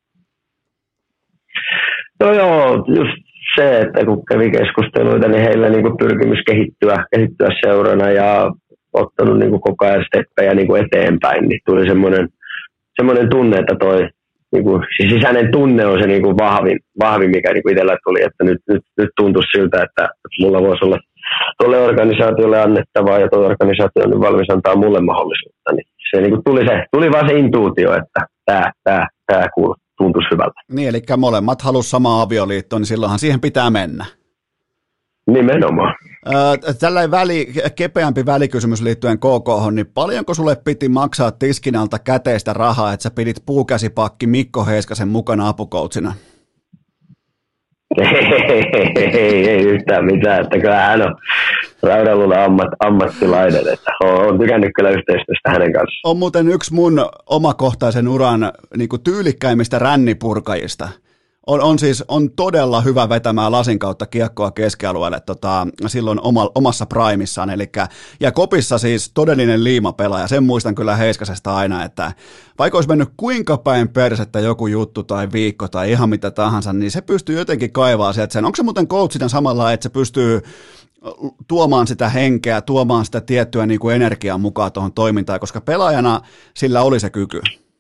No joo, just se, että kun kävi keskusteluita, niin heillä niin kuin pyrkimys kehittyä, kehittyä seurana ja ottanut niin kuin koko ajan steppejä niin kuin eteenpäin, niin tuli semmoinen, semmoinen tunne, että toi niin kuin, siis sisäinen tunne on se niin kuin vahvin, vahvin, mikä niin kuin itsellä tuli, että nyt, nyt, nyt tuntuisi siltä, että, että mulla voisi olla tuolle organisaatiolle annettavaa ja tuo organisaatio on valmis antaa mulle mahdollisuutta. Niin se niin kuin tuli, se, tuli vaan se intuutio, että tämä, tämä, tämä kuuluu. tuntuisi hyvältä. Niin, eli molemmat halus samaa avioliittoa, niin silloinhan siihen pitää mennä. Nimenomaan. Tällainen väli, kepeämpi välikysymys liittyen K K:hon, niin paljonko sulle piti maksaa tiskin alta käteistä rahaa, että sä pidit puukäsipakki Mikko Heiskasen mukana apukoutsina? Ei, ei, ei yhtään mitään, että kyllä hän on raudanluun ammat, ammattilainen, että olen tykännyt kyllä yhteistyöstä hänen kanssaan. On muuten yksi mun omakohtaisen uran niin kuin tyylikkäimmistä rännipurkajista. On, on siis on todella hyvä vetämään lasin kautta kiekkoa keskialueelle tota, silloin oma, omassa primissaan. Elikkä, ja kopissa siis todellinen liimapelaaja. Sen muistan kyllä Heiskasesta aina, että vaikka olisi mennyt kuinka päin persettä joku juttu tai viikko tai ihan mitä tahansa, niin se pystyy jotenkin kaivaa sieltä sen. Onko se muuten coachina samalla, että se pystyy tuomaan sitä henkeä, tuomaan sitä tiettyä niin kuin energiaa mukaan tuohon toimintaan, koska pelaajana sillä oli se kyky?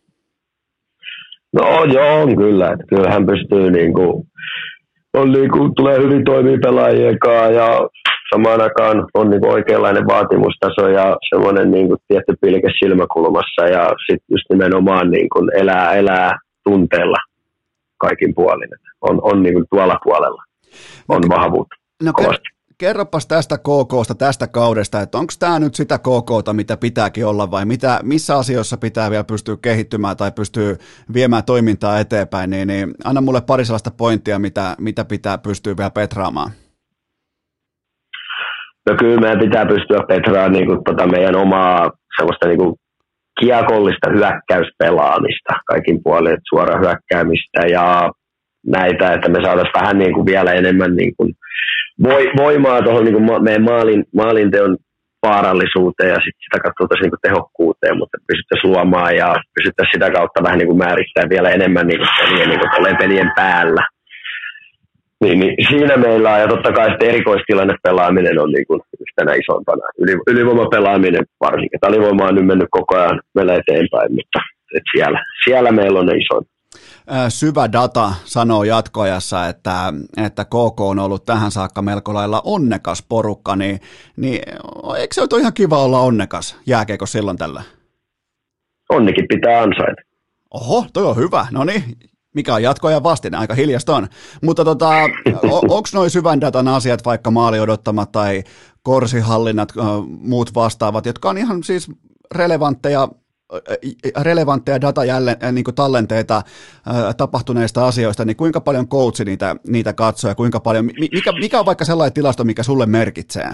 No joo, on kyllä. Että kyllä hän pystyy, niin kuin, on, niin kuin, tulee hyvin toimia pelaajien kanssa ja samaan aikaan on niin kuin oikeanlainen vaatimustaso ja semmoinen niin kuin tietty pilke silmäkulmassa ja sitten just nimenomaan niin kuin elää, elää tunteella kaikin puolin. On, on niin kuin tuolla puolella, on no, vahvuutta no, kovasti. Kerropas tästä K K:sta, tästä kaudesta, että onko tämä nyt sitä K K:ta, mitä pitääkin olla vai mitä, missä asioissa pitää vielä pystyä kehittymään tai pystyy viemään toimintaa eteenpäin, niin, niin anna mulle pari sellaista pointtia, mitä, mitä pitää pystyä vielä petraamaan. No kyllä meidän pitää pystyä petraamaan niin kuin, tota meidän omaa sellaista niin kuin kiekollista hyökkäyspelaamista kaikin puolin, suora hyökkäämistä ja näitä, että me saataisiin vähän niin kuin vielä enemmän niin kuin voimaa tuohon niin kuin meidän maalin, maalinteon vaarallisuuteen ja sit sitä kautta niin kuin tehokkuuteen, mutta pystyttäisiin luomaan ja pystyttäisiin sitä kautta vähän niin kuin määrittämään vielä enemmän niin kuin pelien, niin kuin pelien päällä. Niin, niin siinä meillä on, ja totta kai sitten erikoistilanne pelaaminen on niin kuin yhtenä isompana. Yli, ylivoimapelaaminen varsinkin. Alivoima on nyt mennyt koko ajan meillä eteenpäin, mutta et siellä, siellä meillä on ne isoin. Syvä data sanoo jatkoajassa, että, että K K on ollut tähän saakka melko lailla onnekas porukka, niin, niin eikö se ole ihan kiva olla onnekas? Jääkeekö silloin tällä? Onnekin pitää ansaita. Oho, toi on hyvä. No niin, mikä on jatkoajan vastine? Aika hiljasta on. Mutta tota, onko noin syvän datan asiat, vaikka maali odottamat tai korsihallinnat, muut vastaavat, jotka on ihan siis relevantteja relevantteja data jälleen, niin kuin tallenteita ää, tapahtuneista asioista, niin kuinka paljon coachi niitä, niitä katsoo ja kuinka paljon, mikä, mikä on vaikka sellainen tilasto, mikä sulle merkitsee?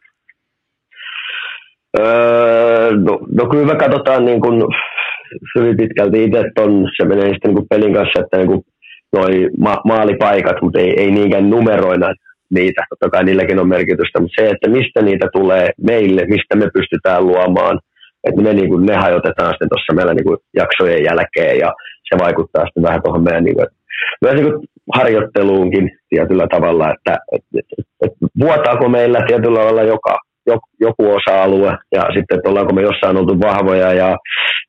Öö, no, no kyllä me katsotaan niin kuin hyvin pitkälti itse, on, se menee sitten niin kuin pelin kanssa, että niin kuin noi ma- maalipaikat, mutta ei, ei niinkään numeroina niitä, totta kai niilläkin on merkitystä, mutta se, että mistä niitä tulee meille, mistä me pystytään luomaan, että me niin kuin, ne hajotetaan sitten tuossa meillä niin kuin jaksojen jälkeen ja se vaikuttaa sitten vähän tuohon meidän niin kuin, myös niin kuin harjoitteluunkin tietyllä tavalla, että et, et, et, vuotaako meillä tietyllä tavalla joka, joku, joku osa-alue ja sitten, että ollaanko me jossain oltu vahvoja ja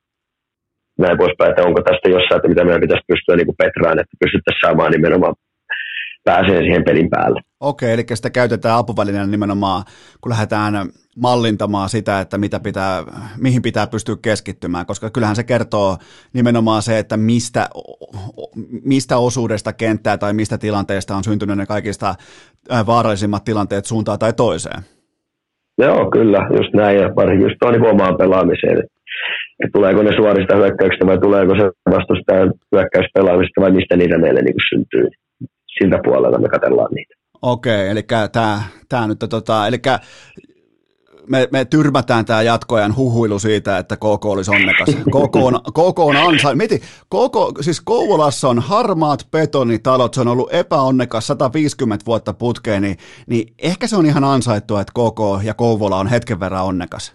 näin poispäin, että onko tästä jossain, että mitä meidän pitäisi pystyä niin kuin petraan, että pystyttäisiin saamaan nimenomaan pääsee siihen pelin päälle. Okei, eli sitä käytetään apuvälineenä nimenomaan, kun lähdetään mallintamaan sitä, että mitä pitää, mihin pitää pystyä keskittymään, koska kyllähän se kertoo nimenomaan se, että mistä, mistä osuudesta kenttää tai mistä tilanteesta on syntynyt ne kaikista vaarallisimmat tilanteet suuntaan tai toiseen. Joo, kyllä, just näin, ja varsinkin just tuo niin omaan pelaamiseen, että tuleeko ne suorista hyökkäyksistä vai tuleeko se vastustajan hyökkäyspelaamista vai mistä niitä meille niin kuin syntyy. Siltä puolella me katsellaan niitä. Okei, eli tämä, tämä nyt, tota, eli me, me tyrmätään tämä jatkoajan huhuilu siitä, että K K olisi onnekas. K K on, K K on ansa... Mieti, K K, siis Kouvolassa on harmaat betonitalot, se on ollut epäonnekas sata viisikymmentä vuotta putkeen, niin, niin ehkä se on ihan ansaittua, että K K ja Kouvola on hetken verran onnekas.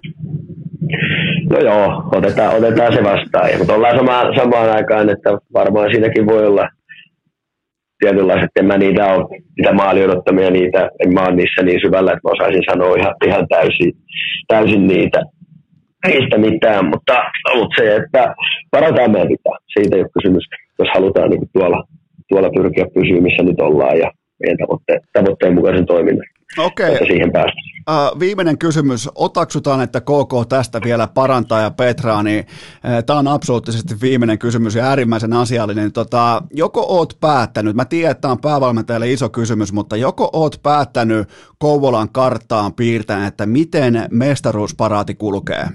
No joo, otetaan, otetaan se vastaan. Mutta ollaan samaan, samaan aikaan, että varmaan siinäkin voi olla tietynlaiset, en mä niitä ole, niitä maali odottamia, niitä, en mä ole niissä niin syvällä, että mä osaisin sanoa ihan, ihan täysin, täysin niitä, niistä mitään, mutta, mutta se, että varataan meidän pitää, siitä ei ole kysymys, jos halutaan niin tuolla, tuolla pyrkiä pysyä, missä nyt ollaan ja meidän tavoitteen, tavoitteen mukaisen toiminnan, Okei. että siihen päästään. Uh, viimeinen kysymys. Otaksutaan, että K K tästä vielä parantaa ja Petraa, niin uh, tämä on absoluuttisesti viimeinen kysymys ja äärimmäisen asiallinen. Tota, joko oot päättänyt, mä tiedän, että tämä on päävalmentajalle iso kysymys, mutta joko oot päättänyt Kouvolan karttaan piirtäen, että miten mestaruusparaati kulkee?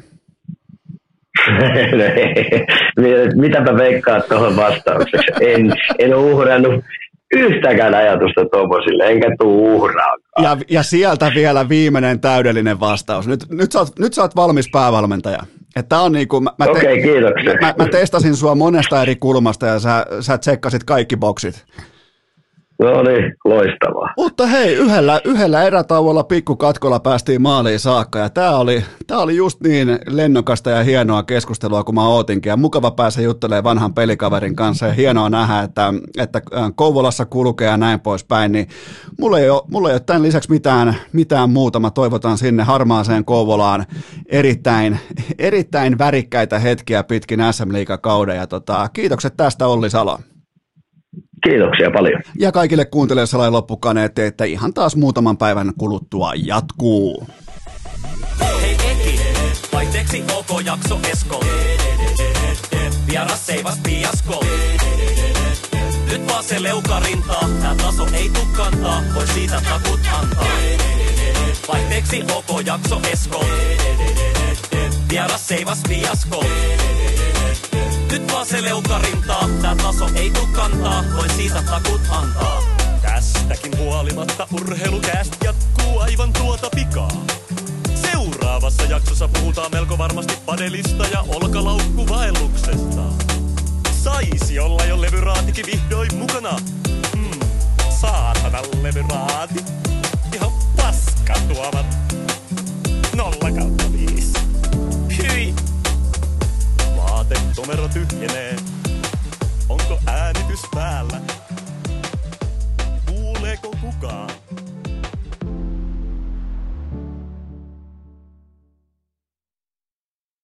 Mitäpä veikkaat tuohon vastaukseksi? En, en ole uhrannut yhtäkään ajatusta tuommoisille, enkä tuu uhraakaan. Ja, ja sieltä vielä viimeinen täydellinen vastaus. Nyt, nyt, sä, oot, nyt sä oot valmis päävalmentaja. Että on niinku, mä, Okei, okay, kiitoksia. Mä, mä testasin sua monesta eri kulmasta ja sä, sä tsekkasit kaikki boksit. No niin, loistavaa. Mutta hei, yhdellä, yhdellä erätauolla pikkukatkolla päästiin maaliin saakka ja tää oli, tää oli just niin lennokasta ja hienoa keskustelua kuin mä ootinkin ja mukava päästä juttelemaan vanhan pelikaverin kanssa ja hienoa nähdä, että, että Kouvolassa kulkee ja näin poispäin, niin mulla ei ole, mulla ei ole tämän lisäksi mitään, mitään muuta. Mä toivotan sinne harmaaseen Kouvolaan erittäin, erittäin värikkäitä hetkiä pitkin S M-liigakauden ja tota, kiitokset tästä Olli Salo. Kiitoksia paljon. Ja kaikille kuuntelijoille sellainen loppukaneetti, että ihan taas muutaman päivän kuluttua jatkuu. Hei Eki, vaihteeksi OK jakso Esko. Vieras seivas piasko. Nyt vaan se leukarintaa, tää taso ei tuu kantaa, voi siitä takut antaa. Vaihteeksi OK jakso Esko. Vieras seivas piasko. Nyt vaan se leukarintaa, tää taso ei tuu kantaa, voi siitä takut antaa. Tästäkin huolimatta urheilukääst jatkuu aivan tuota pikaa. Seuraavassa jaksossa puhutaan melko varmasti padelista ja olkalaukkuvaelluksesta. Saisi olla jo levyraatikin vihdoin mukana. Hmm, saatana levyraati. Ihan paska tuomat. Nolla kautta viisi. Hyi. Vaatetomero tyhjenee. Onko äänitys päällä? Kuuleeko kukaan?